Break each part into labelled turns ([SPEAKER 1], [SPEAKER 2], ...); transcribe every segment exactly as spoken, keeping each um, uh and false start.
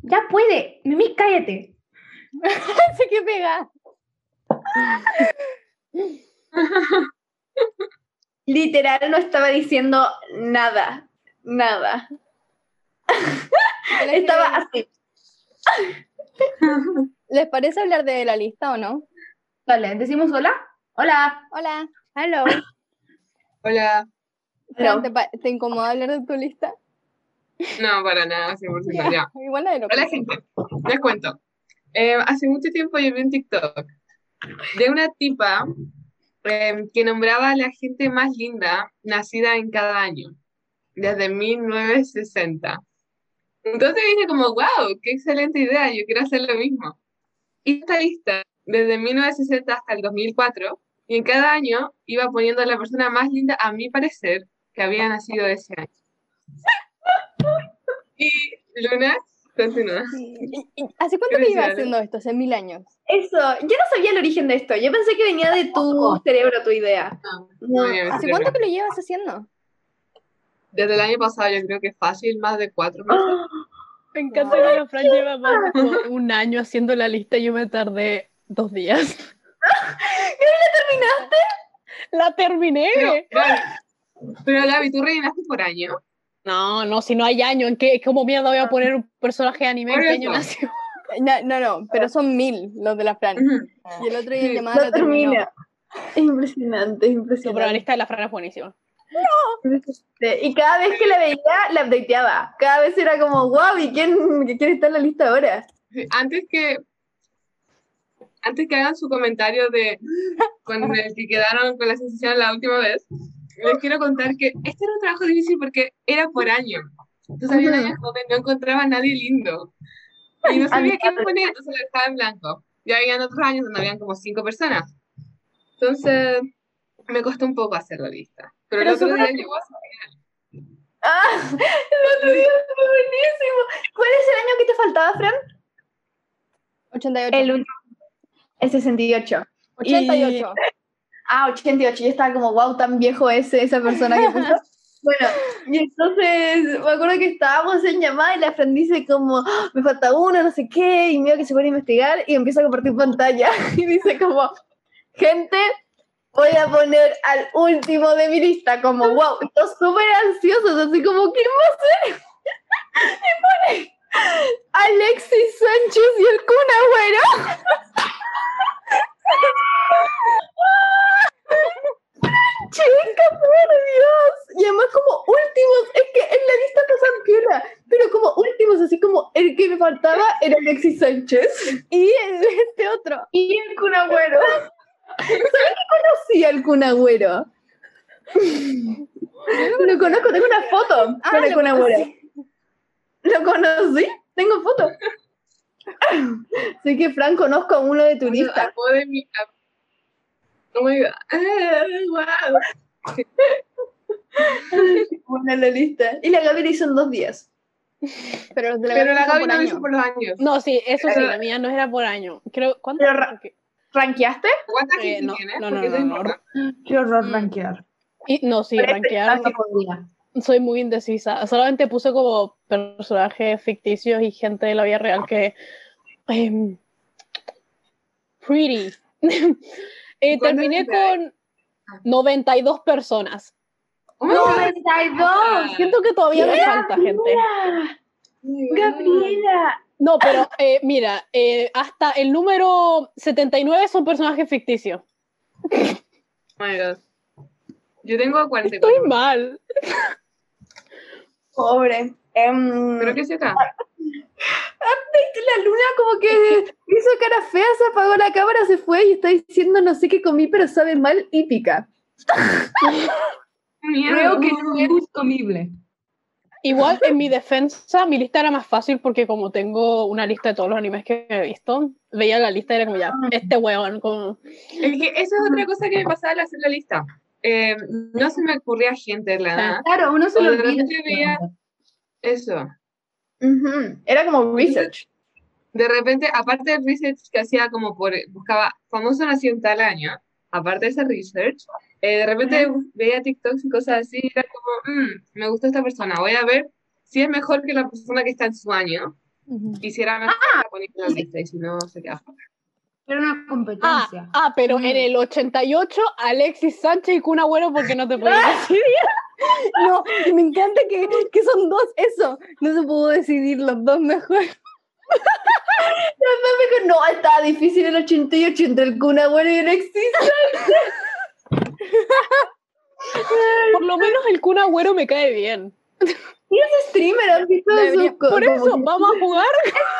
[SPEAKER 1] Ya puede. Mimi, cállate.
[SPEAKER 2] Se que pega.
[SPEAKER 1] Literal no estaba diciendo nada. Nada. Estaba así.
[SPEAKER 2] ¿Les parece hablar de la lista o no?
[SPEAKER 1] Vale, ¿decimos hola? Hola.
[SPEAKER 2] Hola. Hello.
[SPEAKER 3] Hola.
[SPEAKER 2] Fran, ¿te, pa- ¿te incomoda hablar de tu lista?
[SPEAKER 3] No, para nada, cien por ciento ya.
[SPEAKER 2] Igual nadie lo
[SPEAKER 3] Hola,
[SPEAKER 2] piensa.
[SPEAKER 3] gente. Les cuento. Eh, hace mucho tiempo yo vi un TikTok de una tipa eh, que nombraba a la gente más linda nacida en cada año, desde mil novecientos sesenta. Entonces dije como, wow, qué excelente idea, yo quiero hacer lo mismo. Y esta lista, desde mil novecientos sesenta hasta el dos mil cuatro, y en cada año iba poniendo a la persona más linda, a mi parecer, que había nacido ese año. Y Luna, continúa.
[SPEAKER 2] ¿Y- y ¿Hace cuánto que llevas haciendo esto? ¿Hace mil años?
[SPEAKER 1] Eso, yo no sabía el origen de esto. Yo pensé que venía de tu cerebro, tu idea.
[SPEAKER 3] No,
[SPEAKER 1] No.
[SPEAKER 3] no, ya me
[SPEAKER 2] ¿Hace
[SPEAKER 3] sirve.
[SPEAKER 2] cuánto que lo llevas haciendo?
[SPEAKER 3] Desde el año pasado yo creo que fácil, más de cuatro meses.
[SPEAKER 4] Me encanta que la Fran lleva más de como un año haciendo la lista y yo me tardé dos días.
[SPEAKER 1] ¿Terminaste?
[SPEAKER 4] ¡La terminé!
[SPEAKER 3] Pero, Gaby, pero Gaby, ¿tú rellenaste por año?
[SPEAKER 4] No, no, si no hay año, ¿en qué, cómo mierda voy a poner un personaje de anime? ¿En
[SPEAKER 3] Por
[SPEAKER 4] qué
[SPEAKER 3] eso.
[SPEAKER 4] año nació?
[SPEAKER 2] No, no, no, pero son mil los de la Fran.
[SPEAKER 3] Ujú.
[SPEAKER 2] Y el otro día en
[SPEAKER 3] Sí.
[SPEAKER 2] llamada
[SPEAKER 1] No
[SPEAKER 2] lo terminó.
[SPEAKER 1] termina. Es impresionante, es
[SPEAKER 4] No, pero la
[SPEAKER 1] impresionante.
[SPEAKER 4] lista de la Fran es buenísima.
[SPEAKER 1] Y cada vez que la veía, la updateaba. Cada vez era como, wow, ¿y quién, quién está en la lista ahora?
[SPEAKER 3] Sí, Antes que antes que hagan su comentario de con el que quedaron con la sensación la última vez, les quiero contar que este era un trabajo difícil porque era por año. Entonces había
[SPEAKER 1] Ujú.
[SPEAKER 3] años donde no encontraba a nadie lindo. Y no sabía quién poner, entonces lo dejaba en blanco. Y habían otros años donde habían como cinco personas. Entonces me costó un poco hacer la lista. Pero,
[SPEAKER 1] Pero
[SPEAKER 3] el otro
[SPEAKER 1] súper-
[SPEAKER 3] día llegó a su
[SPEAKER 1] Ah, el otro día fue buenísimo. ¿Cuál es el año que te faltaba, Fran?
[SPEAKER 2] ochenta y ocho.
[SPEAKER 1] El último. El sesenta y ocho.
[SPEAKER 2] ochenta y ocho.
[SPEAKER 1] Ah, ochenta y ocho. Yo estaba como, wow, tan viejo ese, esa persona que puso. Bueno, y entonces me acuerdo que estábamos en llamada y la Fran dice como, "Ah, me falta uno, no sé qué", y mira que se pone a investigar y empieza a compartir pantalla y dice como, gente, voy a poner al último de mi lista, como, wow, todos súper ansiosos, así como, ¿quién va a ser? Y pone Alexis Sánchez y el Kun Agüero. Chica, por Dios. Y además como últimos, es que en la lista pasan piola, pero como últimos, así como el que me faltaba era Alexis Sánchez
[SPEAKER 2] Y el, este otro.
[SPEAKER 1] y el Kun Agüero. ¿Sabes que conocí al Kun Agüero? Lo conozco, tengo una foto
[SPEAKER 2] Ah,
[SPEAKER 1] con el
[SPEAKER 2] lo
[SPEAKER 1] Kun Agüero.
[SPEAKER 2] conocí.
[SPEAKER 1] ¿Lo conocí? Tengo foto. Así que, Fran, conozco a uno de tu
[SPEAKER 3] Bueno,
[SPEAKER 1] lista.
[SPEAKER 3] armó de mi- a- Oh my God. Ah, wow.
[SPEAKER 1] Una en la lista. Y la Gaby la hizo en dos días.
[SPEAKER 2] Pero los de la
[SPEAKER 3] Pero la
[SPEAKER 2] Gaby son
[SPEAKER 3] Gaby
[SPEAKER 2] por
[SPEAKER 3] no lo
[SPEAKER 2] año.
[SPEAKER 3] hizo por los años.
[SPEAKER 4] No, sí, eso sí,
[SPEAKER 3] Pero-
[SPEAKER 4] la mía no era por año. Creo, ¿cuánto?
[SPEAKER 1] Pero ra-
[SPEAKER 4] Porque-
[SPEAKER 1] ¿Ranqueaste?
[SPEAKER 3] ¿Cuánta
[SPEAKER 4] Eh,
[SPEAKER 3] gente
[SPEAKER 4] no,
[SPEAKER 3] tienes?
[SPEAKER 4] no, no,
[SPEAKER 3] Porque
[SPEAKER 4] no,
[SPEAKER 3] eso
[SPEAKER 4] no,
[SPEAKER 3] importa.
[SPEAKER 1] Qué horror
[SPEAKER 2] Mm.
[SPEAKER 1] rankear.
[SPEAKER 4] y- no, sí,
[SPEAKER 1] Pero
[SPEAKER 4] rankear,
[SPEAKER 1] no podría.
[SPEAKER 4] soy muy indecisa. Solamente puse como personajes ficticios y gente de la vida real que... em, pretty. Eh,
[SPEAKER 3] ¿Cuánta
[SPEAKER 4] terminé
[SPEAKER 3] gente hay?
[SPEAKER 4] con noventa y dos personas.
[SPEAKER 3] Oh my God.
[SPEAKER 1] ¡noventa y dos!
[SPEAKER 4] Siento que todavía me falta gente.
[SPEAKER 1] Gabriela.
[SPEAKER 4] No, pero eh, mira, eh, hasta el número setenta y nueve son personajes ficticios.
[SPEAKER 3] Oh my God. Yo tengo cuarenta y
[SPEAKER 4] Estoy
[SPEAKER 3] cuatro.
[SPEAKER 4] mal.
[SPEAKER 1] Pobre. Em,
[SPEAKER 3] ¿Pero qué se acá?
[SPEAKER 1] la Luna como que hizo cara fea, se apagó la cámara, se fue y está diciendo no sé qué comí, pero sabe mal y pica.
[SPEAKER 3] Miedo.
[SPEAKER 5] Creo que no es comible.
[SPEAKER 4] Igual, en mi defensa, mi lista era más fácil porque como tengo una lista de todos los animes que he visto, veía la lista y era como ya, este huevón, como...
[SPEAKER 3] Es que esa es otra cosa que me pasaba al hacer la lista. Eh, no se me ocurría gente de la nada.
[SPEAKER 1] Claro, uno se
[SPEAKER 3] O
[SPEAKER 1] lo
[SPEAKER 3] de
[SPEAKER 1] olvida.
[SPEAKER 3] repente veía eso.
[SPEAKER 1] Ujú. Era como research.
[SPEAKER 3] De repente, aparte del research que hacía como por, buscaba famoso nació en tal año, aparte de ese research, eh, de repente
[SPEAKER 1] Ajá.
[SPEAKER 3] veía TikToks y cosas así, y era como, "Mm, me gustó esta persona, voy a ver si es mejor que la persona que está en su año, hiciera mejor, la ponía en la lista y si no, se queda fuera.
[SPEAKER 5] Era una
[SPEAKER 4] Ah,
[SPEAKER 5] competencia.
[SPEAKER 4] ah, pero en el ochenta y ocho, Alexis Sánchez y Kun Agüero porque no te podías decidir.
[SPEAKER 2] No, y me encanta que, que son dos, eso. No se pudo decidir los dos mejor.
[SPEAKER 1] No, estaba difícil el ochenta y ocho entre el Kun Agüero y Alexis.
[SPEAKER 4] Por lo menos el Kun Agüero me cae bien.
[SPEAKER 1] Y ese streamer, ¿has visto
[SPEAKER 2] Debería-
[SPEAKER 1] sus co-
[SPEAKER 4] Por
[SPEAKER 1] como
[SPEAKER 4] eso,
[SPEAKER 1] que
[SPEAKER 4] vamos a jugar.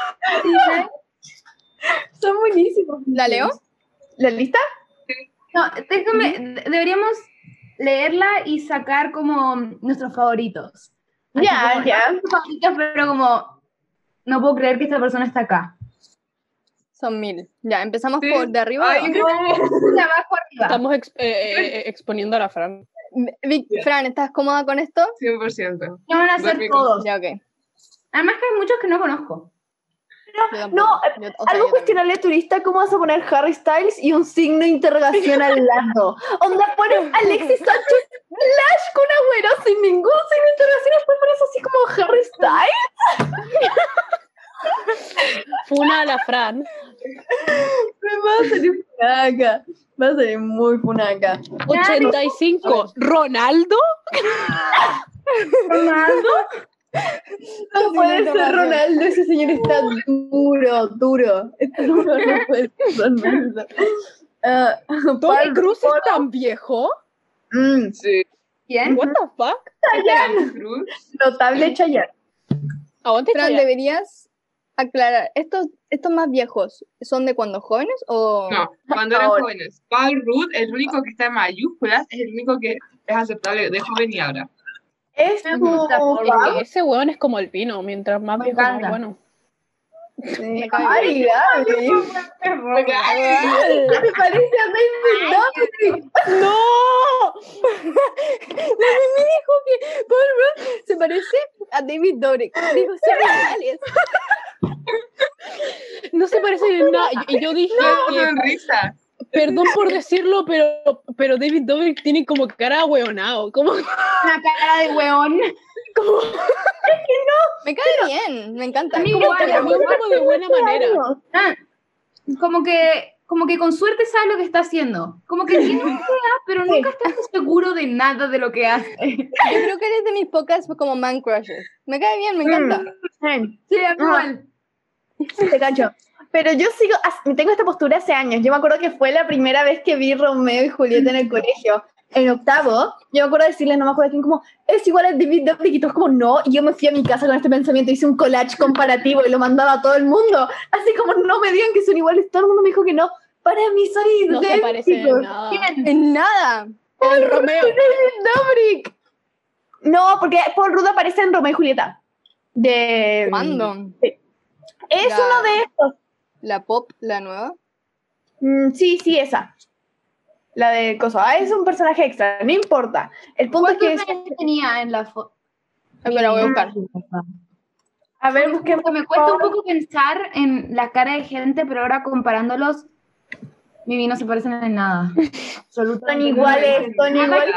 [SPEAKER 1] son buenísimos?
[SPEAKER 2] ¿La leo?
[SPEAKER 1] ¿La lista?
[SPEAKER 5] No, déjame, de- deberíamos leerla y sacar como nuestros favoritos. Así
[SPEAKER 1] Ya,
[SPEAKER 5] como,
[SPEAKER 1] ya.
[SPEAKER 5] no nuestros favoritos, pero como, no puedo creer que esta persona está acá.
[SPEAKER 2] Son mil. Ya, empezamos
[SPEAKER 3] Sí.
[SPEAKER 2] por de arriba.
[SPEAKER 3] Ay, no.
[SPEAKER 5] De abajo arriba.
[SPEAKER 4] Estamos exp- eh, eh, exponiendo a la Fran.
[SPEAKER 2] Vic, Fran, ¿estás cómoda con esto?
[SPEAKER 3] cien por ciento.
[SPEAKER 5] No van a ser
[SPEAKER 3] Dormí
[SPEAKER 5] todos.
[SPEAKER 2] Ya, ok.
[SPEAKER 5] Además que hay muchos que no conozco.
[SPEAKER 2] Yo tampoco.
[SPEAKER 1] No,
[SPEAKER 2] Yo- o sea,
[SPEAKER 1] Algo
[SPEAKER 2] yo
[SPEAKER 1] cuestionable de turista, ¿cómo vas a poner Harry Styles y un signo de interrogación al lado? Onda, pones Alexis Sánchez slash Kun Agüero sin ningún signo de interrogación, después pones así como Harry Styles.
[SPEAKER 4] Funa a la Fran.
[SPEAKER 1] Me va a salir funaca. Va a salir muy funaca.
[SPEAKER 4] ochenta y cinco. Ronaldo.
[SPEAKER 5] Ronaldo.
[SPEAKER 1] No puede ser Ronaldo, ese señor está duro, duro. Este no, no puede ser Ronaldo. Ah,
[SPEAKER 4] Tony
[SPEAKER 1] Paul-
[SPEAKER 4] Cruz es tan viejo.
[SPEAKER 1] Mm,
[SPEAKER 3] Sí.
[SPEAKER 5] ¿Quién?
[SPEAKER 4] What the fuck?
[SPEAKER 3] Tony Cruz.
[SPEAKER 1] notable Chayanne.
[SPEAKER 4] Aguante,
[SPEAKER 2] Fran,
[SPEAKER 4] Chayanne.
[SPEAKER 2] deberías aclarar. ¿Estos, ¿Estos más viejos son de cuando jóvenes o...?
[SPEAKER 3] No, cuando eran
[SPEAKER 1] Ahora.
[SPEAKER 3] jóvenes. Paul Rudd, el único que está en mayúsculas, es el único que es aceptable de joven y ahora.
[SPEAKER 1] Es
[SPEAKER 5] Me
[SPEAKER 1] como
[SPEAKER 5] gusta Paul
[SPEAKER 4] Es
[SPEAKER 1] Pablo.
[SPEAKER 4] que ese weón es como el vino. Mientras más
[SPEAKER 5] Me
[SPEAKER 4] viejo, más
[SPEAKER 5] encanta.
[SPEAKER 4] bueno.
[SPEAKER 2] Me cae
[SPEAKER 1] Ay, Gaby. ¿Te parece a David Dobrik?
[SPEAKER 2] ¡No! La Mimi dijo que Paul Rudd se parece a David Dobrik. Dijo, son iguales.
[SPEAKER 4] No se parece en nada. Y yo dije
[SPEAKER 3] No,
[SPEAKER 4] que,
[SPEAKER 3] sonrisa.
[SPEAKER 4] perdón por decirlo, pero, pero David Dobrik tiene como cara hueonado. Como,
[SPEAKER 5] Una cara de hueón.
[SPEAKER 2] Me cae bien, me encanta.
[SPEAKER 5] A mí
[SPEAKER 2] Como
[SPEAKER 5] igual,
[SPEAKER 2] que
[SPEAKER 4] pero
[SPEAKER 2] la-
[SPEAKER 4] muy como de buena manera.
[SPEAKER 5] Ah, como que, como que con suerte sabe lo que está haciendo. Como que tiene una idea, pero nunca está seguro de nada de lo que hace.
[SPEAKER 2] Yo creo que eres de mis pocas como man crushes. Me cae bien, me encanta.
[SPEAKER 5] Sí, igual.
[SPEAKER 1] Te cacho. Pero yo sigo, as- tengo esta postura hace años. Yo me acuerdo que fue la primera vez que vi Romeo y Julieta en el colegio. En octavo, yo me acuerdo de decirle, no me acuerdo a quién, como, es igual a David Dobrik, y todos como, no, y yo me fui a mi casa con este pensamiento, hice un collage comparativo y lo mandaba a todo el mundo, así como, no me digan que son iguales, todo el mundo me dijo que no, para mí son
[SPEAKER 4] No
[SPEAKER 1] idénticos.
[SPEAKER 4] se parece en nada.
[SPEAKER 2] En nada.
[SPEAKER 4] El Romeo.
[SPEAKER 1] David Dobrik. No, porque Paul Rudd aparece en Romeo y Julieta. De...
[SPEAKER 2] ¿Cuándo?
[SPEAKER 1] Es
[SPEAKER 2] La-
[SPEAKER 1] uno de estos.
[SPEAKER 2] La pop, la nueva.
[SPEAKER 1] Mm, sí, sí, esa. La de Coso. Ah, es un personaje extra, no importa. El punto es que es...
[SPEAKER 5] ¿Cuántos años tenía en la foto?
[SPEAKER 2] Espera, voy a buscar.
[SPEAKER 1] A ver, busquemos.
[SPEAKER 5] Me cuesta un poco pensar en la cara de gente, pero ahora comparándolos, Mimi, no se parecen en nada.
[SPEAKER 1] Son iguales, son iguales.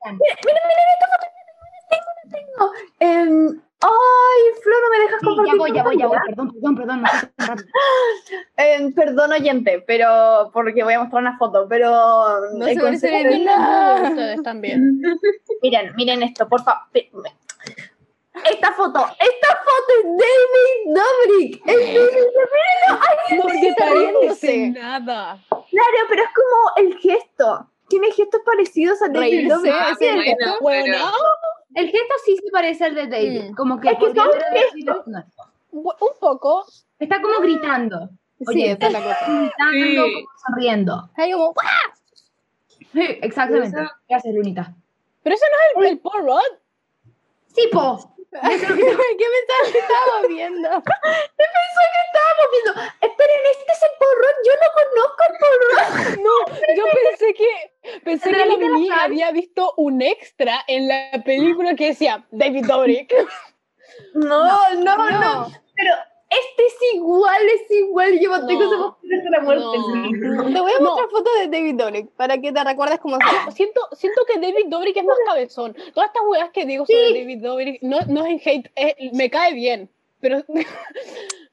[SPEAKER 1] Em, ay, Flor, no me dejas
[SPEAKER 5] Sí,
[SPEAKER 1] compartir.
[SPEAKER 5] ya voy, ya voy, ya voy.
[SPEAKER 1] pantalla?
[SPEAKER 5] Perdón, perdón, perdón. No sé tan rápido.
[SPEAKER 1] Em, perdón, oyente, pero porque voy a mostrar una foto, pero
[SPEAKER 2] No
[SPEAKER 1] el
[SPEAKER 2] se parecen
[SPEAKER 1] consejo-
[SPEAKER 2] en nada.
[SPEAKER 4] Ustedes también.
[SPEAKER 1] Miren, miren esto, por favor. Esta foto, esta foto es David Dobrik. Es David Dobrik. Ay,
[SPEAKER 4] No se parece
[SPEAKER 2] riéndose.
[SPEAKER 4] en nada.
[SPEAKER 1] claro, pero es como el gesto. Tiene gestos parecidos a David
[SPEAKER 2] Reírse,
[SPEAKER 1] Dobrik.
[SPEAKER 3] Ah,
[SPEAKER 2] ese
[SPEAKER 3] bueno, pero-
[SPEAKER 4] Hueonado.
[SPEAKER 5] El gesto sí se parece al de David.
[SPEAKER 2] Mm.
[SPEAKER 5] Como que
[SPEAKER 1] Es que
[SPEAKER 5] podría
[SPEAKER 1] son
[SPEAKER 5] haber elegido- no.
[SPEAKER 4] Un poco.
[SPEAKER 5] Está como gritando.
[SPEAKER 2] Sí,
[SPEAKER 5] Oye,
[SPEAKER 2] esa es la cosa.
[SPEAKER 5] gritando,
[SPEAKER 3] Sí.
[SPEAKER 5] como sonriendo.
[SPEAKER 2] Hay como,
[SPEAKER 5] Sí, exactamente.
[SPEAKER 3] Eso-
[SPEAKER 5] Gracias, Lunita.
[SPEAKER 4] Pero ese no es el, el Paul Rudd.
[SPEAKER 5] Sí, po.
[SPEAKER 2] ¿qué mensaje que estaba viendo?
[SPEAKER 1] Pensó que estábamos viendo. Esperen, este es el Paul Rudd. Yo no conozco al Paul Rudd.
[SPEAKER 4] No, yo pensé que pensé que la Mimi había visto un extra en la película que decía David Dobrik.
[SPEAKER 1] No, no, no,
[SPEAKER 2] No.
[SPEAKER 1] Pero este es igual, es igual. Yo mantengo
[SPEAKER 4] No.
[SPEAKER 1] esa postura hasta la muerte.
[SPEAKER 4] No.
[SPEAKER 2] Te voy a
[SPEAKER 4] No.
[SPEAKER 2] mostrar fotos de David Dobrik para que te recuerdes cómo se llama.
[SPEAKER 4] Siento, siento que David Dobrik es más cabezón. Todas estas weas que digo sobre David Dobrik no, no es en hate, es- me cae bien. Pero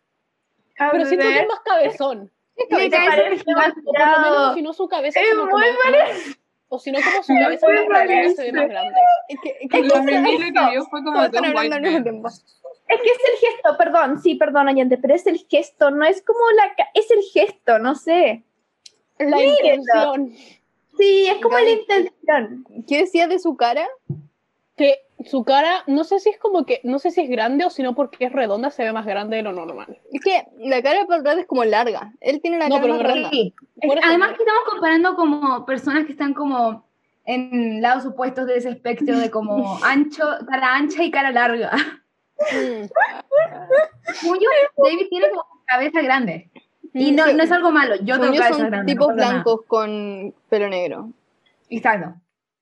[SPEAKER 1] A
[SPEAKER 4] Pero siento que
[SPEAKER 1] ver.
[SPEAKER 4] es más cabezón.
[SPEAKER 1] Me
[SPEAKER 5] cabeza
[SPEAKER 1] parece
[SPEAKER 5] es
[SPEAKER 4] O por lo menos,
[SPEAKER 1] demasiado.
[SPEAKER 4] si no su cabeza
[SPEAKER 1] Es
[SPEAKER 4] como que
[SPEAKER 1] muy
[SPEAKER 4] más-
[SPEAKER 1] parecido.
[SPEAKER 4] O si no como su
[SPEAKER 1] Muy
[SPEAKER 4] cabeza más grande,
[SPEAKER 1] parecido.
[SPEAKER 4] se ve más grande.
[SPEAKER 2] Es que, es que
[SPEAKER 3] La Mimi lo que vio fue como
[SPEAKER 2] todos
[SPEAKER 3] dos
[SPEAKER 2] están hablando
[SPEAKER 3] white
[SPEAKER 2] al mismo
[SPEAKER 3] men.
[SPEAKER 2] tiempo.
[SPEAKER 1] Es que es el gesto, perdón, sí, perdón, oyente, pero es el gesto, no es como la... ca- Es el gesto, no sé.
[SPEAKER 4] La
[SPEAKER 1] Mírenlo.
[SPEAKER 4] intención.
[SPEAKER 1] Sí, es como la
[SPEAKER 2] Gali,
[SPEAKER 1] intención.
[SPEAKER 2] ¿qué decías de su cara?
[SPEAKER 4] Que su cara, no sé si es como que, no sé si es grande o si no porque es redonda, se ve más grande de lo normal.
[SPEAKER 2] Es que la cara de Paul Rudd es como larga. Él tiene la
[SPEAKER 4] No,
[SPEAKER 2] cara
[SPEAKER 4] pero
[SPEAKER 2] más
[SPEAKER 4] me
[SPEAKER 2] redonda.
[SPEAKER 5] Sí.
[SPEAKER 4] Por eso,
[SPEAKER 5] Además
[SPEAKER 4] ¿no?
[SPEAKER 5] que estamos comparando como personas que están como en lados opuestos de ese espectro de como ancho, cara ancha y cara larga.
[SPEAKER 4] Mm.
[SPEAKER 5] Según yo, David tiene como cabeza grande. Y
[SPEAKER 2] Mm,
[SPEAKER 5] no,
[SPEAKER 2] sí.
[SPEAKER 5] no es algo malo. Yo
[SPEAKER 2] Según
[SPEAKER 5] tengo
[SPEAKER 2] yo
[SPEAKER 5] cabeza
[SPEAKER 2] son
[SPEAKER 5] grande. no
[SPEAKER 2] tipos
[SPEAKER 5] pasa nada.
[SPEAKER 2] blancos con pelo negro.
[SPEAKER 5] Exacto.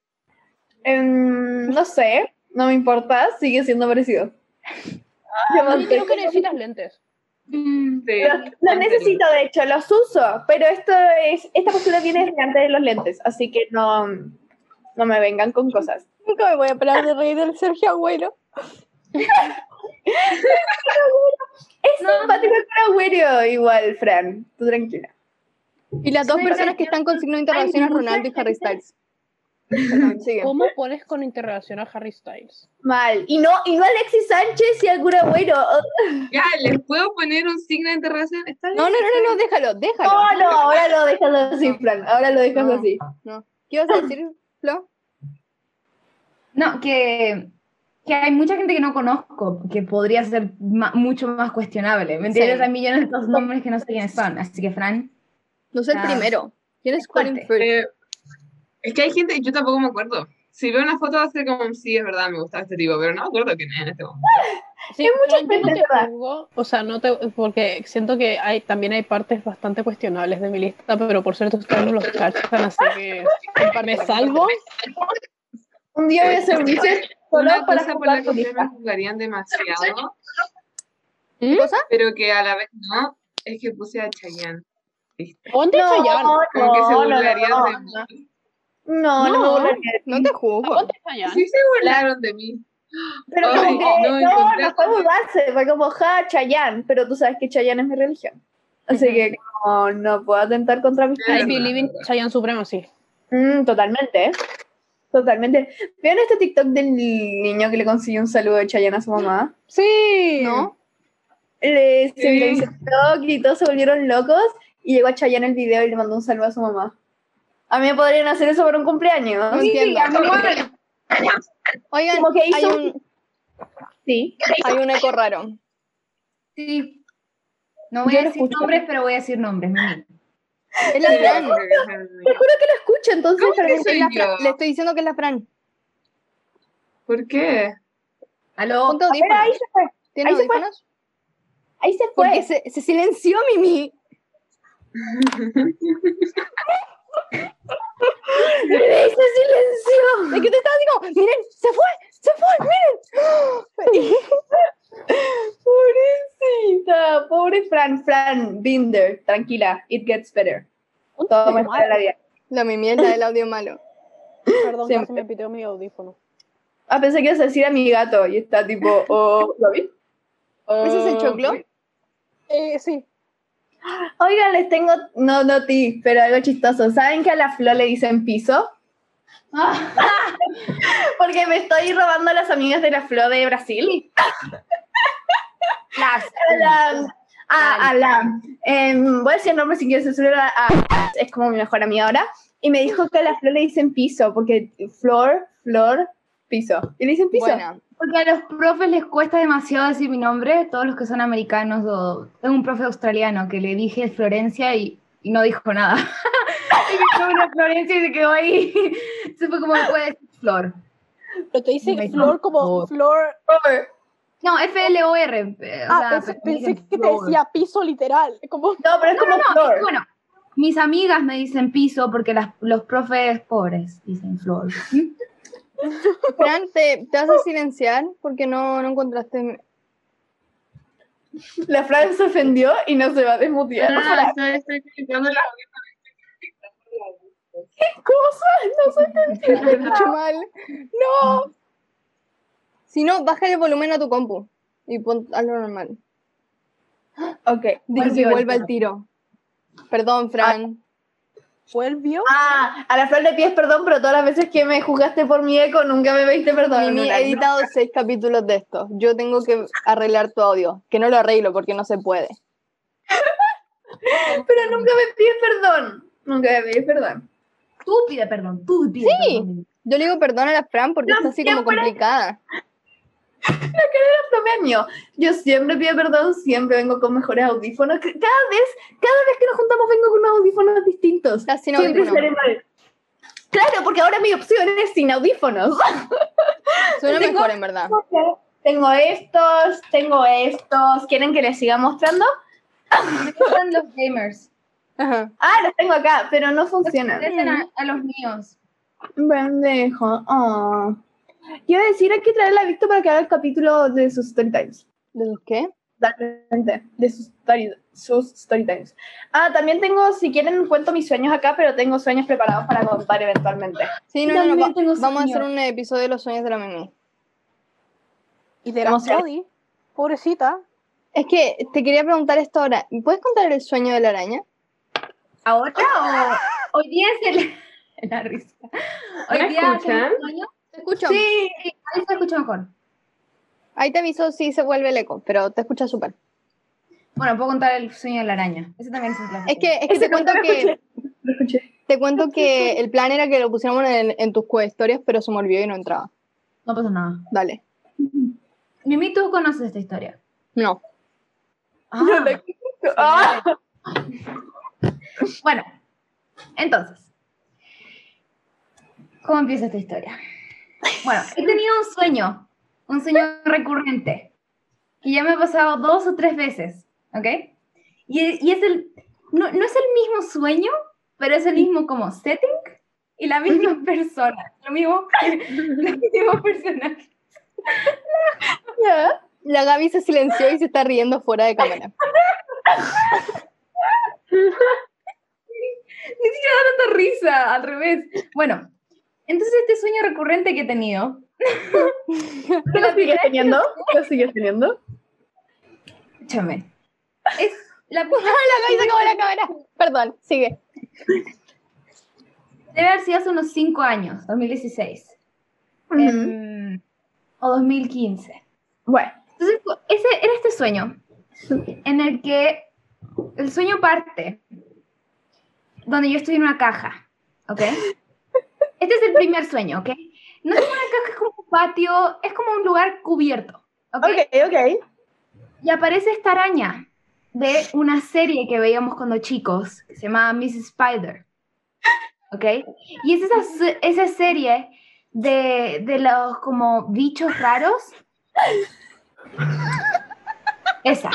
[SPEAKER 1] Em, no sé, no me importa, sigue siendo parecido. Yo
[SPEAKER 4] A mí creo
[SPEAKER 1] mantengo-
[SPEAKER 4] que necesitas lentes.
[SPEAKER 5] Mm,
[SPEAKER 3] Sí,
[SPEAKER 1] Los, los necesito, de hecho, los uso, pero esto es, esta postura viene desde antes de los lentes, así que no, no me vengan con cosas.
[SPEAKER 2] Nunca me voy a parar de reír del Sergio Agüero.
[SPEAKER 1] Es simpático el Agüero igual, Fran, tú tranquila.
[SPEAKER 2] Y las dos
[SPEAKER 5] Sí,
[SPEAKER 2] personas
[SPEAKER 5] sí,
[SPEAKER 2] que están con signo de interrogación
[SPEAKER 5] hay
[SPEAKER 2] es Ronaldo y Harry Styles. Perdón, sigue.
[SPEAKER 4] ¿Cómo pones con interrogación a Harry Styles?
[SPEAKER 1] Mal. Y no, y no Alexis Sánchez y algún Agüero.
[SPEAKER 3] Ya, ¿les puedo poner un signo de interrogación? ¿Está bien?
[SPEAKER 2] No, no, no, no, no, déjalo, déjalo.
[SPEAKER 1] No, no, ahora lo dejas así, Fran, ahora lo dejas
[SPEAKER 2] No.
[SPEAKER 1] así.
[SPEAKER 2] No. ¿Qué ibas a decir, Flo?
[SPEAKER 5] No, que, que hay mucha gente que no conozco, que podría ser ma- mucho más cuestionable. ¿Me entiendes?
[SPEAKER 2] Sí.
[SPEAKER 5] Hay millones de estos nombres que no sé quiénes son. Así que, Fran,
[SPEAKER 2] No sé el
[SPEAKER 5] Ah.
[SPEAKER 2] primero. ¿Quién es Colin
[SPEAKER 5] Fuerte.
[SPEAKER 2] Firth?
[SPEAKER 3] Eh, es que hay gente, yo tampoco me acuerdo. Si veo una foto va a ser como, sí, es verdad, me gusta este tipo, pero no me acuerdo quién es en este momento.
[SPEAKER 4] Sí,
[SPEAKER 1] mucha
[SPEAKER 4] Fran, yo no
[SPEAKER 1] gente,
[SPEAKER 4] te
[SPEAKER 1] ¿verdad?
[SPEAKER 4] juzgo, o sea, no te, porque siento que hay, también hay partes bastante cuestionables de mi lista, pero por suerte ustedes no los cachan, así que me salvo.
[SPEAKER 1] Un día voy a hacer un research solo
[SPEAKER 3] Una
[SPEAKER 1] para
[SPEAKER 3] cosa por la
[SPEAKER 1] jugar
[SPEAKER 3] que
[SPEAKER 1] con
[SPEAKER 3] ustedes me
[SPEAKER 1] lista.
[SPEAKER 3] juzgarían demasiado,
[SPEAKER 2] ¿Qué cosa?
[SPEAKER 3] pero que a la vez no, es que puse a Chayanne. Listo.
[SPEAKER 4] Ponte
[SPEAKER 1] No,
[SPEAKER 4] Chayanne.
[SPEAKER 3] Como que se
[SPEAKER 1] no, no,
[SPEAKER 3] burlarían
[SPEAKER 1] no,
[SPEAKER 3] de
[SPEAKER 1] no.
[SPEAKER 3] mí.
[SPEAKER 1] No, no me
[SPEAKER 2] No,
[SPEAKER 1] burlaría de ti.
[SPEAKER 2] no te juzgo.
[SPEAKER 4] Ponte Chayanne.
[SPEAKER 3] Sí se burlaron de mí.
[SPEAKER 1] Pero
[SPEAKER 3] Ay,
[SPEAKER 1] como que,
[SPEAKER 3] no,
[SPEAKER 1] no,
[SPEAKER 3] encontré-
[SPEAKER 1] no fue burlarse, fue como, ja, Chayanne, pero tú sabes que Chayanne es mi religión. Así
[SPEAKER 4] Ujú.
[SPEAKER 1] que como no puedo atentar contra mis
[SPEAKER 3] Es
[SPEAKER 4] I
[SPEAKER 3] verdad,
[SPEAKER 4] believe in
[SPEAKER 3] es verdad.
[SPEAKER 4] Chayanne Supremacy.
[SPEAKER 1] Mm, totalmente, ¿eh? Totalmente. ¿Vieron este TikTok del niño que le consiguió un saludo de Chayanne a su mamá?
[SPEAKER 4] Sí.
[SPEAKER 2] ¿No?
[SPEAKER 1] Le, se
[SPEAKER 3] Sí.
[SPEAKER 1] viralizó TikTok y todos se volvieron locos y llegó a Chayanne el video y le mandó un saludo a su mamá. A mí me podrían hacer eso por un cumpleaños.
[SPEAKER 2] No
[SPEAKER 5] sí,
[SPEAKER 2] entiendo.
[SPEAKER 5] a mí igual.
[SPEAKER 2] Oigan,
[SPEAKER 1] Como que hizo
[SPEAKER 2] hay
[SPEAKER 1] un-
[SPEAKER 2] un,
[SPEAKER 1] Sí.
[SPEAKER 2] hay un eco raro.
[SPEAKER 5] Sí. No voy
[SPEAKER 1] Yo
[SPEAKER 5] a
[SPEAKER 1] lo
[SPEAKER 5] decir
[SPEAKER 1] escucho.
[SPEAKER 5] nombres, pero voy a decir nombres. Mimi.
[SPEAKER 2] Es la
[SPEAKER 3] Sí,
[SPEAKER 2] Fran.
[SPEAKER 3] creo que es el mío.
[SPEAKER 1] Te juro que lo escucho, entonces.
[SPEAKER 3] ¿Cómo
[SPEAKER 1] para
[SPEAKER 3] que
[SPEAKER 1] mí-
[SPEAKER 2] Es
[SPEAKER 3] soy
[SPEAKER 2] la
[SPEAKER 3] yo?
[SPEAKER 2] Fran. Le estoy diciendo que es la Fran.
[SPEAKER 3] ¿Por qué?
[SPEAKER 5] Aló.
[SPEAKER 2] Ponte
[SPEAKER 1] Mira, ahí
[SPEAKER 2] audífonos.
[SPEAKER 1] se fue.
[SPEAKER 2] ¿Tienes
[SPEAKER 1] ahí se fue.
[SPEAKER 2] audífonos?
[SPEAKER 1] Ahí se fue.
[SPEAKER 2] Porque se, se silenció, Mimi.
[SPEAKER 1] ¡Ese silencio!
[SPEAKER 2] Es que te estaba diciendo, miren, se fue, se fue, miren.
[SPEAKER 1] Pobrecita, pobre Fran, Fran, Binder, tranquila, it gets better. Todo mejora la vida.
[SPEAKER 2] La Mimi es la del audio malo.
[SPEAKER 4] Perdón,
[SPEAKER 1] Siempre.
[SPEAKER 4] casi me piteó mi audífono.
[SPEAKER 1] Ah, pensé que ibas a decir a mi gato y está tipo, oh, ¿lo vi?
[SPEAKER 2] ¿Ese es el
[SPEAKER 1] Oh,
[SPEAKER 2] choclo?
[SPEAKER 1] ¿lo vi?
[SPEAKER 4] Eh, sí.
[SPEAKER 1] Oigan, les tengo, no, no ti, pero algo chistoso. ¿Saben que a la Flo le dicen piso? Porque me estoy robando a las amigas de la Flo de Brasil.
[SPEAKER 5] Las.
[SPEAKER 1] A la, a, a la em, voy a decir el nombre sin que se suene, a, es como mi mejor amiga ahora, y me dijo que a la Flor le dicen piso, porque flor, flor, piso. Y le dicen piso.
[SPEAKER 2] Buena.
[SPEAKER 5] Porque a los profes les cuesta demasiado decir mi nombre, todos los que son americanos. O... Tengo un profe australiano que le dije Florencia y, y no dijo nada. Y dijo una Florencia y se quedó ahí. Se fue como, puede decir Flor.
[SPEAKER 4] Pero te dice
[SPEAKER 5] Me
[SPEAKER 4] Flor como
[SPEAKER 5] encantó.
[SPEAKER 4] Flor.
[SPEAKER 1] Flor.
[SPEAKER 5] No, F L O R. eh, o
[SPEAKER 4] Ah,
[SPEAKER 5] sea,
[SPEAKER 4] pensé,
[SPEAKER 5] me
[SPEAKER 4] pensé
[SPEAKER 5] dicen
[SPEAKER 4] que te
[SPEAKER 5] Flor.
[SPEAKER 4] decía piso literal. Como,
[SPEAKER 1] No, pero es como
[SPEAKER 5] No,
[SPEAKER 1] flor.
[SPEAKER 5] es que bueno, mis amigas me dicen piso porque las, los profes pobres dicen Flor.
[SPEAKER 2] Fran, ¿te, te vas a silenciar porque no, no encontraste...
[SPEAKER 1] La Fran se ofendió y no se va a desmutear.
[SPEAKER 3] No, no, estoy, estoy quitando la
[SPEAKER 1] ¿Cómo sabes? No sé.
[SPEAKER 2] Te escucho mal. ¡No! Si no, baja el volumen a tu compu y pon algo normal.
[SPEAKER 1] Ok.
[SPEAKER 2] Dije que
[SPEAKER 1] volvió el
[SPEAKER 2] vuelva al
[SPEAKER 1] tema.
[SPEAKER 2] tiro. Perdón, Fran.
[SPEAKER 4] ¿Vuelvió?
[SPEAKER 1] Ah, a la Fran le pides perdón, pero todas las veces que me juzgaste por mi eco nunca me pediste perdón.
[SPEAKER 2] Mimi,
[SPEAKER 1] Luna,
[SPEAKER 2] he editado seis capítulos de esto. Yo tengo que arreglar tu audio. Que no lo arreglo porque no se puede.
[SPEAKER 1] no. Pero nunca me pides perdón. Nunca me pides perdón.
[SPEAKER 5] Tú pide perdón, tú pide
[SPEAKER 2] Sí.
[SPEAKER 5] perdón.
[SPEAKER 2] Yo le digo perdón a la Fran porque
[SPEAKER 1] Yo
[SPEAKER 2] está así como
[SPEAKER 1] siempre-
[SPEAKER 2] complicada.
[SPEAKER 1] Año. Yo siempre pido perdón, siempre vengo con mejores audífonos. Cada vez, cada vez que nos juntamos vengo con unos audífonos distintos.
[SPEAKER 2] Está sin
[SPEAKER 1] Siempre
[SPEAKER 2] audífonos.
[SPEAKER 1] seré mal. Claro, porque ahora mi opción es sin audífonos.
[SPEAKER 2] Suena
[SPEAKER 1] Tengo-
[SPEAKER 2] mejor, en verdad.
[SPEAKER 1] Tengo estos, tengo estos. ¿Quieren que les siga mostrando?
[SPEAKER 5] Me gustan los gamers.
[SPEAKER 2] Ajá.
[SPEAKER 1] Ah, los tengo acá, pero no funcionan.
[SPEAKER 5] Parecen a, a los míos.
[SPEAKER 1] Pendejo. Oh. Iba a decir, hay que traer a Victor para que haga el capítulo de sus story times.
[SPEAKER 2] ¿De los qué?
[SPEAKER 1] Totalmente, de sus story, sus story times. Ah, también tengo, si quieren, cuento mis sueños acá, pero tengo sueños preparados para contar eventualmente.
[SPEAKER 2] Sí, no, no, no.
[SPEAKER 5] También
[SPEAKER 2] va-
[SPEAKER 5] tengo
[SPEAKER 2] vamos a hacer
[SPEAKER 5] sueños.
[SPEAKER 2] un episodio de los sueños de la Mimi.
[SPEAKER 4] Y de la
[SPEAKER 1] Vamos a ver.
[SPEAKER 4] Sodi, pobrecita.
[SPEAKER 2] Es que te quería preguntar esto ahora. ¿Puedes contar el sueño de la araña?
[SPEAKER 5] ¿Ahora o hoy día es el... la risa. Hoy
[SPEAKER 3] ¿Me
[SPEAKER 5] día
[SPEAKER 3] escuchan?
[SPEAKER 5] hacemos un sueño.
[SPEAKER 2] Te escucho.
[SPEAKER 1] Sí,
[SPEAKER 5] Ahí se escucha mejor.
[SPEAKER 2] Ahí te aviso si se vuelve el eco, pero te escucha súper.
[SPEAKER 5] Bueno, puedo contar el sueño de la araña. Ese también es un clásico.
[SPEAKER 2] Es que, es que
[SPEAKER 1] ese
[SPEAKER 2] te cuento
[SPEAKER 1] lo
[SPEAKER 2] que
[SPEAKER 1] escuché. Lo escuché.
[SPEAKER 2] te cuento que el plan era que lo pusiéramos en, en tus historias, pero se me olvidó y no entraba.
[SPEAKER 5] No pasa nada.
[SPEAKER 2] Dale.
[SPEAKER 5] Mimi, ¿tú conoces esta historia?
[SPEAKER 2] No.
[SPEAKER 5] Ah,
[SPEAKER 1] No le- Ah,
[SPEAKER 5] bueno, entonces, ¿cómo empieza esta historia? Bueno, he tenido un sueño, un sueño recurrente, que ya me ha pasado dos o tres veces, ¿ok? Y, y es el, no, no es el mismo sueño, pero es el mismo como setting y la misma persona, lo mismo, los mismos personajes.
[SPEAKER 1] ya.
[SPEAKER 2] La Gaby se silenció y se está riendo fuera de cámara.
[SPEAKER 5] Ni siquiera da tanta risa, al revés. Bueno, entonces este sueño recurrente que he tenido.
[SPEAKER 1] ¿Tú lo sigues teniendo? ¿Lo sigues teniendo?
[SPEAKER 5] Escúchame. Es la primera
[SPEAKER 2] La Gaby se acabó la cámara. Perdón, sigue.
[SPEAKER 5] debe haber sido hace unos cinco años, dos mil dieciséis.
[SPEAKER 1] Ujú.
[SPEAKER 5] em, o dos mil quince.
[SPEAKER 1] Bueno.
[SPEAKER 5] Entonces, ese era este sueño en el que el sueño parte donde yo estoy en una caja, ¿ok? Este es el primer sueño, ¿ok? No es como una caja, es como un patio, es como un lugar cubierto, ¿ok?
[SPEAKER 1] Ok, ok.
[SPEAKER 5] Y aparece esta araña de una serie que veíamos cuando chicos, que se llamaba missus Spider, ¿ok? Y es esa, se- esa serie de, de los como bichos raros. Esa.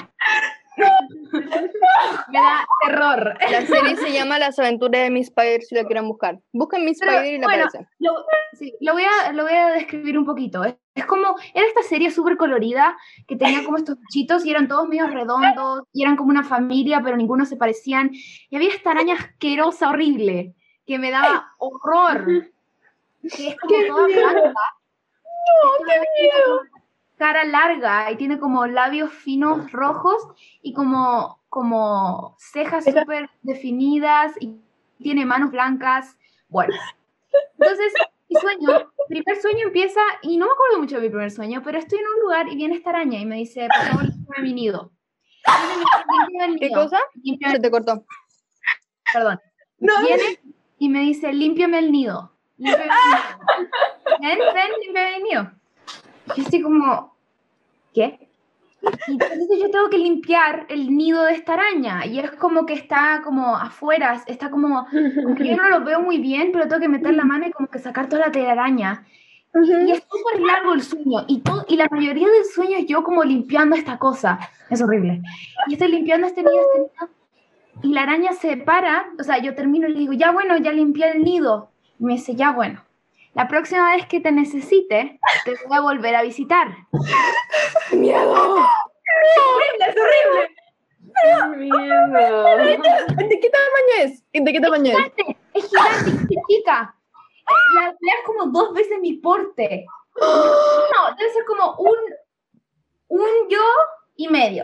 [SPEAKER 5] Me da terror.
[SPEAKER 2] La serie se llama Las aventuras de Miss Spider si la quieren buscar. Busquen Miss
[SPEAKER 5] Pero,
[SPEAKER 2] Spider y la
[SPEAKER 5] bueno,
[SPEAKER 2] aparece.
[SPEAKER 5] Lo, sí, lo, voy a, lo voy a describir un poquito. Es, es como, era esta serie súper colorida que tenía como estos bichitos y eran todos medio redondos y eran como una familia, pero ninguno se parecían. Y había esta araña asquerosa, horrible, que me daba horror. Que es como toda blanca. No, qué miedo. Cara larga y tiene como labios finos rojos y como, como cejas
[SPEAKER 1] Esa-
[SPEAKER 5] súper definidas y tiene manos blancas. Bueno, entonces mi sueño, primer sueño empieza, y no me acuerdo mucho de mi primer sueño, pero estoy en un lugar y viene esta araña y me dice, por favor, límpiame mi nido. Límpiame el
[SPEAKER 2] ¿Qué
[SPEAKER 5] nido.
[SPEAKER 2] cosa?
[SPEAKER 5] Límpiame-
[SPEAKER 2] Se te cortó.
[SPEAKER 5] Perdón.
[SPEAKER 1] No.
[SPEAKER 5] Viene y me dice, límpiame el nido. Límpiame el nido. Ven, ven, límpiame el nido. Y yo estoy como, ¿qué? Y entonces yo tengo que limpiar el nido de esta araña. Y es como que está como afuera, está como, como que yo no lo veo muy bien, pero tengo que meter la mano y como que sacar toda la telaraña. Y es súper largo el sueño. Y, todo, y la mayoría del sueño es yo como limpiando esta cosa. Es horrible. Y estoy limpiando este nido, este nido. Y la araña se para, o sea, yo termino y le digo, ya bueno, ya limpié el nido. Y me dice, ya bueno, la próxima vez que te necesite, te voy a volver a visitar.
[SPEAKER 1] ¡Miedo! ¡Es horrible!
[SPEAKER 3] Miedo.
[SPEAKER 1] ¿De qué tamaño es? ¿De qué tamaño es?
[SPEAKER 5] ¡Gigante! Es gigante, es chica. La, la es como dos veces mi porte. No, debe ser como un, un yo y medio.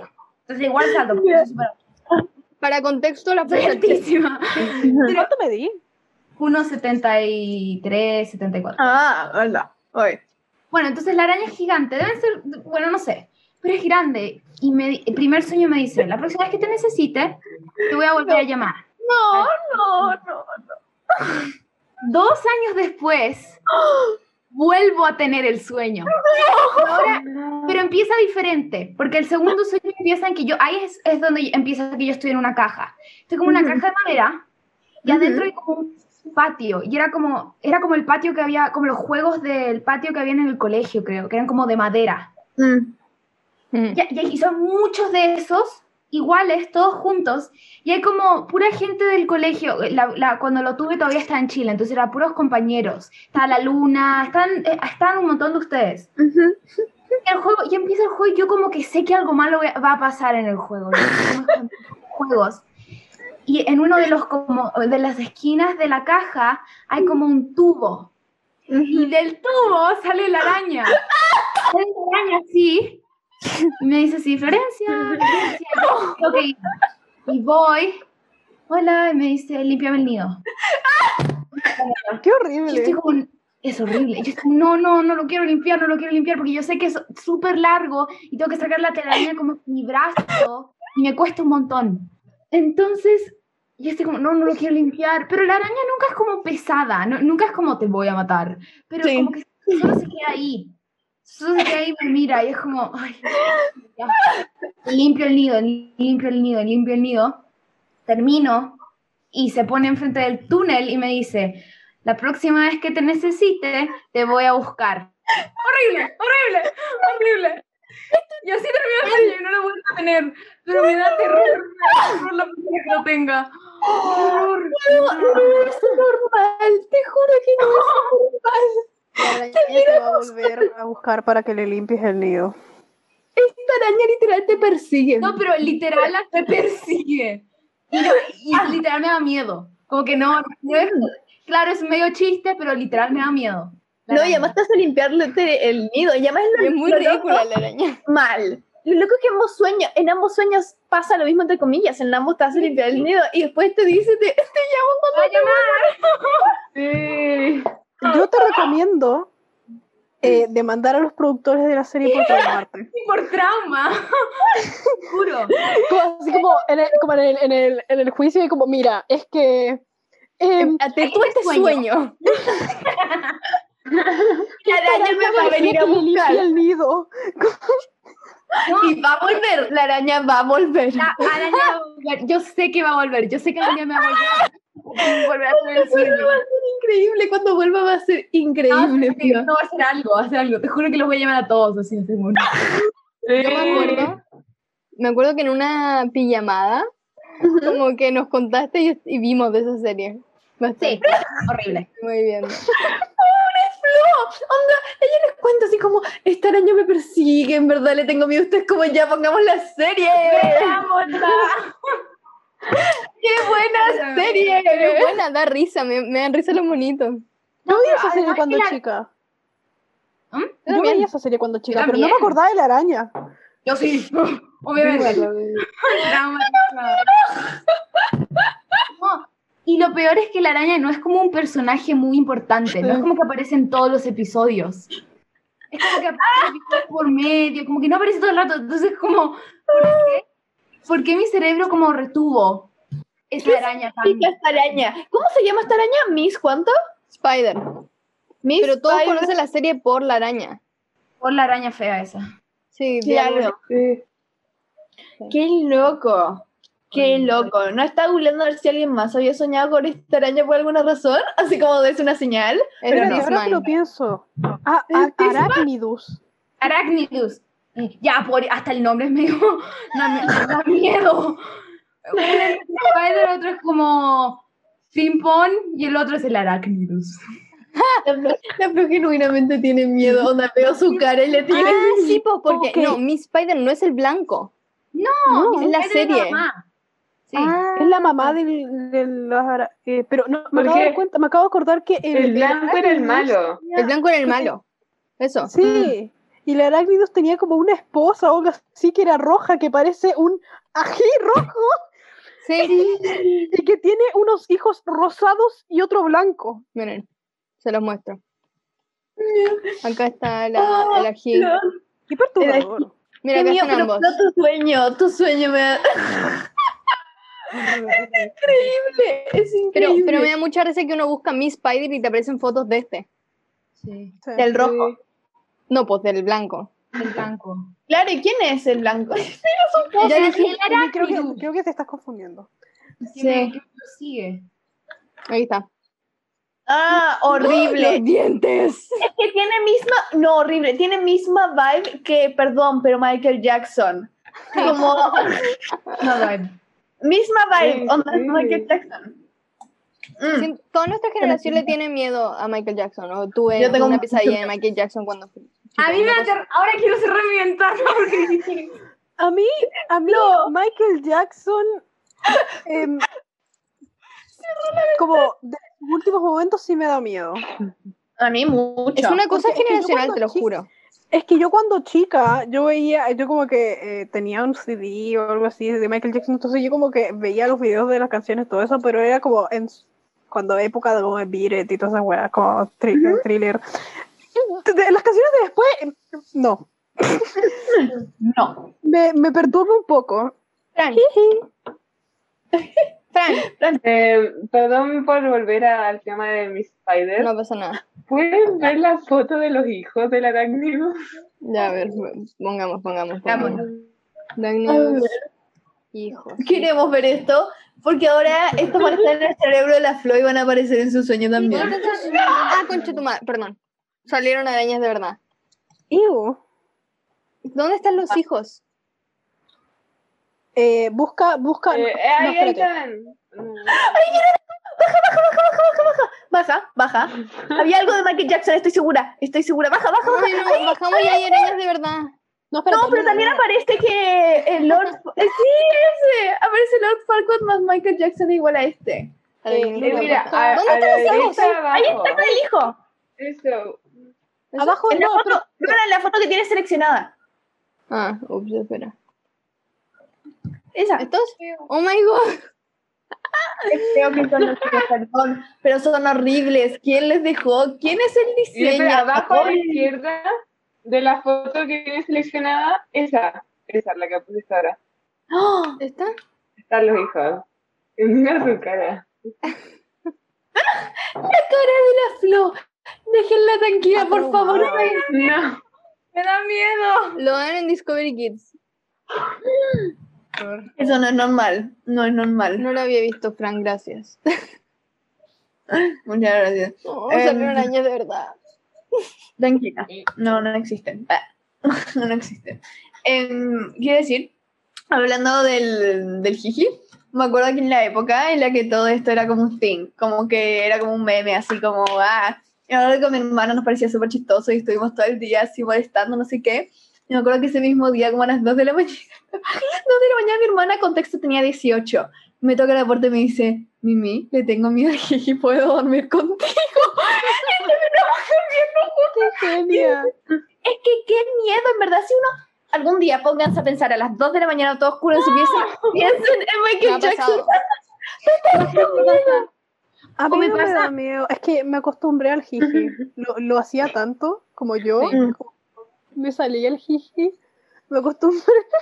[SPEAKER 5] Entonces igual salto, porque soy súper
[SPEAKER 2] Para contexto, la
[SPEAKER 5] soy
[SPEAKER 2] fuerza
[SPEAKER 5] altísima.
[SPEAKER 4] ¿Cuánto medí?
[SPEAKER 5] uno setenta y tres, setenta y cuatro.
[SPEAKER 1] Ah, hola. Oye.
[SPEAKER 5] Bueno, entonces la araña es gigante, deben ser, bueno, no sé, pero es grande. Y me, el primer sueño me dice, la próxima vez que te necesite, te voy a volver a llamar.
[SPEAKER 1] No, no, no.
[SPEAKER 5] Dos años después, vuelvo a tener el sueño. Ahora, pero empieza diferente, porque el segundo sueño empieza en que yo, ahí es, es donde empieza que yo estoy en una caja. Estoy como en una
[SPEAKER 1] Ujú.
[SPEAKER 5] caja de madera, y
[SPEAKER 1] Ujú.
[SPEAKER 5] adentro hay como un patio, y era como, era como el patio que había, como los juegos del patio que habían en el colegio, creo, que eran como de madera.
[SPEAKER 1] Mm.
[SPEAKER 2] Mm.
[SPEAKER 5] Y, y son muchos de esos, iguales, todos juntos, y hay como pura gente del colegio. La, la, cuando lo tuve todavía estaba en Chile, entonces eran puros compañeros. Estaba la Luna, están, eh, están un montón de ustedes.
[SPEAKER 1] Ujú.
[SPEAKER 5] El juego, y empieza el juego y yo como que sé que algo malo va a pasar en el juego. Yo sé cómo es con los juegos. Y en uno de los como de las esquinas de la caja hay como un tubo. Y del tubo sale la araña. Sale la araña así. Y me dice así, Florencia, Florencia. Y yo, tengo que ir. Y voy. Hola, y me dice, límpiame el nido.
[SPEAKER 4] Qué
[SPEAKER 5] Yo
[SPEAKER 4] horrible.
[SPEAKER 5] estoy como, es horrible. Yo estoy como, no, no, no lo quiero limpiar, no lo quiero limpiar, porque yo sé que es súper largo y tengo que sacar la telaraña como mi brazo y me cuesta un montón. Entonces, yo estoy como, no, no lo quiero limpiar. Pero la araña nunca es como pesada, no, nunca es como te voy a matar. Pero
[SPEAKER 1] Sí.
[SPEAKER 5] como que solo se queda ahí. Solo se queda ahí y me mira y es como, ay, ya. Limpio el nido, limpio el nido, limpio el nido. Termino y se pone enfrente del túnel y me dice, la próxima vez que te necesite, te voy a buscar. Horrible, horrible, horrible. Y así termina el sueño y no lo vuelvo a tener. Pero me da terror, me da terror la persona que lo tenga. Horror.
[SPEAKER 1] No, no es normal, te juro que no es normal.
[SPEAKER 4] La araña te va a volver a buscar para que le limpies el nido.
[SPEAKER 1] Esta araña literal te persigue.
[SPEAKER 5] No, pero literal la te persigue. Y, no, y literal me da miedo. Como que no, no es, claro, es medio chiste, pero literal me da miedo. La
[SPEAKER 1] No, y
[SPEAKER 5] araña.
[SPEAKER 1] además te hace limpiarle el nido. Y además
[SPEAKER 2] Y es muy
[SPEAKER 1] lo loco-
[SPEAKER 2] ridícula la araña.
[SPEAKER 1] mal. Lo loco es que ambos sueños, en ambos sueños pasa lo mismo entre comillas, en ambos te hace limpiar el nido y después te dice, te, te llamo cuando
[SPEAKER 5] ¡Voy a llamar!
[SPEAKER 3] Sí.
[SPEAKER 4] Yo te recomiendo eh, demandar a los productores de la serie por traumarte.
[SPEAKER 5] Y por trauma. Juro.
[SPEAKER 4] Como, así como en el, como en el, en el, en el juicio y como, mira, es que eh,
[SPEAKER 1] te tuve este
[SPEAKER 5] sueño.
[SPEAKER 1] sueño. La araña me va a venir a
[SPEAKER 4] que le limpie
[SPEAKER 1] buscar
[SPEAKER 4] el nido.
[SPEAKER 5] No,
[SPEAKER 1] y va a volver, la araña va a volver.
[SPEAKER 5] la araña va a volver. Yo sé que va a volver. Yo sé que algún día me va a volver, volver a tener el
[SPEAKER 1] Eso va a
[SPEAKER 5] sueño.
[SPEAKER 1] ser increíble, cuando vuelva va a ser
[SPEAKER 5] No,
[SPEAKER 1] increíble.
[SPEAKER 5] sí,
[SPEAKER 1] tío.
[SPEAKER 5] no, va a hacer algo, va a hacer algo. Te juro que los voy a llamar a todos así. así como,
[SPEAKER 2] Yo me acuerdo, me acuerdo que en una pijamada, como que nos contaste y, y vimos de esa serie.
[SPEAKER 5] Sí, horrible.
[SPEAKER 2] Muy bien.
[SPEAKER 1] No, onda, ella les cuenta así como, esta araña me persigue, en verdad le tengo miedo a ustedes, como ya pongamos la serie.
[SPEAKER 5] ¡Veámosla!
[SPEAKER 1] ¡Qué buena serie!
[SPEAKER 2] Pero es buena, da risa, me, me dan risa los monitos.
[SPEAKER 4] Yo vi esa
[SPEAKER 5] además
[SPEAKER 4] serie
[SPEAKER 5] que
[SPEAKER 4] cuando
[SPEAKER 5] la-
[SPEAKER 4] chica.
[SPEAKER 5] ¿Mm?
[SPEAKER 4] Yo
[SPEAKER 2] también.
[SPEAKER 4] veía esa serie cuando chica,
[SPEAKER 5] Yo
[SPEAKER 4] pero no me
[SPEAKER 5] también.
[SPEAKER 4] acordaba de la araña.
[SPEAKER 5] Yo sí, obviamente. Trauma, trauma. No, y lo peor es que la araña no es como un personaje muy importante, no es como que aparece en todos los episodios. Es como que aparece episodio por medio, como que no aparece todo el rato. Entonces, como, ¿por qué? ¿Por qué mi cerebro como retuvo esa
[SPEAKER 1] ¿Qué
[SPEAKER 5] araña tan...
[SPEAKER 1] significa esta araña? ¿Cómo se llama esta araña? ¿Miss cuánto?
[SPEAKER 2] Spider.
[SPEAKER 1] Miss
[SPEAKER 2] Pero todos
[SPEAKER 1] Spider-
[SPEAKER 2] conocen la serie por la araña.
[SPEAKER 5] Por la araña fea esa.
[SPEAKER 2] Sí,
[SPEAKER 1] Claro.
[SPEAKER 3] Sí.
[SPEAKER 1] ¡Qué loco! ¡Qué loco! ¿No está googleando a ver si alguien más había soñado con esta araña por alguna razón? Así como de una señal.
[SPEAKER 2] Es
[SPEAKER 4] Pero
[SPEAKER 2] Disman.
[SPEAKER 4] ahora que lo pienso. Ah,
[SPEAKER 1] ¿Es
[SPEAKER 4] a-
[SPEAKER 1] Disman?
[SPEAKER 4] Arachnidus.
[SPEAKER 5] Arachnidus. Eh, Ya, por, hasta el nombre es medio... No, me, me da miedo. Uno es Spider, otro es como Pimpón y el otro es el Arachnidus.
[SPEAKER 1] La Flo, la Flo genuinamente tiene miedo. Onda, veo su cara y le tiene
[SPEAKER 2] Ah, sí, pues porque
[SPEAKER 4] Ok.
[SPEAKER 2] no, Miss Spider no es el blanco.
[SPEAKER 5] No,
[SPEAKER 4] No,
[SPEAKER 5] mi
[SPEAKER 2] es la
[SPEAKER 5] Spider
[SPEAKER 2] serie.
[SPEAKER 5] mamá. Sí.
[SPEAKER 2] Ah,
[SPEAKER 4] Es la mamá del, de los ara- eh, pero no, me
[SPEAKER 3] ¿Por
[SPEAKER 4] acabo de
[SPEAKER 3] qué?
[SPEAKER 4] dar cuenta, me acabo de acordar que
[SPEAKER 3] El blanco era el malo.
[SPEAKER 2] el blanco era el malo. Eso.
[SPEAKER 4] Sí, y la Arácnidos tenía como una esposa o algo así que era roja, que parece un ají rojo.
[SPEAKER 2] Sí.
[SPEAKER 4] Y que tiene unos hijos rosados y otro blanco.
[SPEAKER 2] Miren, se los muestro. Acá está la, el ají.
[SPEAKER 1] No.
[SPEAKER 4] Qué perturbador.
[SPEAKER 2] Mira,
[SPEAKER 1] Qué
[SPEAKER 2] acá
[SPEAKER 1] mío,
[SPEAKER 2] están
[SPEAKER 1] pero
[SPEAKER 2] ambos.
[SPEAKER 1] no tu sueño, tu sueño me da... increíble, es
[SPEAKER 2] Pero,
[SPEAKER 1] increíble.
[SPEAKER 2] pero me da mucha risa que uno busca Miss Spider y te aparecen fotos de este.
[SPEAKER 5] Sí,
[SPEAKER 4] Sí.
[SPEAKER 1] Del rojo.
[SPEAKER 2] No, pues del blanco.
[SPEAKER 5] el blanco.
[SPEAKER 1] Claro, ¿y quién es el blanco?
[SPEAKER 2] Ya dije,
[SPEAKER 4] Oye, creo, que, creo que te estás confundiendo.
[SPEAKER 5] Siempre que lo sigue.
[SPEAKER 2] ahí está.
[SPEAKER 1] Ah, horrible.
[SPEAKER 2] Los dientes.
[SPEAKER 1] Es que tiene misma, no, horrible, tiene misma vibe que, perdón, pero Michael Jackson. Como,
[SPEAKER 5] No, vibe.
[SPEAKER 1] misma vibe,
[SPEAKER 3] Sí,
[SPEAKER 1] onda
[SPEAKER 3] sí.
[SPEAKER 1] Michael Jackson. Mm.
[SPEAKER 2] Sí, toda nuestra generación le tiene miedo a Michael Jackson. ¿No? Tuve
[SPEAKER 1] Yo tengo
[SPEAKER 2] una
[SPEAKER 1] mucho
[SPEAKER 2] pesadilla de
[SPEAKER 1] miedo.
[SPEAKER 2] Michael Jackson cuando fui.
[SPEAKER 5] A mí me ater... Ahora quiero cerrar mi ventana porque
[SPEAKER 4] A mí, a mí
[SPEAKER 1] No.
[SPEAKER 4] Michael Jackson, em, como de sus últimos momentos sí me da miedo.
[SPEAKER 1] A mí mucho.
[SPEAKER 2] Es una cosa
[SPEAKER 4] Porque es que yo
[SPEAKER 2] generacional,
[SPEAKER 4] cuando
[SPEAKER 2] te lo
[SPEAKER 4] chi-
[SPEAKER 2] juro.
[SPEAKER 4] Es que yo cuando chica, yo veía, yo como que eh, tenía un C D o algo así de Michael Jackson, entonces yo como que veía los videos de las canciones, todo eso, pero era como en s- cuando época de como de Beat It y todas esas weas, como tri- thriller. De- de- las canciones de después, eh, no,
[SPEAKER 1] No.
[SPEAKER 4] me, me perturba un poco.
[SPEAKER 2] Fran. Fran,
[SPEAKER 3] Eh, perdón por volver al tema de Miss Spider.
[SPEAKER 2] no pasa nada.
[SPEAKER 3] ¿Pueden ver la foto de los hijos del arácnido?
[SPEAKER 2] Ya, a ver, pongamos, pongamos,
[SPEAKER 5] Ya,
[SPEAKER 2] pongamos.
[SPEAKER 5] bueno.
[SPEAKER 2] Arácnidos, hijos.
[SPEAKER 1] Queremos ver esto, porque ahora estos van a estar en el cerebro de la Flo y van a aparecer en su sueño también.
[SPEAKER 2] ¿Dónde están sus- Ah, concha tu madre, perdón. Salieron arañas de verdad.
[SPEAKER 4] Ew.
[SPEAKER 2] ¿Dónde están los hijos?
[SPEAKER 4] Eh, busca, busca.
[SPEAKER 3] Eh,
[SPEAKER 4] no,
[SPEAKER 3] eh, ahí, ahí
[SPEAKER 4] espérate.
[SPEAKER 3] están. Mm.
[SPEAKER 1] Baja, baja. Había algo de Michael Jackson, estoy segura. Estoy segura. Baja, baja, baja.
[SPEAKER 2] Ay, no, bajamos y hay arañas de verdad.
[SPEAKER 4] No, espérate,
[SPEAKER 1] No, pero
[SPEAKER 4] no,
[SPEAKER 1] también
[SPEAKER 4] no.
[SPEAKER 1] aparece que el Lord... eh, Sí, ese. Aparece Lord Farquaad más Michael Jackson igual a este.
[SPEAKER 2] Ay,
[SPEAKER 4] Eh,
[SPEAKER 2] no,
[SPEAKER 3] Eh,
[SPEAKER 2] no,
[SPEAKER 3] mira,
[SPEAKER 2] no.
[SPEAKER 3] a,
[SPEAKER 2] ¿Dónde
[SPEAKER 3] a
[SPEAKER 2] están
[SPEAKER 3] la
[SPEAKER 2] los hijos?
[SPEAKER 3] derecha abajo.
[SPEAKER 1] Ahí está el hijo.
[SPEAKER 3] Eso.
[SPEAKER 4] Abajo
[SPEAKER 1] En la
[SPEAKER 4] no,
[SPEAKER 1] foto,
[SPEAKER 4] pero-
[SPEAKER 1] Flora, en la foto que tienes seleccionada.
[SPEAKER 2] Ah, ups, espera.
[SPEAKER 1] Esa.
[SPEAKER 2] ¿Estos? Oh my god.
[SPEAKER 1] Creo que son los hijos, perdón, pero son horribles. ¿Quién les dejó? ¿Quién es el
[SPEAKER 3] Y
[SPEAKER 1] diseño?
[SPEAKER 3] espera, abajo a la izquierda de la foto que tienes seleccionada, esa. Esa es la que pusiste ahora.
[SPEAKER 1] ¡Oh!
[SPEAKER 2] ¿Está?
[SPEAKER 3] Están los hijos. Y mira su cara.
[SPEAKER 1] La cara de la Flo. Déjenla tranquila,
[SPEAKER 4] Ah,
[SPEAKER 1] por
[SPEAKER 4] pero
[SPEAKER 1] favor.
[SPEAKER 4] wow.
[SPEAKER 3] No.
[SPEAKER 5] Me da miedo.
[SPEAKER 2] Lo dan en Discovery Kids.
[SPEAKER 1] Eso no es normal. No es normal.
[SPEAKER 2] No lo había visto, Frank, gracias.
[SPEAKER 1] Muchas gracias.
[SPEAKER 2] Oh,
[SPEAKER 1] Em,
[SPEAKER 2] salieron arañas de verdad.
[SPEAKER 1] Tranquila. No, no existen. Ah, No, no existen. Em, quiero decir, hablando del, del jiji, me acuerdo que en la época en la que todo esto era como un thing, como que era como un meme, así como, ah, y ahora con mi hermano nos parecía súper chistoso y estuvimos todo el día así molestando, no sé qué. Y me acuerdo que ese mismo día, como a las dos de la mañana, dos de la mañana, mi hermana, contexto, tenía dieciocho. Me toca la puerta y me dice, Mimi, le tengo miedo al jiji, ¿puedo dormir contigo?
[SPEAKER 4] Qué genia.
[SPEAKER 1] Es que qué miedo, en verdad, si uno... Algún día pónganse a pensar a las dos de la mañana todo oscuro en su pieza, piensen en
[SPEAKER 2] Me
[SPEAKER 1] Michael
[SPEAKER 2] ha
[SPEAKER 1] Jackson.
[SPEAKER 2] pasado.
[SPEAKER 4] A
[SPEAKER 5] O
[SPEAKER 4] mí
[SPEAKER 5] me
[SPEAKER 4] no me
[SPEAKER 5] pasa-
[SPEAKER 4] da miedo. Es que me acostumbré al jiji. Lo, lo hacía tanto como yo.
[SPEAKER 2] Sí.
[SPEAKER 4] como me salía el jiji. Me acostumbré.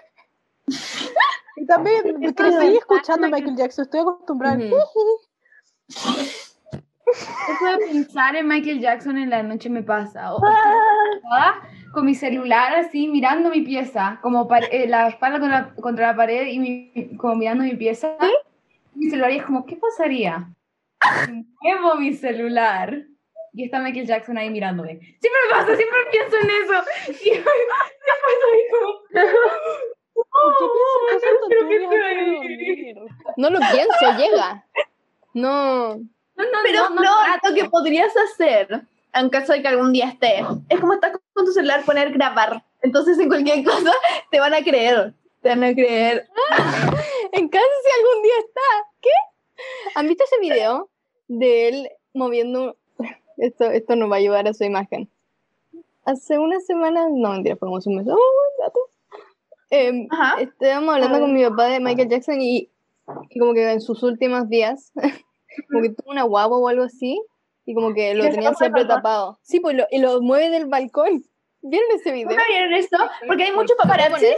[SPEAKER 4] Y también crecí escuchando a Michael Jackson. Estoy acostumbrada al
[SPEAKER 2] Ujú.
[SPEAKER 4] jiji.
[SPEAKER 5] Eso de pensar en Michael Jackson en la noche me pasa. O estoy acostada con mi celular así mirando mi pieza, como par- eh, la espalda contra, contra la pared y mi- como mirando mi pieza. Mi celular y es como, ¿qué pasaría? Si muevo mi celular y está Michael Jackson ahí mirándome. Siempre me pasa, siempre pienso en eso. Y siempre estoy como...
[SPEAKER 4] ¿Por qué piensas cosas tan
[SPEAKER 3] creo que
[SPEAKER 4] turbias
[SPEAKER 3] estoy
[SPEAKER 4] antes de
[SPEAKER 3] ahí.
[SPEAKER 4] dormir?
[SPEAKER 2] No lo pienso, llega. No.
[SPEAKER 5] No, no,
[SPEAKER 1] Pero
[SPEAKER 5] no, no,
[SPEAKER 1] no,
[SPEAKER 5] trato.
[SPEAKER 1] lo que podrías hacer, en caso de que algún día estés, es como estás con tu celular, poner grabar. Entonces en cualquier cosa te van a creer. Te van a creer.
[SPEAKER 2] En casa si algún día está. ¿Qué? ¿Han visto ese video de él moviendo? Esto, esto nos va a ayudar a su imagen. hace unas semanas, no mentira, fue como hace un mes, oh, gato. Eh,
[SPEAKER 1] Ajá.
[SPEAKER 2] estábamos hablando con mi papá de Michael Jackson y, y como que en sus últimos días, como que tuvo una guagua o algo así, y como que lo
[SPEAKER 1] ¿Y lo
[SPEAKER 2] tenían
[SPEAKER 1] sacó por el
[SPEAKER 2] siempre
[SPEAKER 1] balcón?
[SPEAKER 2] tapado. Sí, pues lo, y lo mueve del balcón. ¿Vieron ese video?
[SPEAKER 1] ¿Nunca vieron esto? Porque hay muchos
[SPEAKER 2] ¿Lo puedo
[SPEAKER 1] paparazzis.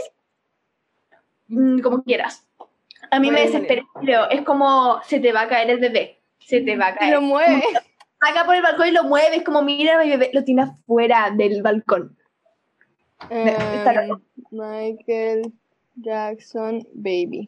[SPEAKER 1] Mm, como quieras. A mí me
[SPEAKER 3] Bueno,
[SPEAKER 1] desespera, pero es como se te va a caer el bebé. Se te va a
[SPEAKER 2] Y
[SPEAKER 1] caer.
[SPEAKER 2] lo mueve.
[SPEAKER 1] Saca por el balcón y lo mueves, como mira mi bebé, lo tiene afuera del balcón. Está
[SPEAKER 2] Em, Michael Jackson Baby.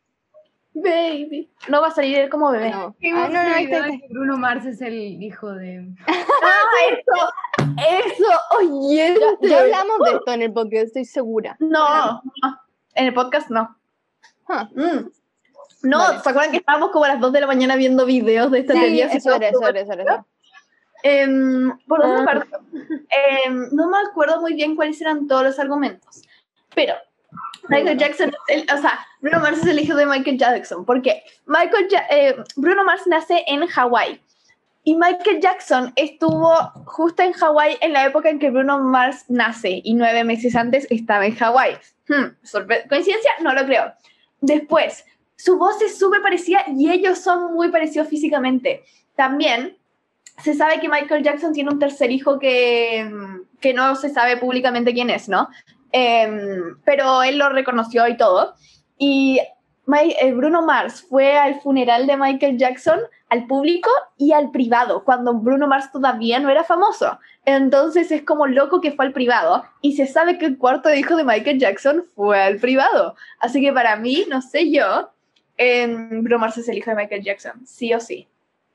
[SPEAKER 1] Baby. No va a salir él como bebé.
[SPEAKER 2] No.
[SPEAKER 5] Vimos
[SPEAKER 2] Ah, no, no,
[SPEAKER 5] ese
[SPEAKER 2] ahí está,
[SPEAKER 5] video
[SPEAKER 2] ahí
[SPEAKER 5] de
[SPEAKER 2] está.
[SPEAKER 5] que Bruno Mars es el hijo de...
[SPEAKER 1] ¡Ah, eso! ¡Eso! ¡Oye!
[SPEAKER 2] Ya, ya hablamos de esto en el podcast, estoy segura.
[SPEAKER 1] No, no. En el podcast no.
[SPEAKER 2] Ah,
[SPEAKER 1] Mm. No,
[SPEAKER 2] Vale.
[SPEAKER 1] ¿se acuerdan que estábamos como a las dos de la mañana viendo videos de esta
[SPEAKER 2] sí,
[SPEAKER 1] teoría?
[SPEAKER 2] eso era, eso era, eso era. Eso.
[SPEAKER 1] Em, por otra
[SPEAKER 3] Ah.
[SPEAKER 1] parte, em, no me acuerdo muy bien cuáles eran todos los argumentos, pero Michael Jackson, es el- o sea, Bruno Mars es el hijo de Michael Jackson, porque Michael Ja- eh, Bruno Mars nace en Hawái y Michael Jackson estuvo justo en Hawái en la época en que Bruno Mars nace y nueve meses antes estaba en Hawái. Hmm, sorpre- ¿Coincidencia? No lo creo. Después, su voz es súper parecida y ellos son muy parecidos físicamente. También se sabe que Michael Jackson tiene un tercer hijo que, que no se sabe públicamente quién es, ¿no? Em, pero él lo reconoció y todo. Y My- eh, Bruno Mars fue al funeral de Michael Jackson, al público y al privado, cuando Bruno Mars todavía no era famoso. Entonces es como loco que fue al privado y se sabe que el cuarto hijo de Michael Jackson fue al privado. Así que para mí, no sé yo, em, Bruno Mars es el hijo de Michael Jackson, sí o sí.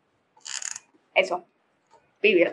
[SPEAKER 1] Eso. Period.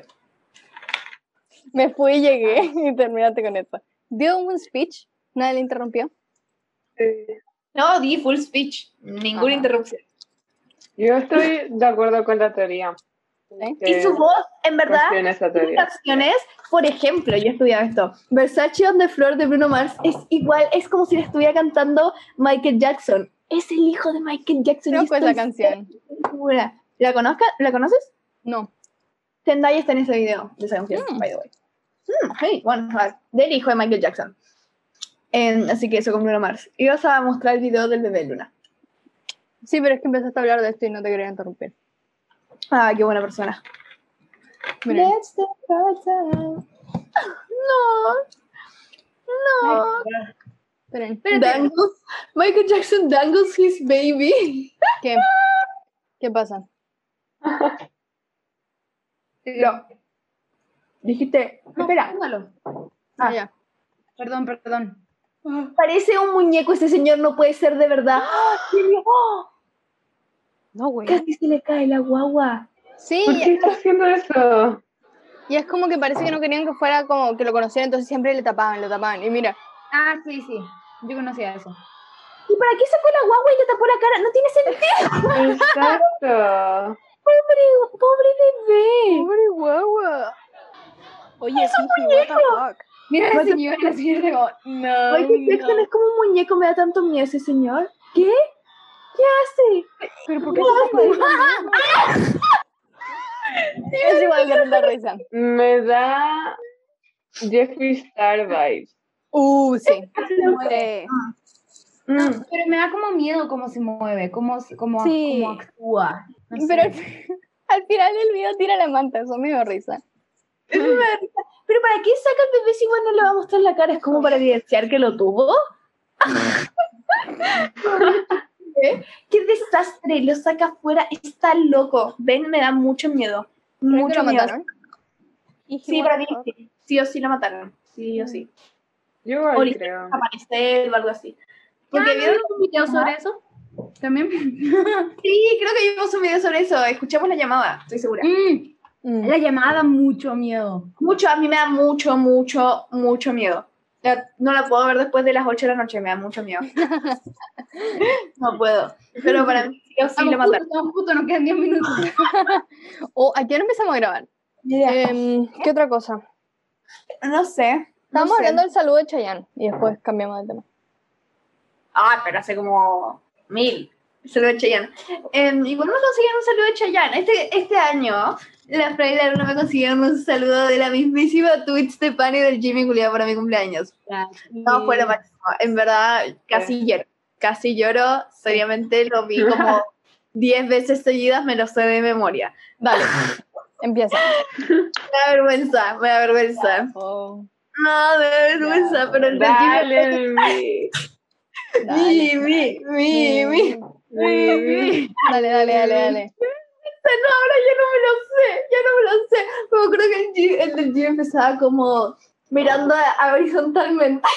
[SPEAKER 2] Me fui y llegué y terminaste con esto. Dio un speech, nadie le interrumpió.
[SPEAKER 3] Eh,
[SPEAKER 1] No, di full speech. Ninguna
[SPEAKER 2] Ajá.
[SPEAKER 1] interrupción.
[SPEAKER 3] Yo estoy de acuerdo con la teoría.
[SPEAKER 2] ¿Sí?
[SPEAKER 1] Y su voz, en verdad,
[SPEAKER 3] confío en esa
[SPEAKER 1] sus
[SPEAKER 3] teoría.
[SPEAKER 1] canciones, por ejemplo, yo he estudiado esto. Versace on the Floor de Bruno Mars es igual, es como si le estuviera cantando Michael Jackson. Es el hijo de Michael Jackson. y
[SPEAKER 2] Conozco esa
[SPEAKER 1] estoy
[SPEAKER 2] canción.
[SPEAKER 1] segura. ¿La conozca? ¿La conoces?
[SPEAKER 2] No.
[SPEAKER 1] Zendaya está en ese video de esa canción,
[SPEAKER 2] Mm.
[SPEAKER 1] by the way. Mm, hey, bueno, ah, del hijo de Michael Jackson. Em, así que eso con Bruno Mars. Y vas a mostrar el video del bebé Luna.
[SPEAKER 2] Sí, pero es que empezaste a hablar de esto y no te quería interrumpir.
[SPEAKER 1] Ah, qué buena persona.
[SPEAKER 2] Miren.
[SPEAKER 1] Let's take our time. No. No.
[SPEAKER 2] Esperen.
[SPEAKER 1] Dangles. Michael Jackson dangles his baby.
[SPEAKER 2] ¿Qué? ¿Qué pasa?
[SPEAKER 1] No. Dijiste, espera.
[SPEAKER 5] Póngalo.
[SPEAKER 2] Ah,
[SPEAKER 1] Ah.
[SPEAKER 2] ya.
[SPEAKER 5] Perdón, perdón.
[SPEAKER 1] Parece un muñeco, ese señor no puede ser de verdad. ¡Ah! Tiene- ¡Oh!
[SPEAKER 4] No, güey.
[SPEAKER 1] Casi se le cae la guagua.
[SPEAKER 2] Sí,
[SPEAKER 3] ¿Por qué está haciendo eso?
[SPEAKER 2] y es como que parece que no querían que fuera como que lo conocieran, entonces siempre le tapaban, le tapaban. Y mira,
[SPEAKER 5] Ah, sí, sí. Yo conocía eso.
[SPEAKER 1] ¿Y para qué sacó la guagua y le tapó la cara? No tiene sentido.
[SPEAKER 3] Exacto.
[SPEAKER 1] Pobre, pobre bebé.
[SPEAKER 4] Pobre guagua. Oye, Fiji, what the fuck.
[SPEAKER 5] Mira la
[SPEAKER 1] What the
[SPEAKER 5] señora, la señora como, no,
[SPEAKER 1] Michael Jackson
[SPEAKER 5] no.
[SPEAKER 1] es como un muñeco, me da tanto miedo ese señor. ¿Qué? ¿Qué hace?
[SPEAKER 4] ¿Pero por qué se tapa eso?
[SPEAKER 2] es igual de tanta risa.
[SPEAKER 3] Me da Jeffree Star vibes.
[SPEAKER 2] Uh, sí.
[SPEAKER 4] Sí.
[SPEAKER 1] Mm.
[SPEAKER 5] Pero me da como miedo cómo se mueve, cómo, cómo,
[SPEAKER 2] Sí.
[SPEAKER 5] cómo actúa. No sé.
[SPEAKER 2] Pero al, al final del video tira la manta, eso me dio risa.
[SPEAKER 1] Eso me da risa. Pero ¿para qué saca el bebé si igual no le va a mostrar la cara? ¿Es como para evidenciar que lo tuvo? ¿Eh? ¡Qué desastre! Lo saca afuera, está loco. Ven, me da mucho miedo.
[SPEAKER 2] ¿Creen que
[SPEAKER 1] Mucho
[SPEAKER 2] lo
[SPEAKER 1] miedo.
[SPEAKER 2] mataron?
[SPEAKER 1] Sí, para mí sí. Sí o sí lo mataron. Sí o sí.
[SPEAKER 3] Yo igual
[SPEAKER 1] Ahorita
[SPEAKER 3] creo.
[SPEAKER 1] Aparecer o algo así.
[SPEAKER 5] Porque
[SPEAKER 1] Porque vieron
[SPEAKER 5] un video sobre eso también.
[SPEAKER 1] Sí, creo que vimos un video sobre eso. Escuchamos la llamada, estoy segura.
[SPEAKER 5] Mm,
[SPEAKER 2] Mm.
[SPEAKER 5] la llamada, mucho miedo.
[SPEAKER 1] Mucho, a mí me da mucho, mucho, mucho miedo. Ya no la puedo ver después de las ocho de la noche, me da mucho miedo. No puedo. Pero para mí sí o sí
[SPEAKER 5] Estamos
[SPEAKER 1] lo
[SPEAKER 5] justo,
[SPEAKER 1] mataron.
[SPEAKER 5] estamos justo, nos quedan diez minutos.
[SPEAKER 2] Oh, ¿a qué hora empezamos a grabar? Em, ¿Qué otra cosa?
[SPEAKER 1] No sé. no
[SPEAKER 2] Estábamos
[SPEAKER 1] sé.
[SPEAKER 2] hablando del saludo de Chayanne y después cambiamos de tema.
[SPEAKER 1] Ah, pero hace como mil. Saludo a Chayanne. Eh, ¿Y cuándo me consiguieron un saludo de Chayanne? Este, este año, la Fray y la Luna me consiguieron un saludo de la mismísima Twitch de Pani del Jimmy Julián para mi cumpleaños. No, fue lo máximo. En verdad, casi lloro. Casi lloro. Seriamente lo vi como diez veces seguidas, me lo sé de memoria.
[SPEAKER 2] Dale, empieza.
[SPEAKER 1] Me da vergüenza, me da vergüenza.
[SPEAKER 2] Oh.
[SPEAKER 1] No, me da vergüenza, pero el del
[SPEAKER 3] Dale,
[SPEAKER 1] Jimmy...
[SPEAKER 3] mi.
[SPEAKER 1] Mi, mi, mi, mi.
[SPEAKER 2] Mi, mi. Dale, dale, dale, dale.
[SPEAKER 1] No, ahora ya no me lo sé, ya no me lo sé. Me acuerdo que el, G, el del G empezaba como mirando a, a horizontalmente.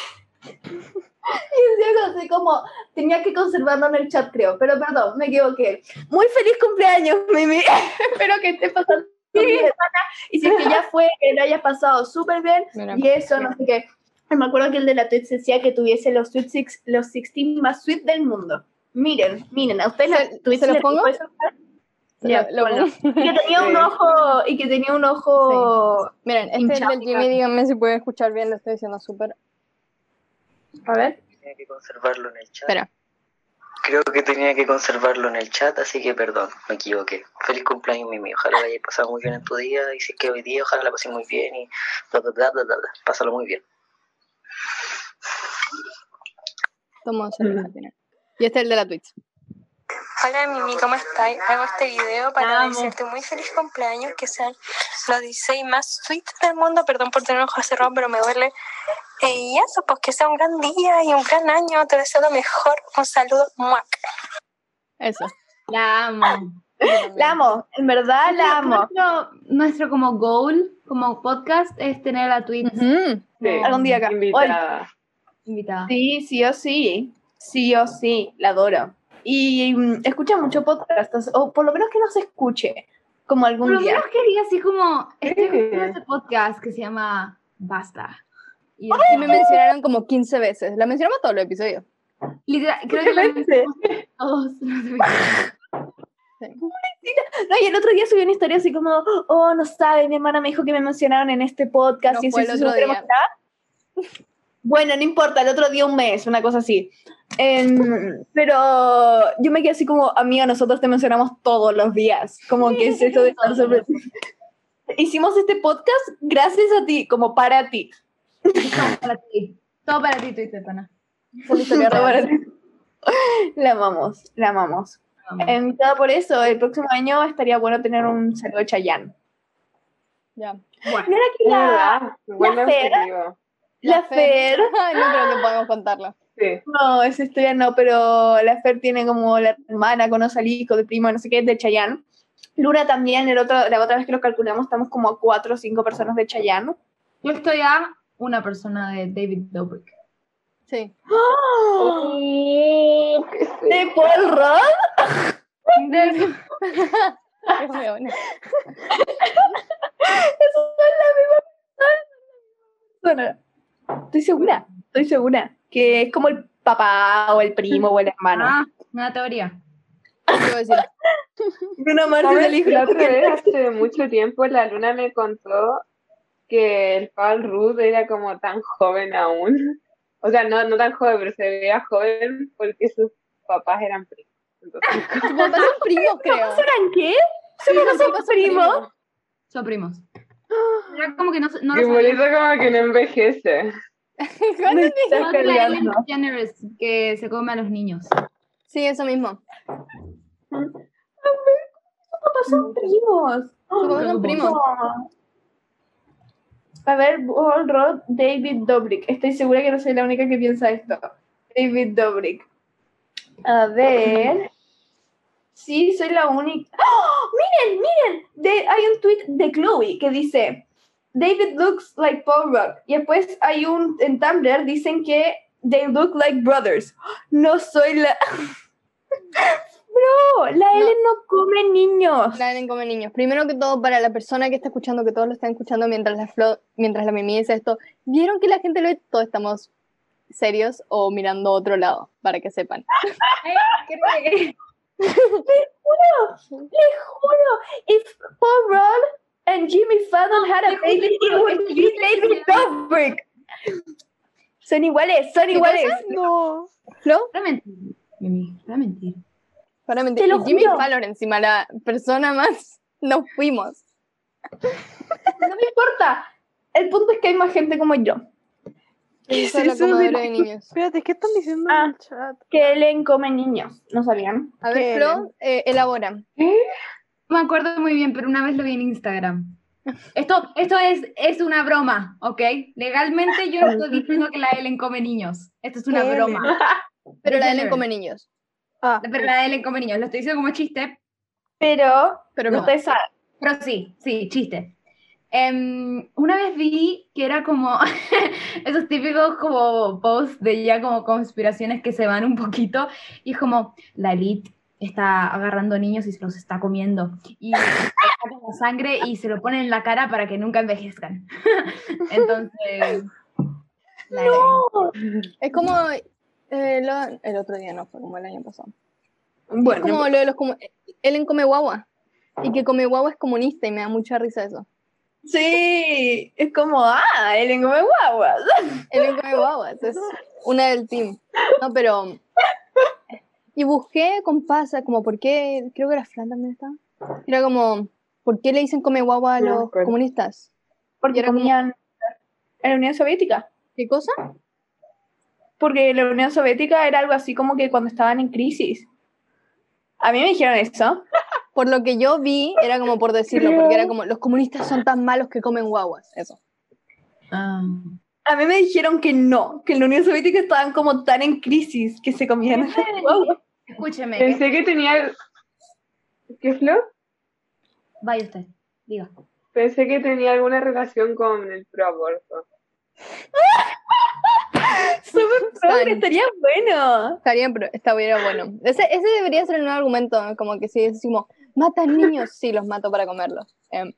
[SPEAKER 1] Y decía así como, tenía que conservarlo en el chat, creo. Pero perdón, me equivoqué. Muy feliz cumpleaños, Mimi. Espero que esté pasando bien, hermana. Y si es que ya fue, que lo hayas pasado súper bien.
[SPEAKER 2] Mira.
[SPEAKER 1] Y eso, no sé qué. Me acuerdo que el de la Twitch decía que tuviese los Sweet Six, los dieciséis más sweet del mundo. Miren, miren, a ustedes
[SPEAKER 2] ¿Se-
[SPEAKER 1] la Twitch
[SPEAKER 2] se los
[SPEAKER 1] les
[SPEAKER 2] pongo?
[SPEAKER 1] tocó eso.
[SPEAKER 2] Se
[SPEAKER 1] Ya,
[SPEAKER 2] lo- lo
[SPEAKER 1] ponlo.
[SPEAKER 2] pongo.
[SPEAKER 1] Y que tenía un
[SPEAKER 3] Sí.
[SPEAKER 1] ojo, y que tenía un ojo.
[SPEAKER 2] Miren, este es
[SPEAKER 1] Hinchado,
[SPEAKER 2] del Jimmy, díganme si pueden escuchar bien, lo estoy diciendo súper.
[SPEAKER 1] A ver.
[SPEAKER 6] Tenía que conservarlo en el chat.
[SPEAKER 2] Espera.
[SPEAKER 6] Creo que tenía que conservarlo en el chat, así que perdón, me equivoqué. Feliz cumpleaños, Mimi. Ojalá la hayas pasado muy bien en tu día. Y si es que hoy día, ojalá la pasé muy bien. Y bla, bla, bla, bla, bla, bla. Pásalo muy bien.
[SPEAKER 2] Toma cerveza, tiene. Y este es el de la Twitch.
[SPEAKER 7] Hola Mimi, ¿cómo estás? Hago este video para
[SPEAKER 5] Amo.
[SPEAKER 7] decirte muy feliz cumpleaños, que sean los dieciséis más sweet del mundo. Perdón por tener ojos cerrados, pero me duele. Eh, y eso, pues que sea un gran día y un gran año. Te deseo lo mejor. Un saludo. ¡Muac!
[SPEAKER 2] Eso.
[SPEAKER 5] La amo.
[SPEAKER 1] La amo, en verdad la amo.
[SPEAKER 5] Nuestro, nuestro como goal, como podcast, es tener a Twitch
[SPEAKER 2] Ujú.
[SPEAKER 3] Sí,
[SPEAKER 1] Algún día acá.
[SPEAKER 3] invitada.
[SPEAKER 5] invitada.
[SPEAKER 1] Sí, sí o sí. Sí o sí, la adoro. Y mm, escucha mucho podcast, o por lo menos que nos escuche, como
[SPEAKER 5] Por
[SPEAKER 1] algún
[SPEAKER 5] lo
[SPEAKER 1] día.
[SPEAKER 5] menos que diga así como, estoy
[SPEAKER 3] Sí.
[SPEAKER 5] escuchando este podcast que se llama Basta. Y
[SPEAKER 2] Y me mencionaron como quince veces. La mencionamos todos los episodios.
[SPEAKER 5] literal, creo que lo
[SPEAKER 1] Obviamente.
[SPEAKER 5] mencionamos todos los episodios.
[SPEAKER 1] No, y el otro día subí una historia así como, oh, no sabes, mi hermana me dijo que me mencionaron en este podcast.
[SPEAKER 2] No
[SPEAKER 1] y
[SPEAKER 2] fue
[SPEAKER 1] eso,
[SPEAKER 2] el
[SPEAKER 1] y eso,
[SPEAKER 2] otro
[SPEAKER 1] súper
[SPEAKER 2] día.
[SPEAKER 1] emocionada. Bueno, no importa, el otro día un mes, una cosa así. Em, pero yo me quedé así como, amiga, nosotros te mencionamos todos los días. Como que es eso de estar sobre... Hicimos este podcast gracias a ti, como para ti.
[SPEAKER 5] Todo para ti. Todo para ti, Twitter, pana.
[SPEAKER 2] Esa es la historia
[SPEAKER 1] Todo para
[SPEAKER 2] real.
[SPEAKER 1] ti. La amamos, la amamos. Em, todo por eso, el próximo año estaría bueno tener un saludo de Chayanne.
[SPEAKER 2] Ya.
[SPEAKER 5] Bueno,
[SPEAKER 1] No era que
[SPEAKER 3] Es
[SPEAKER 1] la,
[SPEAKER 3] verdad. Buen
[SPEAKER 1] la Fer.
[SPEAKER 3] objetivo.
[SPEAKER 1] la Fer,
[SPEAKER 2] Ay, no creo que podemos contarlo.
[SPEAKER 3] Sí.
[SPEAKER 1] no, esa historia no, pero la Fer tiene como la hermana, conoce al hijo, de primo, no sé qué, de Chayanne. Luna también, el otro, la otra vez que lo calculamos, estamos como a cuatro o cinco personas de Chayanne.
[SPEAKER 5] yo estoy a una persona de David Dobrik.
[SPEAKER 2] Sí.
[SPEAKER 3] Oh, qué sé.
[SPEAKER 1] ¿De Paul Rudd?
[SPEAKER 5] De-
[SPEAKER 2] Qué hueona.
[SPEAKER 1] Eso es la misma persona. Estoy segura, estoy segura. Que es como el papá o el primo o el hermano.
[SPEAKER 5] Ah, una teoría.
[SPEAKER 2] ¿Qué iba a decir?
[SPEAKER 1] Bruno Mars es
[SPEAKER 3] ¿Sabes?
[SPEAKER 1] el hijo.
[SPEAKER 3] La otra vez, hace mucho tiempo, la Luna me contó que el Paul Rudd era como tan joven aún. O sea, no, no tan joven, pero se veía joven porque sus papás eran primos. Entonces,
[SPEAKER 2] Sus papás son primos, creo.
[SPEAKER 1] ¿Saben qué?
[SPEAKER 2] Sí,
[SPEAKER 1] no
[SPEAKER 2] sus
[SPEAKER 1] son
[SPEAKER 2] papás
[SPEAKER 1] primos.
[SPEAKER 5] Son primos. Era como que no, no
[SPEAKER 3] que
[SPEAKER 5] lo
[SPEAKER 3] por
[SPEAKER 5] sabía.
[SPEAKER 3] eso como que no envejece.
[SPEAKER 1] Me estás
[SPEAKER 5] Son la Ellen
[SPEAKER 1] cargando.
[SPEAKER 5] DeGeneres que se come a los niños.
[SPEAKER 2] Sí, eso mismo.
[SPEAKER 1] Sus papás son primos.
[SPEAKER 2] Sus papás son primos.
[SPEAKER 1] No. A ver, Paul Rudd, David Dobrik. Estoy segura que no soy la única que piensa esto. David Dobrik. A ver. Sí, soy la única. ¡Oh! Miren, miren. De- hay un tweet de Chloe que dice: David looks like Paul Rudd. Y después hay un en Tumblr dicen que they look like brothers. No soy la. Bro, la
[SPEAKER 2] No.
[SPEAKER 1] Ellen no come niños.
[SPEAKER 2] La Ellen come niños. Primero que todo, para la persona que está escuchando, que todos lo están escuchando mientras la Flo, mientras la Mimi dice esto, ¿vieron que la gente lo ve? Todos estamos serios o mirando a otro lado, para que sepan.
[SPEAKER 5] Eh,
[SPEAKER 1] Le juro, le juro. If Paul Rudd and Jimmy Fallon had a baby, it would be David Dobrik. Son iguales, son
[SPEAKER 2] ¿Qué
[SPEAKER 1] iguales.
[SPEAKER 2] cosa? No. ¿Flo?
[SPEAKER 5] Para mentir, Mimi, para mentir.
[SPEAKER 2] Claramente.
[SPEAKER 1] Te lo
[SPEAKER 2] Y Jimmy
[SPEAKER 1] juro.
[SPEAKER 2] Fallon encima, la persona más... Nos fuimos.
[SPEAKER 1] No me importa. El punto es que hay más gente como yo. ¿Qué es
[SPEAKER 2] Hizo la
[SPEAKER 1] eso de
[SPEAKER 2] comedora de niños.
[SPEAKER 4] Espérate, ¿qué están diciendo
[SPEAKER 1] Ah.
[SPEAKER 4] en el chat?
[SPEAKER 1] que Ellen come niños? ¿No sabían?
[SPEAKER 2] A ver,
[SPEAKER 4] ¿Qué,
[SPEAKER 2] Flo,
[SPEAKER 4] Ellen?
[SPEAKER 2] eh, elabora.
[SPEAKER 5] No me acuerdo muy bien, pero una vez lo vi en Instagram. Esto, esto es, es una broma, ¿ok? Legalmente yo no estoy diciendo que la Ellen come niños. Esto es una
[SPEAKER 4] ¿Qué,
[SPEAKER 5] broma.
[SPEAKER 2] Pero la
[SPEAKER 5] Ellen
[SPEAKER 2] Ellen come niños.
[SPEAKER 4] Ah,
[SPEAKER 5] Pero la Ellen come niños. Lo estoy diciendo como chiste,
[SPEAKER 1] Pero,
[SPEAKER 2] Pero
[SPEAKER 1] no
[SPEAKER 2] no.
[SPEAKER 1] ustedes saben.
[SPEAKER 5] pero sí, sí, chiste. Em, una vez vi que era como esos típicos como posts de ya como conspiraciones que se van un poquito y es como la elite está agarrando niños y se los está comiendo y le sacan la sangre y se lo ponen en la cara para que nunca envejezcan. Entonces la
[SPEAKER 2] Es como... eh, lo- el otro día no, fue como el año pasado.
[SPEAKER 1] Bueno,
[SPEAKER 2] Es como lo de los... comu- Ellen come guagua. Y que come guagua es comunista y me da mucha risa eso.
[SPEAKER 1] sí, es como, ah, Ellen come guaguas.
[SPEAKER 2] Ellen come guaguas, es una del team. No, pero... Y busqué con pasa, como por qué... Creo que era Fran también estaba. Era como... ¿Por qué le dicen come guagua a
[SPEAKER 3] No me
[SPEAKER 2] los
[SPEAKER 3] acuerdo.
[SPEAKER 2] comunistas?
[SPEAKER 1] Porque
[SPEAKER 2] era como-
[SPEAKER 1] comían en la Unión Soviética.
[SPEAKER 2] ¿Qué cosa?
[SPEAKER 1] Porque la Unión Soviética era algo así como que cuando estaban en crisis. A mí me dijeron eso.
[SPEAKER 2] Por lo que yo vi, era como por decirlo, porque era como, los comunistas son tan malos que comen guaguas, eso.
[SPEAKER 5] Ah.
[SPEAKER 1] A mí me dijeron que no, que en la Unión Soviética estaban como tan en crisis que se comían a las guaguas.
[SPEAKER 5] Escúcheme, que-
[SPEAKER 3] Pensé que tenía... ¿Qué, Flor?
[SPEAKER 5] vaya usted, diga.
[SPEAKER 3] Pensé que tenía alguna relación con el proaborto.
[SPEAKER 1] Súper progre, estaría bueno.
[SPEAKER 2] Estaría, pero esta hubiera bueno. Ese, ese debería ser el nuevo argumento, ¿no? Como que si decimos, ¿matan niños? Sí, los mato para comerlos. Em,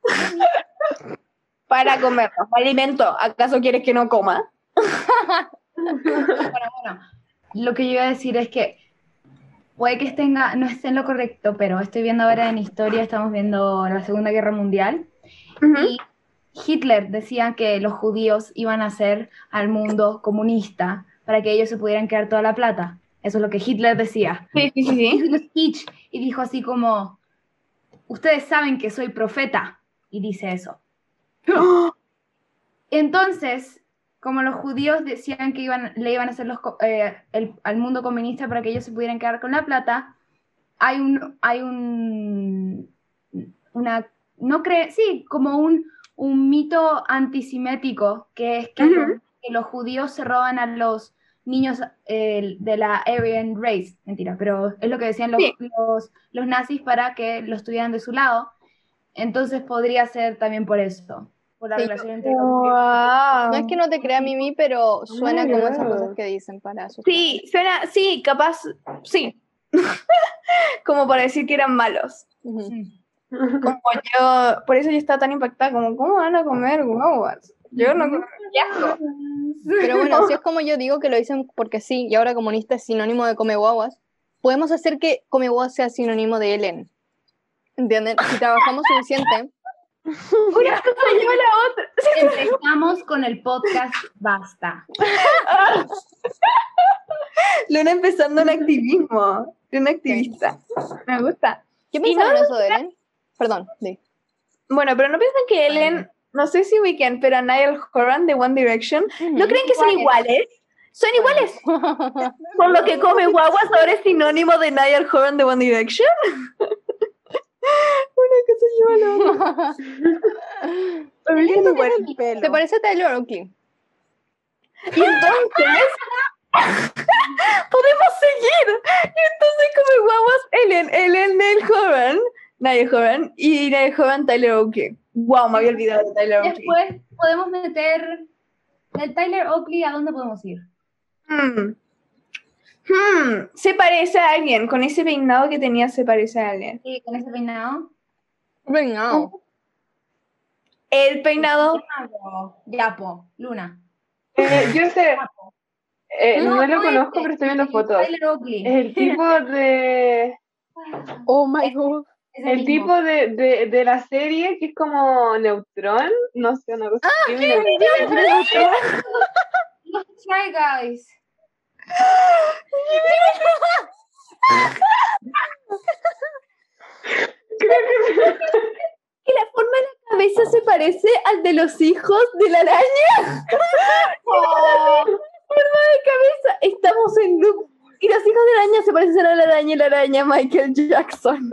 [SPEAKER 1] Para comerlos, alimento. ¿Acaso quieres que no coma?
[SPEAKER 5] Bueno, bueno, lo que yo iba a decir es que puede que tenga, no esté en lo correcto, pero estoy viendo ahora en historia, estamos viendo la Segunda Guerra Mundial, y Hitler decía que los judíos iban a hacer al mundo comunista para que ellos se pudieran quedar toda la plata. Eso es lo que Hitler decía.
[SPEAKER 1] Sí, sí, sí,
[SPEAKER 5] Hizo
[SPEAKER 1] sí.
[SPEAKER 5] un speech y dijo así como, ustedes saben que soy profeta, y dice eso. Entonces, como los judíos decían que iban, le iban a hacer los, co- eh, el- al mundo comunista para que ellos se pudieran quedar con la plata, hay un, hay un, una, no cree, sí, como un, un mito antisimético, que es que,
[SPEAKER 1] Ujú.
[SPEAKER 5] los, que los judíos se roban a los niños eh, de la Aryan race, mentira, pero es lo que decían los,
[SPEAKER 1] Sí.
[SPEAKER 5] los, los nazis para que los tuvieran de su lado, entonces podría ser también por eso, por la
[SPEAKER 2] Sí,
[SPEAKER 5] relación entre los
[SPEAKER 1] Wow.
[SPEAKER 2] no es que no te crea Mimi, pero suena
[SPEAKER 3] Oh my
[SPEAKER 2] como esas
[SPEAKER 3] God.
[SPEAKER 2] cosas que dicen para asustar.
[SPEAKER 1] Sí, suena, sí, capaz, sí. Como para decir que eran malos.
[SPEAKER 2] Ujú.
[SPEAKER 1] Como yo, por eso yo estaba tan impactada, como, ¿cómo van a comer guaguas? Yo no como, qué asco.
[SPEAKER 2] Pero bueno, si es como yo digo que lo dicen porque sí, y ahora comunista es sinónimo de come guaguas, podemos hacer que come guaguas sea sinónimo de Ellen. ¿Entienden? Si trabajamos suficiente,
[SPEAKER 1] Una cosa lleva a la otra.
[SPEAKER 5] Empezamos con el podcast, basta.
[SPEAKER 1] Luna empezando un activismo, una activista. Me gusta.
[SPEAKER 2] ¿qué
[SPEAKER 1] Y
[SPEAKER 2] pensaron
[SPEAKER 1] no-
[SPEAKER 2] eso de Ellen? Perdón, di.
[SPEAKER 1] Bueno, pero no piensan que Ellen, no sé si Weekend, pero Niall Horan de One Direction, ¿no creen que son iguales? Son iguales. Por lo que come guaguas ahora es sinónimo de Niall Horan de One Direction. Una cosa lleva a la otra. A mí
[SPEAKER 4] ¿qué
[SPEAKER 1] me
[SPEAKER 4] es
[SPEAKER 1] parece-
[SPEAKER 4] el pelo?
[SPEAKER 2] ¿Te parece Taylor Oakley?
[SPEAKER 1] Y entonces podemos seguir. Y entonces come guaguas Ellen, Ellen, Niall Horan, Niall Horan y Niall Horan, Tyler Oakley. Wow, me había olvidado de Tyler Oakley.
[SPEAKER 5] Después podemos meter el Tyler Oakley, ¿a dónde podemos ir?
[SPEAKER 1] Hmm. Hmm. Se parece a alguien. Con ese peinado que tenía se parece a alguien.
[SPEAKER 5] Sí, con ese peinado.
[SPEAKER 2] Venga.
[SPEAKER 1] El peinado.
[SPEAKER 5] Yapo, Luna.
[SPEAKER 3] Eh, yo sé, eh, no, lo
[SPEAKER 5] no
[SPEAKER 3] conozco,
[SPEAKER 5] este,
[SPEAKER 3] pero estoy viendo fotos.
[SPEAKER 5] Tyler Oakley.
[SPEAKER 3] Es el tipo de...
[SPEAKER 4] Oh my god.
[SPEAKER 5] Es
[SPEAKER 3] El
[SPEAKER 5] mismo.
[SPEAKER 3] tipo de, de, de la serie que es como Neutrón, no sé, una cosa así. Jimmy Neutron.
[SPEAKER 5] Los Try Guys.
[SPEAKER 1] Que la forma de la cabeza se parece al de los hijos de la araña.
[SPEAKER 3] Oh.
[SPEAKER 1] Forma de cabeza. Estamos en loop. Y los hijos de la araña se parecen a la araña y la araña Michael Jackson.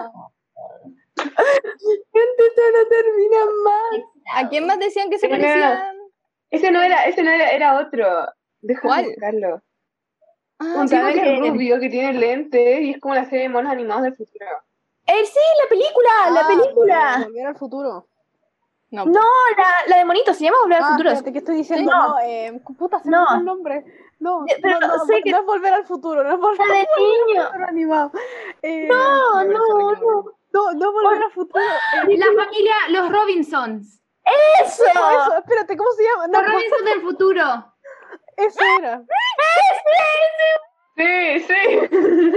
[SPEAKER 1] Gente, esto no termina más.
[SPEAKER 2] ¿A quién más decían que se
[SPEAKER 3] Pero no,
[SPEAKER 2] parecían?
[SPEAKER 3] Ese no era, ese no era, era otro. Déjame
[SPEAKER 2] ¿Cuál?
[SPEAKER 3] buscarlo.
[SPEAKER 2] Ah,
[SPEAKER 3] Un
[SPEAKER 2] sí,
[SPEAKER 3] tipo que
[SPEAKER 1] ¿saben
[SPEAKER 3] es
[SPEAKER 1] qué?
[SPEAKER 3] rubio, que tiene lentes y es como la serie de monos animados del futuro.
[SPEAKER 1] Eh, sí, la película, la
[SPEAKER 4] Ah,
[SPEAKER 1] película.
[SPEAKER 4] Volver, volver al futuro.
[SPEAKER 2] no.
[SPEAKER 1] No, la, la de monito, se llama Volver al
[SPEAKER 4] Ah,
[SPEAKER 1] Futuro.
[SPEAKER 4] espérate, ¿qué estoy diciendo?
[SPEAKER 1] No.
[SPEAKER 4] No, eh, puta, se
[SPEAKER 1] No.
[SPEAKER 4] me fue el nombre. No,
[SPEAKER 1] Eh, pero
[SPEAKER 4] no, no,
[SPEAKER 1] sé
[SPEAKER 4] no,
[SPEAKER 1] que-
[SPEAKER 4] no es volver al futuro, no es volver
[SPEAKER 1] La de niño.
[SPEAKER 4] al futuro animado. Eh,
[SPEAKER 1] No,
[SPEAKER 2] Me parece
[SPEAKER 1] no,
[SPEAKER 2] horrible.
[SPEAKER 1] no.
[SPEAKER 4] no, no volver al futuro. Eh,
[SPEAKER 5] La familia, los Robinsons.
[SPEAKER 1] ¡Eso!
[SPEAKER 4] no, eso, espérate, ¿cómo se llama? No,
[SPEAKER 5] Los Robinsons del futuro.
[SPEAKER 4] eso era.
[SPEAKER 3] Sí, sí.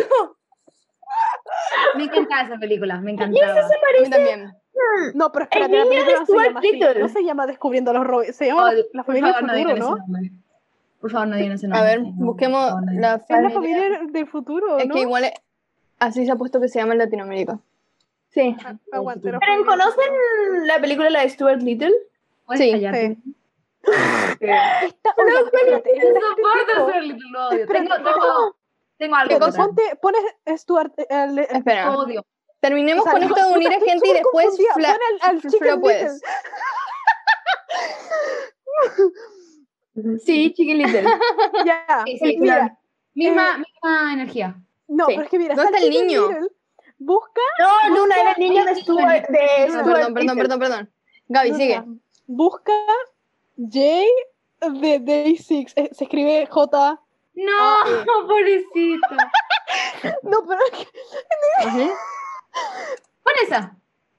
[SPEAKER 5] Me encantaba esa película, me
[SPEAKER 1] Y ese
[SPEAKER 5] encantaba.
[SPEAKER 1] se
[SPEAKER 2] A mí
[SPEAKER 1] parece.
[SPEAKER 2] también.
[SPEAKER 4] No, pero espérate,
[SPEAKER 1] El
[SPEAKER 4] la
[SPEAKER 1] niño
[SPEAKER 4] película
[SPEAKER 1] de
[SPEAKER 4] no se
[SPEAKER 1] Stuart
[SPEAKER 4] llama así.
[SPEAKER 1] Little.
[SPEAKER 4] No se llama Descubriendo a los Robins, se llama
[SPEAKER 5] Oh,
[SPEAKER 4] La, la
[SPEAKER 5] por
[SPEAKER 4] familia
[SPEAKER 5] favor,
[SPEAKER 4] del
[SPEAKER 5] no digan
[SPEAKER 4] futuro,
[SPEAKER 5] ese
[SPEAKER 4] ¿no?
[SPEAKER 5] nombre. Por favor, no digan ese
[SPEAKER 2] A
[SPEAKER 5] nombre.
[SPEAKER 2] ver,
[SPEAKER 5] No,
[SPEAKER 2] busquemos
[SPEAKER 5] por favor, no digan.
[SPEAKER 2] la
[SPEAKER 4] Es la
[SPEAKER 2] familia.
[SPEAKER 4] familia del futuro,
[SPEAKER 2] Es
[SPEAKER 4] ¿no?
[SPEAKER 2] que igual es- así se ha puesto que se llama en Latinoamérica.
[SPEAKER 1] Sí.
[SPEAKER 4] Ah, aguante, la
[SPEAKER 1] ¿Pero
[SPEAKER 4] familia del
[SPEAKER 1] conocen
[SPEAKER 4] futuro.
[SPEAKER 1] la película la de Stuart Little?
[SPEAKER 5] ¿Puedes
[SPEAKER 2] Sí,
[SPEAKER 5] callarte?
[SPEAKER 4] Sí.
[SPEAKER 3] Sí.
[SPEAKER 4] Está, oigan, espérate,
[SPEAKER 5] No
[SPEAKER 4] está
[SPEAKER 5] soporto
[SPEAKER 4] este tipo-
[SPEAKER 5] ese Little lo odio.
[SPEAKER 4] Espérate,
[SPEAKER 5] Tengo, tengo, tengo algo
[SPEAKER 4] espérate,
[SPEAKER 5] contra él.
[SPEAKER 4] ponte, pones Stuart, eh, el- el-
[SPEAKER 2] Espera,
[SPEAKER 5] Lo odio.
[SPEAKER 2] terminemos
[SPEAKER 4] o sea,
[SPEAKER 2] con esto de unir a
[SPEAKER 4] puta, estoy
[SPEAKER 2] gente y
[SPEAKER 4] súper
[SPEAKER 2] después
[SPEAKER 4] confundida.
[SPEAKER 2] Fla-
[SPEAKER 4] Pon al- al
[SPEAKER 2] Flo
[SPEAKER 4] Chicken
[SPEAKER 2] puedes.
[SPEAKER 1] Sí, Chicken Little.
[SPEAKER 4] Ya,
[SPEAKER 5] Sí, sí,
[SPEAKER 4] mira,
[SPEAKER 5] Misma,
[SPEAKER 4] eh,
[SPEAKER 5] misma energía.
[SPEAKER 4] no,
[SPEAKER 1] Sí.
[SPEAKER 4] pero es que mira,
[SPEAKER 2] ¿Dónde
[SPEAKER 4] está el
[SPEAKER 2] está el
[SPEAKER 4] Chicken
[SPEAKER 2] niño?
[SPEAKER 4] Little, busca,
[SPEAKER 1] No, Luna era el niño de Stuart, de
[SPEAKER 2] No,
[SPEAKER 1] Stuart
[SPEAKER 2] perdón, perdón,
[SPEAKER 1] Little.
[SPEAKER 2] perdón, perdón. Gaby,
[SPEAKER 4] no,
[SPEAKER 2] sigue.
[SPEAKER 4] no, busca Jay de Day Six, eh, se escribe J,
[SPEAKER 5] No,
[SPEAKER 4] Ah, eh.
[SPEAKER 5] pobrecito.
[SPEAKER 4] no, pero es que
[SPEAKER 2] Ajá.
[SPEAKER 5] Pon esa.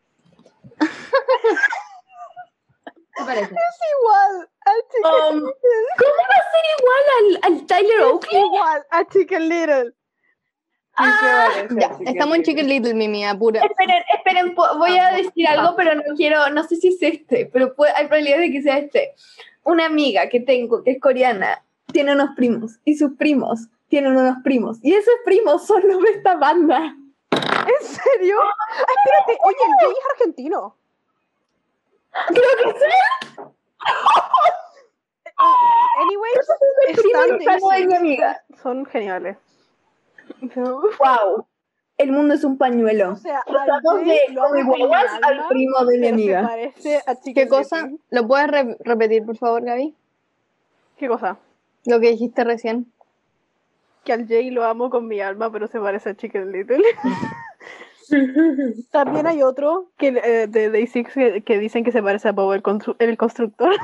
[SPEAKER 5] ¿Qué parece?
[SPEAKER 4] es igual al Chicken
[SPEAKER 1] Um, ¿Cómo va a ser igual al, al Tyler Oakley?
[SPEAKER 4] igual a Chicken Little.
[SPEAKER 1] Ah,
[SPEAKER 2] Ya, estamos en Chicken Little, Mimi, apura.
[SPEAKER 1] esperen, esperen, po- voy a decir algo, pero no quiero, no sé si es este, pero puede- hay probabilidades de que sea este. Una amiga que tengo, que es coreana, tiene unos primos, y sus primos tienen unos primos, y esos primos son los de esta banda.
[SPEAKER 4] ¿En serio? Ah, espérate, oye, el Jay es argentino.
[SPEAKER 1] Creo que sí.
[SPEAKER 4] Anyways,
[SPEAKER 1] El primo
[SPEAKER 4] están
[SPEAKER 1] lejano de mi
[SPEAKER 4] Day
[SPEAKER 1] amiga.
[SPEAKER 4] Six, son geniales.
[SPEAKER 1] Wow. El mundo es un pañuelo.
[SPEAKER 4] O sea, al
[SPEAKER 1] Pasamos
[SPEAKER 4] Jay
[SPEAKER 1] de
[SPEAKER 4] lo amo
[SPEAKER 1] Tommy
[SPEAKER 4] con mi
[SPEAKER 1] Guaguas al
[SPEAKER 4] alma,
[SPEAKER 1] primo de mi
[SPEAKER 4] pero se
[SPEAKER 1] amiga.
[SPEAKER 4] parece a Chicken
[SPEAKER 2] ¿Qué cosa?
[SPEAKER 4] Little.
[SPEAKER 2] ¿Lo puedes re- repetir, por favor, Gaby?
[SPEAKER 4] ¿Qué cosa?
[SPEAKER 2] Lo que dijiste recién.
[SPEAKER 4] Que al Jay lo amo con mi alma, pero se parece a Chicken Little. También hay otro que, eh, de Day Six que, que dicen que se parece a Bob el, constru- el constructor.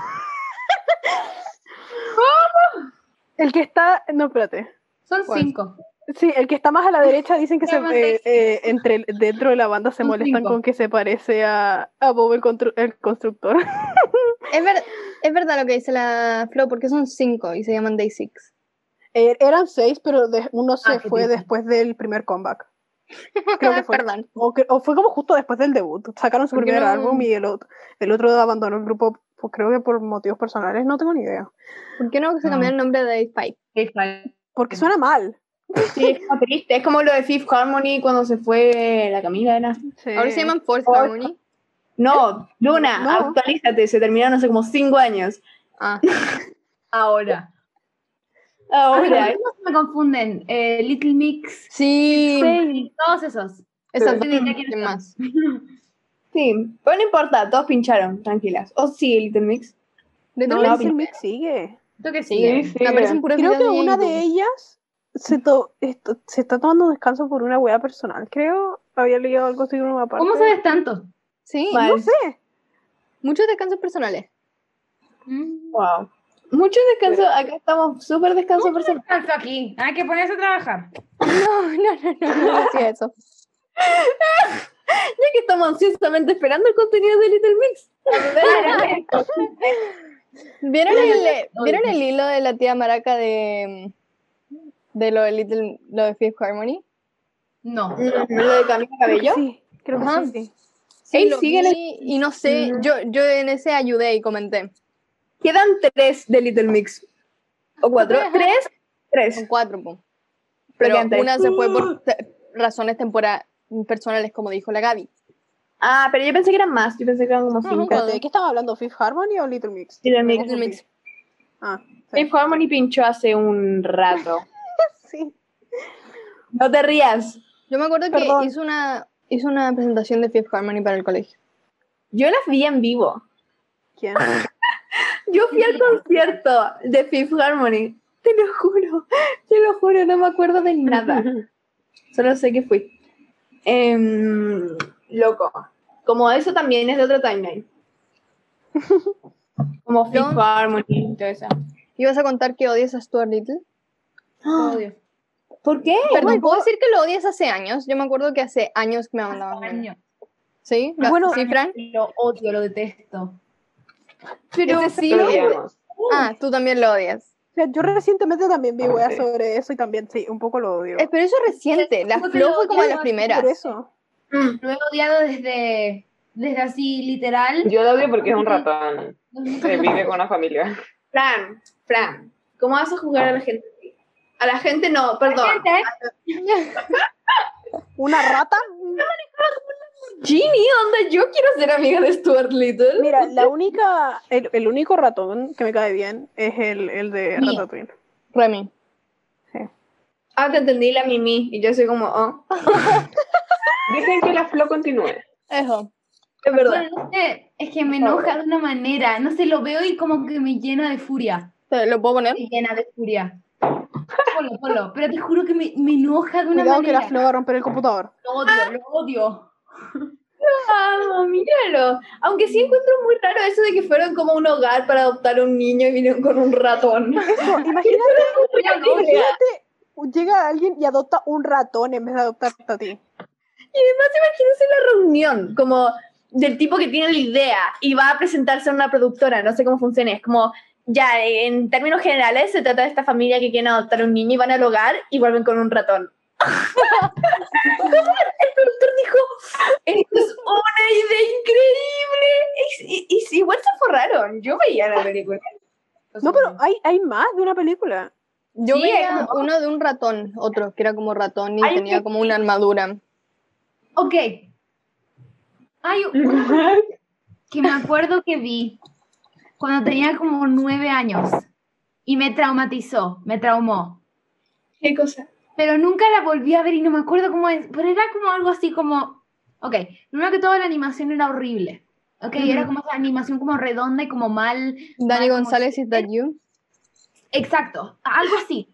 [SPEAKER 4] El que está... No, espérate.
[SPEAKER 5] Son
[SPEAKER 2] ¿Cuál?
[SPEAKER 5] cinco.
[SPEAKER 4] Sí, el que está más a la derecha dicen que se,
[SPEAKER 5] Llaman
[SPEAKER 4] eh,
[SPEAKER 5] Day Six.
[SPEAKER 4] eh, entre, dentro de la banda se
[SPEAKER 5] Son
[SPEAKER 4] molestan
[SPEAKER 5] cinco.
[SPEAKER 4] con que se parece a, a Bob el, constru- el constructor.
[SPEAKER 2] Es, ver- es verdad lo que dice la Flo, porque son cinco y se llaman Day Six.
[SPEAKER 4] Eh, eran seis, pero de- uno se
[SPEAKER 5] Ah, qué
[SPEAKER 4] fue
[SPEAKER 5] triste.
[SPEAKER 4] después del primer comeback. Creo que fue.
[SPEAKER 2] Perdón.
[SPEAKER 4] O, que- o fue como justo después del debut. Sacaron su
[SPEAKER 2] ¿Por qué
[SPEAKER 4] primer
[SPEAKER 2] no?
[SPEAKER 4] álbum y el otro, el otro abandonó el grupo, pues, creo que por motivos personales, no tengo ni idea.
[SPEAKER 2] ¿Por qué no se
[SPEAKER 5] No.
[SPEAKER 2] cambió el nombre de Day Five?
[SPEAKER 5] Day Five.
[SPEAKER 4] Porque suena mal.
[SPEAKER 1] Sí, es como triste. Es como lo de Fifth Harmony cuando se fue la Camila, ¿era?
[SPEAKER 4] Sí.
[SPEAKER 2] Ahora se llaman Fourth
[SPEAKER 1] Fourth.
[SPEAKER 2] Harmony.
[SPEAKER 1] No, Luna,
[SPEAKER 4] No.
[SPEAKER 1] actualízate. Se terminaron hace como cinco años.
[SPEAKER 2] Ah,
[SPEAKER 5] Ahora.
[SPEAKER 1] Ahora.
[SPEAKER 5] Ay, ¿cómo se me confunden? Eh, Little Mix.
[SPEAKER 2] sí.
[SPEAKER 5] Sí, todos esos.
[SPEAKER 2] Esas
[SPEAKER 5] Sí,
[SPEAKER 2] dos.
[SPEAKER 5] ya quiero
[SPEAKER 2] ¿Quién
[SPEAKER 5] estar.
[SPEAKER 2] más?
[SPEAKER 1] Sí, pero no importa, todos pincharon, tranquilas. O sí, Little Mix.
[SPEAKER 2] Little
[SPEAKER 4] No,
[SPEAKER 1] No,
[SPEAKER 2] Mix.
[SPEAKER 4] Little Mix sigue.
[SPEAKER 5] Creo que
[SPEAKER 3] Sí,
[SPEAKER 5] sí.
[SPEAKER 3] sí.
[SPEAKER 2] Me aparecen puros
[SPEAKER 4] Creo
[SPEAKER 2] videos
[SPEAKER 4] que
[SPEAKER 2] de
[SPEAKER 4] una
[SPEAKER 2] YouTube.
[SPEAKER 4] de ellas se, to- esto- se está tomando un descanso por una wea personal. Creo, había leído algo así en una parte.
[SPEAKER 5] ¿Cómo sabes tanto?
[SPEAKER 2] Sí,
[SPEAKER 1] Mal.
[SPEAKER 4] No sé.
[SPEAKER 2] muchos descansos personales.
[SPEAKER 5] Mm.
[SPEAKER 1] Wow. Mucho descanso, acá estamos súper descanso personal.
[SPEAKER 5] Tanto aquí. Hay que ponerse a trabajar.
[SPEAKER 2] No, no, no, no, no decía eso.
[SPEAKER 1] Ya que estamos ansiosamente esperando el contenido de Little Mix.
[SPEAKER 2] ¿Vieron
[SPEAKER 5] Oye,
[SPEAKER 2] el,
[SPEAKER 5] oye.
[SPEAKER 2] ¿vieron el hilo de la tía Maraca de, de lo de Little, lo de Fifth Harmony?
[SPEAKER 5] No.
[SPEAKER 1] ¿Lo de Camila Cabello?
[SPEAKER 4] Sí, creo que
[SPEAKER 2] Ajá.
[SPEAKER 4] sí, sí.
[SPEAKER 2] Sí,
[SPEAKER 1] Ey,
[SPEAKER 2] lo
[SPEAKER 1] siguen
[SPEAKER 2] vi y no sé,
[SPEAKER 1] Mm.
[SPEAKER 2] yo, yo en ese ayudé y comenté.
[SPEAKER 1] Quedan tres de Little Mix. ¿O cuatro? ¿Tres?
[SPEAKER 2] Son
[SPEAKER 1] Tres.
[SPEAKER 2] cuatro, po. pero
[SPEAKER 1] Bloqueante.
[SPEAKER 2] una se fue por te- razones tempora- personales, como dijo la Gaby.
[SPEAKER 1] Ah, pero yo pensé que eran más. Yo pensé que eran como
[SPEAKER 2] Ajá.
[SPEAKER 1] cinco.
[SPEAKER 4] Espérate, ¿de qué estaba hablando? ¿Fifth Harmony o Little Mix?
[SPEAKER 1] Little
[SPEAKER 4] Me
[SPEAKER 1] Mix.
[SPEAKER 2] Little
[SPEAKER 4] confundí.
[SPEAKER 2] Mix.
[SPEAKER 4] Ah, sí.
[SPEAKER 1] Fifth Harmony pinchó hace un rato.
[SPEAKER 4] Sí.
[SPEAKER 1] No te rías.
[SPEAKER 2] Yo me acuerdo
[SPEAKER 4] Perdón.
[SPEAKER 2] que hizo una, hizo una presentación de Fifth Harmony para el colegio.
[SPEAKER 1] Yo las vi en vivo.
[SPEAKER 4] ¿Quién?
[SPEAKER 1] Yo fui al concierto de Fifth Harmony. Te lo juro. Te lo juro. No me acuerdo de nada. Solo sé que fui. Em, loco. Como eso también es de otro timeline. Como Fifth
[SPEAKER 2] Yo-
[SPEAKER 1] Harmony y todo eso.
[SPEAKER 2] ¿Ibas a contar que odias a Stuart Little?
[SPEAKER 5] Lo odio.
[SPEAKER 1] ¿Por qué?
[SPEAKER 2] Perdón, ¿puedo decir que lo odias hace años? Yo me acuerdo que hace años que me
[SPEAKER 5] Hace
[SPEAKER 2] mandaban.
[SPEAKER 5] años.
[SPEAKER 2] ¿Sí?
[SPEAKER 4] Bueno,
[SPEAKER 2] ¿Sí, Fran?
[SPEAKER 5] Lo odio, lo detesto.
[SPEAKER 1] Pero
[SPEAKER 2] Ese
[SPEAKER 1] sí.
[SPEAKER 3] Lo odiamos.
[SPEAKER 2] Ah, tú también lo odias.
[SPEAKER 4] O sea, yo recientemente también vi weas
[SPEAKER 3] Sí.
[SPEAKER 4] sobre eso y también, sí, un poco lo odio.
[SPEAKER 2] Eh, pero eso es reciente. La
[SPEAKER 5] Creo que
[SPEAKER 2] Flo
[SPEAKER 5] lo
[SPEAKER 2] fue como de
[SPEAKER 5] odio
[SPEAKER 2] las primeras.
[SPEAKER 4] Por eso.
[SPEAKER 1] Mm.
[SPEAKER 5] Lo he odiado desde, desde así, literal.
[SPEAKER 3] Yo lo odio porque es un ratón. Que vive con una familia.
[SPEAKER 1] Fran, Fran, ¿cómo vas a jugar a la gente? A la gente no, perdón.
[SPEAKER 4] ¿Una rata?
[SPEAKER 1] Ginny, onda, yo quiero ser amiga de Stuart Little.
[SPEAKER 4] Mira, la única, el, el único ratón que me cae bien es el, el de
[SPEAKER 5] Mío.
[SPEAKER 4] Ratatouille.
[SPEAKER 2] Remy.
[SPEAKER 1] Ah, te entendí la Mimi. Y yo soy como, oh,
[SPEAKER 3] Dejen que la Flo continúe.
[SPEAKER 2] Eso.
[SPEAKER 1] es verdad.
[SPEAKER 5] Bueno, no sé, es que me enoja de una manera. No sé, lo veo y como que me llena de furia.
[SPEAKER 2] ¿Te ¿Lo puedo poner?
[SPEAKER 5] Me llena de furia. Ponlo, ponlo. Pero te juro que me, me enoja de una
[SPEAKER 4] Cuidado que
[SPEAKER 5] manera.
[SPEAKER 4] la Flo va a romper el computador.
[SPEAKER 5] Lo odio, lo odio.
[SPEAKER 1] Ah, míralo. Aunque sí encuentro muy raro eso de que fueron como un hogar para adoptar a un niño y vinieron con un ratón.
[SPEAKER 4] Eso, imagínate, imagínate, llega alguien y adopta un ratón en vez de adoptarte a ti.
[SPEAKER 1] Y además imagínense la reunión, como del tipo que tiene la idea y va a presentarse a una productora, no sé cómo funciona, es como, ya, en términos generales se trata de esta familia que quieren adoptar a un niño y van al hogar y vuelven con un ratón. El productor dijo, esto es una idea increíble. Y, y- y igual se forraron, yo veía la película.
[SPEAKER 4] No, pero hay, hay más de una película.
[SPEAKER 2] Yo
[SPEAKER 1] Sí,
[SPEAKER 2] veía
[SPEAKER 1] hay como-
[SPEAKER 2] uno de un ratón, otro que era como ratón y
[SPEAKER 1] Hay un
[SPEAKER 2] tenía como una armadura.
[SPEAKER 5] Ok. Hay una que me acuerdo que vi cuando tenía como nueve años y me traumatizó, me traumó.
[SPEAKER 1] ¿Qué cosa?
[SPEAKER 5] Pero nunca la volví a ver y no me acuerdo cómo es, pero era como algo así como, ok, primero que todo la animación era horrible, ok,
[SPEAKER 1] Ujú.
[SPEAKER 5] era como esa animación como redonda y como mal.
[SPEAKER 2] Dani
[SPEAKER 5] mal como-
[SPEAKER 2] González, ¿is that you?
[SPEAKER 5] Exacto, algo así.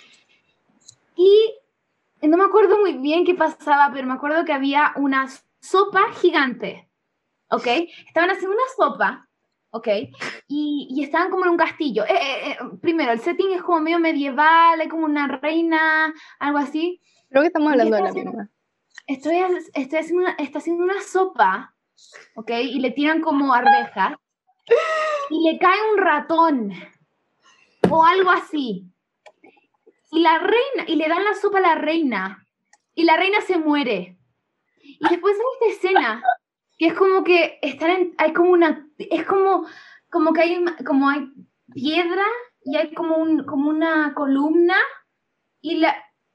[SPEAKER 5] Y no me acuerdo muy bien qué pasaba, pero me acuerdo que había una sopa gigante, ¿ok? Estaban haciendo una sopa, ¿ok? Y, y estaban como en un castillo. Eh, eh, eh, primero, el setting es como medio medieval, hay como una reina, algo así.
[SPEAKER 2] Creo que estamos hablando de la
[SPEAKER 5] ¿Qué
[SPEAKER 2] misma.
[SPEAKER 5] Estoy, estoy haciendo una, está haciendo una sopa, ¿ok? Y le tiran como arvejas y le cae un ratón o algo así. Y la reina, y le dan la sopa a la reina y la reina se muere. Y después en esta escena, que es como que están en, hay como una, es como, como que hay, una- como hay piedra y hay como, un, como una columna y la...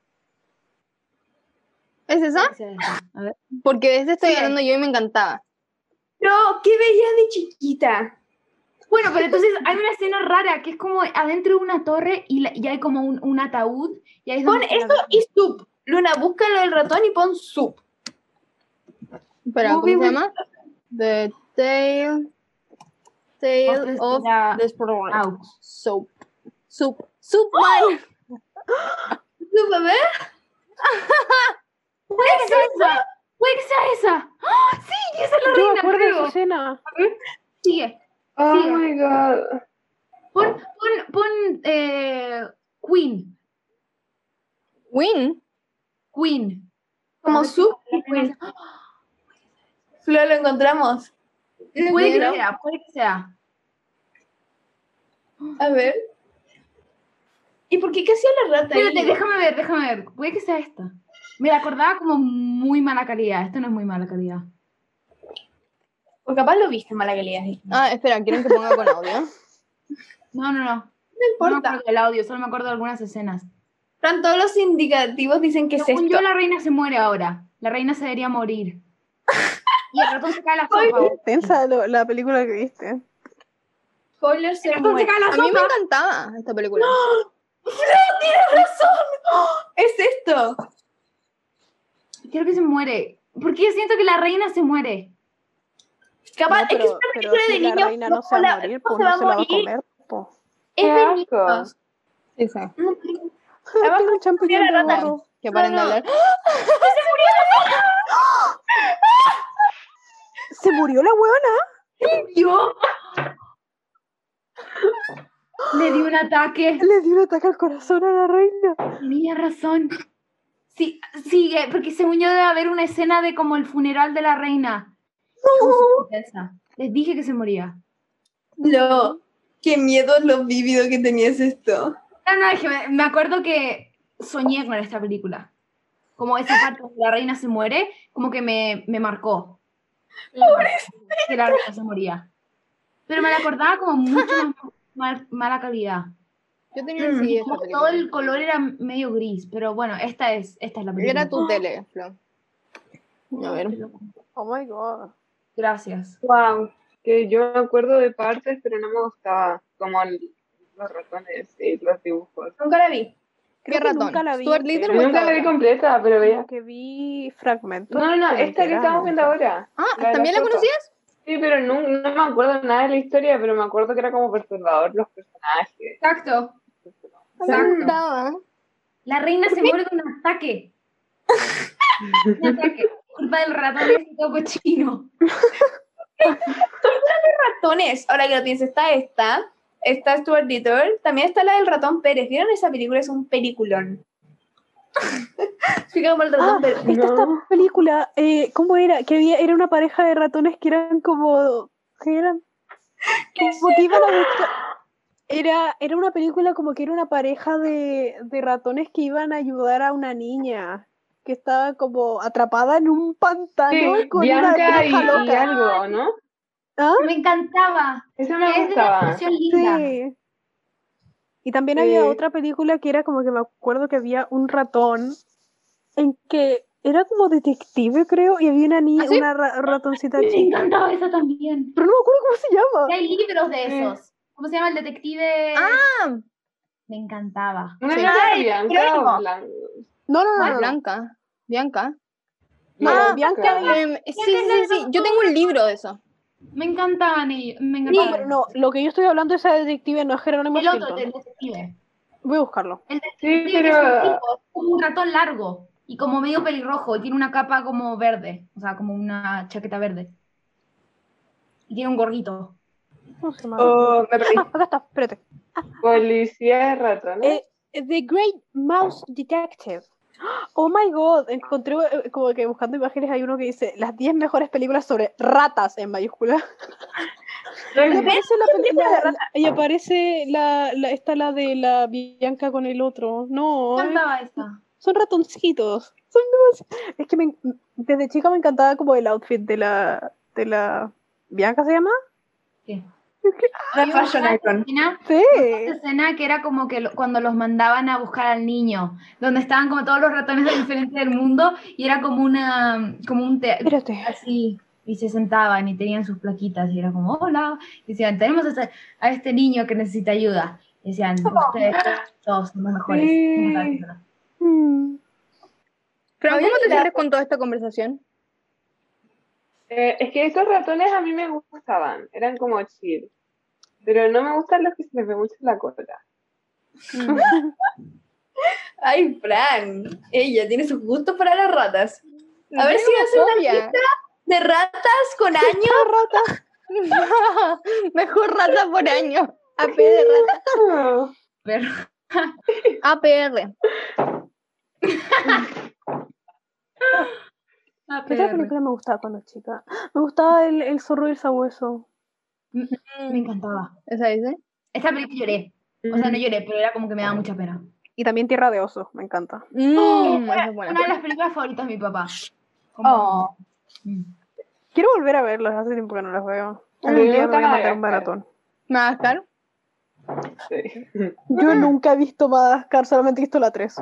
[SPEAKER 2] ¿Es esa?
[SPEAKER 5] A ver.
[SPEAKER 2] Porque de ese estoy
[SPEAKER 5] Sí.
[SPEAKER 2] hablando yo y me encantaba.
[SPEAKER 1] No, ¿qué veías de chiquita?
[SPEAKER 5] Bueno, pero entonces hay una escena rara que es como adentro de una torre y, la- y hay como un, un ataúd. Y ahí es
[SPEAKER 1] Pon
[SPEAKER 5] donde está la
[SPEAKER 1] eso y soup. Luna, búscalo del ratón y pon soup.
[SPEAKER 2] Espera, ¿cómo
[SPEAKER 1] Movie
[SPEAKER 2] se
[SPEAKER 1] with-
[SPEAKER 2] llama? The Tale, Tale
[SPEAKER 5] Of the
[SPEAKER 2] of
[SPEAKER 5] Spera-
[SPEAKER 2] Desperate
[SPEAKER 5] Out.
[SPEAKER 2] Soap. Soup. Soup, man.
[SPEAKER 1] Soup, a ver.
[SPEAKER 5] ¡Puede que sea esa! ¡Puede que sea esa! ¡Ah! ¡Sí! ¡Esa es la
[SPEAKER 4] Yo me
[SPEAKER 5] reina,
[SPEAKER 4] acuerdo de esa
[SPEAKER 5] creo!
[SPEAKER 4] escena.
[SPEAKER 5] Sigue.
[SPEAKER 3] Oh
[SPEAKER 5] Sí.
[SPEAKER 3] my god.
[SPEAKER 5] Pon, pon, pon eh, Queen.
[SPEAKER 2] Win.
[SPEAKER 5] Queen.
[SPEAKER 1] Como
[SPEAKER 5] A ver si
[SPEAKER 1] soup
[SPEAKER 5] la
[SPEAKER 1] y
[SPEAKER 5] reina
[SPEAKER 1] Queen. Flo, lo encontramos.
[SPEAKER 5] se- Puede que
[SPEAKER 1] ¿No?
[SPEAKER 5] sea, puede que sea.
[SPEAKER 1] A ver. ¿Y por qué qué hacía la rata
[SPEAKER 5] Espérate,
[SPEAKER 1] ahí?
[SPEAKER 5] déjame ver, déjame ver. Puede que sea esta. Me la acordaba como muy mala calidad. Esto no es muy mala calidad.
[SPEAKER 1] O capaz lo viste en mala calidad.
[SPEAKER 2] Ah, espera, ¿quieren que ponga con audio?
[SPEAKER 5] No, no, no.
[SPEAKER 1] No
[SPEAKER 5] No me
[SPEAKER 1] importa.
[SPEAKER 5] acuerdo del audio, solo me acuerdo de algunas escenas.
[SPEAKER 1] Fran, todos los indicativos dicen que es
[SPEAKER 5] Según
[SPEAKER 1] esto.
[SPEAKER 5] yo, la reina se muere ahora. La reina se debería morir. Y el ratón se cae a la sopa.
[SPEAKER 4] Tensa lo- la película que viste.
[SPEAKER 1] Spoiler se
[SPEAKER 5] El ratón se
[SPEAKER 1] muere.
[SPEAKER 5] cae a la
[SPEAKER 2] A mí me
[SPEAKER 5] sopa.
[SPEAKER 2] encantaba esta película.
[SPEAKER 1] ¡Fran, tienes razón! ¡Oh! ¡Es esto!
[SPEAKER 5] Creo que se muere. ¿Por qué yo siento que la reina se muere?
[SPEAKER 1] Capaz,
[SPEAKER 4] No,
[SPEAKER 1] es que es
[SPEAKER 4] pero,
[SPEAKER 1] una
[SPEAKER 4] pero
[SPEAKER 1] película de
[SPEAKER 4] si la
[SPEAKER 1] niños.
[SPEAKER 4] reina no se va a
[SPEAKER 1] la-
[SPEAKER 4] morir,
[SPEAKER 1] no
[SPEAKER 4] pues
[SPEAKER 1] se
[SPEAKER 4] no
[SPEAKER 1] va a
[SPEAKER 4] se la va a
[SPEAKER 1] morir.
[SPEAKER 4] comer. Po.
[SPEAKER 1] Es
[SPEAKER 3] Qué
[SPEAKER 1] de
[SPEAKER 3] asco.
[SPEAKER 1] niños.
[SPEAKER 2] Sí, sí.
[SPEAKER 1] No,
[SPEAKER 4] Tiene un champiñón de
[SPEAKER 1] la rata.
[SPEAKER 4] gorro.
[SPEAKER 2] Que paren
[SPEAKER 1] No,
[SPEAKER 2] de
[SPEAKER 1] no.
[SPEAKER 2] hablar.
[SPEAKER 4] ¿Se murió la huevona?
[SPEAKER 1] Yo.
[SPEAKER 5] Le dio un ataque.
[SPEAKER 4] Le dio un ataque al corazón a la reina.
[SPEAKER 5] Tenía razón. Sí, sigue, porque según yo debe haber una escena de como el funeral de la reina. No. Les dije que se moría.
[SPEAKER 1] No. Qué miedo lo vívido que tenías esto.
[SPEAKER 5] No, no, es que me, me acuerdo que soñé con esta película. Como esa parte donde la reina se muere, como que me, me marcó. Que la reina se moría. Pero me la acordaba como mucho más mal- mala calidad.
[SPEAKER 2] Yo tenía el C D de esta
[SPEAKER 5] Como que todo
[SPEAKER 2] película.
[SPEAKER 5] el color era medio gris, pero bueno, esta es, esta es la película.
[SPEAKER 2] Era tu tele, Flo. A ver.
[SPEAKER 4] Oh my god.
[SPEAKER 5] Gracias.
[SPEAKER 3] Wow. Que yo me acuerdo de partes, pero no me gustaba. Como el- los ratones y los dibujos.
[SPEAKER 1] Nunca la vi.
[SPEAKER 4] Creo
[SPEAKER 2] ¿Qué
[SPEAKER 4] que
[SPEAKER 2] ratón?
[SPEAKER 4] nunca la vi
[SPEAKER 2] ¿Stuart
[SPEAKER 4] entera.
[SPEAKER 2] Little
[SPEAKER 3] Yo
[SPEAKER 2] o
[SPEAKER 3] nunca
[SPEAKER 2] esta
[SPEAKER 3] la vi
[SPEAKER 2] otra?
[SPEAKER 3] completa, pero veía.
[SPEAKER 4] Como que vi fragmentos.
[SPEAKER 3] No, no, no,
[SPEAKER 4] pero
[SPEAKER 3] esta que
[SPEAKER 4] entera
[SPEAKER 3] estamos viendo
[SPEAKER 4] nunca.
[SPEAKER 3] ahora.
[SPEAKER 2] Ah,
[SPEAKER 3] La de
[SPEAKER 2] ¿también la
[SPEAKER 3] sopa.
[SPEAKER 2] conocías?
[SPEAKER 3] Sí, pero no, no me acuerdo nada de la historia, pero me acuerdo que era como perturbador los personajes.
[SPEAKER 5] Exacto.
[SPEAKER 2] Me
[SPEAKER 5] Exacto.
[SPEAKER 2] gustaba.
[SPEAKER 5] La reina se muere de un ataque. Un ataque. Culpa del ratón ese todo cochino.
[SPEAKER 1] Ratones. Ahora que lo pienso, está esta. Está Stuart Little. También está la del ratón Pérez. ¿Vieron esa película? Es un peliculón. Explica como el ratón
[SPEAKER 4] Ah,
[SPEAKER 1] Pérez.
[SPEAKER 4] esta,
[SPEAKER 3] No.
[SPEAKER 4] esta película, eh, ¿cómo era? Que había, era una pareja de ratones que eran como, ¿qué eran? Como que iban a buscar, era, era una película como que era una pareja de, de ratones que iban a ayudar a una niña que estaba como atrapada en un pantano
[SPEAKER 3] Sí,
[SPEAKER 4] con
[SPEAKER 3] Bianca
[SPEAKER 4] una
[SPEAKER 3] y,
[SPEAKER 4] vieja
[SPEAKER 3] y
[SPEAKER 4] loca.
[SPEAKER 3] algo, ¿no?
[SPEAKER 4] ¿Ah?
[SPEAKER 5] Me encantaba.
[SPEAKER 3] Esa me
[SPEAKER 5] Es de una
[SPEAKER 3] gustaba.
[SPEAKER 5] animación linda.
[SPEAKER 4] Sí. Y también
[SPEAKER 3] Sí.
[SPEAKER 4] había otra película que era como que me acuerdo que había un ratón en que era como detective, creo, y había una niña,
[SPEAKER 2] ¿Ah, sí?
[SPEAKER 4] una ra- ratoncita
[SPEAKER 5] Me
[SPEAKER 4] chica.
[SPEAKER 5] encantaba esa también.
[SPEAKER 4] Pero no me acuerdo cómo se
[SPEAKER 5] Y
[SPEAKER 4] llama.
[SPEAKER 5] hay libros de
[SPEAKER 3] Sí.
[SPEAKER 5] esos. ¿Cómo se llama el detective?
[SPEAKER 2] Ah,
[SPEAKER 5] Me encantaba.
[SPEAKER 3] ¿Una
[SPEAKER 2] Sí.
[SPEAKER 3] no era
[SPEAKER 1] Ay,
[SPEAKER 3] Bianca
[SPEAKER 1] Jerónimo.
[SPEAKER 3] o Blanca?
[SPEAKER 4] No, no, no,
[SPEAKER 2] no,
[SPEAKER 4] no, no.
[SPEAKER 2] Blanca. Bianca.
[SPEAKER 4] No, Bianca y-
[SPEAKER 2] Em, sí, sí, sí, sí. Yo tengo un libro de eso.
[SPEAKER 5] Me encantaban ellos. Me
[SPEAKER 4] No,
[SPEAKER 5] encantaban.
[SPEAKER 4] pero no, lo que yo estoy hablando es esa detective, no es Jerónimo
[SPEAKER 5] El otro,
[SPEAKER 4] Stilton.
[SPEAKER 5] el detective.
[SPEAKER 4] Voy a buscarlo.
[SPEAKER 5] El
[SPEAKER 3] Sí,
[SPEAKER 5] detective que es un
[SPEAKER 3] pero
[SPEAKER 5] tipo, como un ratón largo y como medio pelirrojo y tiene una capa como verde, o sea, como una chaqueta verde. Y tiene un gorrito.
[SPEAKER 4] ¿Cómo se llama?
[SPEAKER 1] Oh, me perdí.
[SPEAKER 4] Ah, acá está, espérate.
[SPEAKER 3] policía de ratones.
[SPEAKER 4] Eh, The Great Mouse Detective. Oh my god, encontré eh, como que buscando imágenes hay uno que dice las diez mejores películas sobre ratas en mayúscula. Y aparece la, peli- la- la- y aparece la, la esta la de la Bianca con el otro. No,
[SPEAKER 5] Me
[SPEAKER 4] eh,
[SPEAKER 5] encantaba esa.
[SPEAKER 4] son ratoncitos. Son demasiado- Es que me en- desde chica me encantaba como el outfit de la de la Bianca, ¿se llama?
[SPEAKER 5] Sí.
[SPEAKER 1] La fashion icon.
[SPEAKER 5] Escena,
[SPEAKER 4] Sí.
[SPEAKER 5] esa escena que era como que lo- cuando los mandaban a buscar al niño, donde estaban como todos los ratones de diferentes del mundo y era como una, como un te-
[SPEAKER 4] Espérate.
[SPEAKER 5] así, y se sentaban y tenían sus plaquitas y era como, hola, y decían, tenemos a este, a este niño que necesita ayuda. Y decían, ustedes todos son los mejores.
[SPEAKER 3] Sí.
[SPEAKER 5] Me encantaba esa escena.
[SPEAKER 4] Mm.
[SPEAKER 2] Fran,
[SPEAKER 1] Oye,
[SPEAKER 2] ¿cómo te
[SPEAKER 1] la-
[SPEAKER 2] sientes con toda esta conversación?
[SPEAKER 3] Eh, es que estos ratones a mí me gustaban, eran como chill. Pero no me gustan los que se les ve mucho la cola.
[SPEAKER 1] Ay, Fran. Ella tiene sus gustos para las ratas. A ver si va a hacer una
[SPEAKER 2] Homofobia.
[SPEAKER 1] lista de ratas con años.
[SPEAKER 2] Mejor rata por año. A P de rata.
[SPEAKER 5] Pero,
[SPEAKER 2] A P R.
[SPEAKER 5] a
[SPEAKER 4] ¿Qué otra
[SPEAKER 5] ver,
[SPEAKER 4] película me gustaba cuando chica? Me gustaba el, el zorro y el sabueso.
[SPEAKER 5] me encantaba.
[SPEAKER 2] ¿Esa dice?
[SPEAKER 5] Esta película lloré. O sea, no lloré, pero era como que me daba mucha pena.
[SPEAKER 4] Y también Tierra de Osos, me encanta.
[SPEAKER 2] Mm, esa es buena.
[SPEAKER 5] Una de las películas favoritas de mi papá. Como-
[SPEAKER 1] Oh.
[SPEAKER 5] Mm.
[SPEAKER 4] Quiero volver a verlas, hace tiempo que no las veo.
[SPEAKER 3] A mí
[SPEAKER 4] Un
[SPEAKER 3] me
[SPEAKER 4] día me
[SPEAKER 3] gusta
[SPEAKER 4] voy a matar un
[SPEAKER 3] Madagascar.
[SPEAKER 4] maratón.
[SPEAKER 2] Madagascar.
[SPEAKER 3] Sí.
[SPEAKER 4] Yo nunca he visto Madagascar, solamente he visto la tres.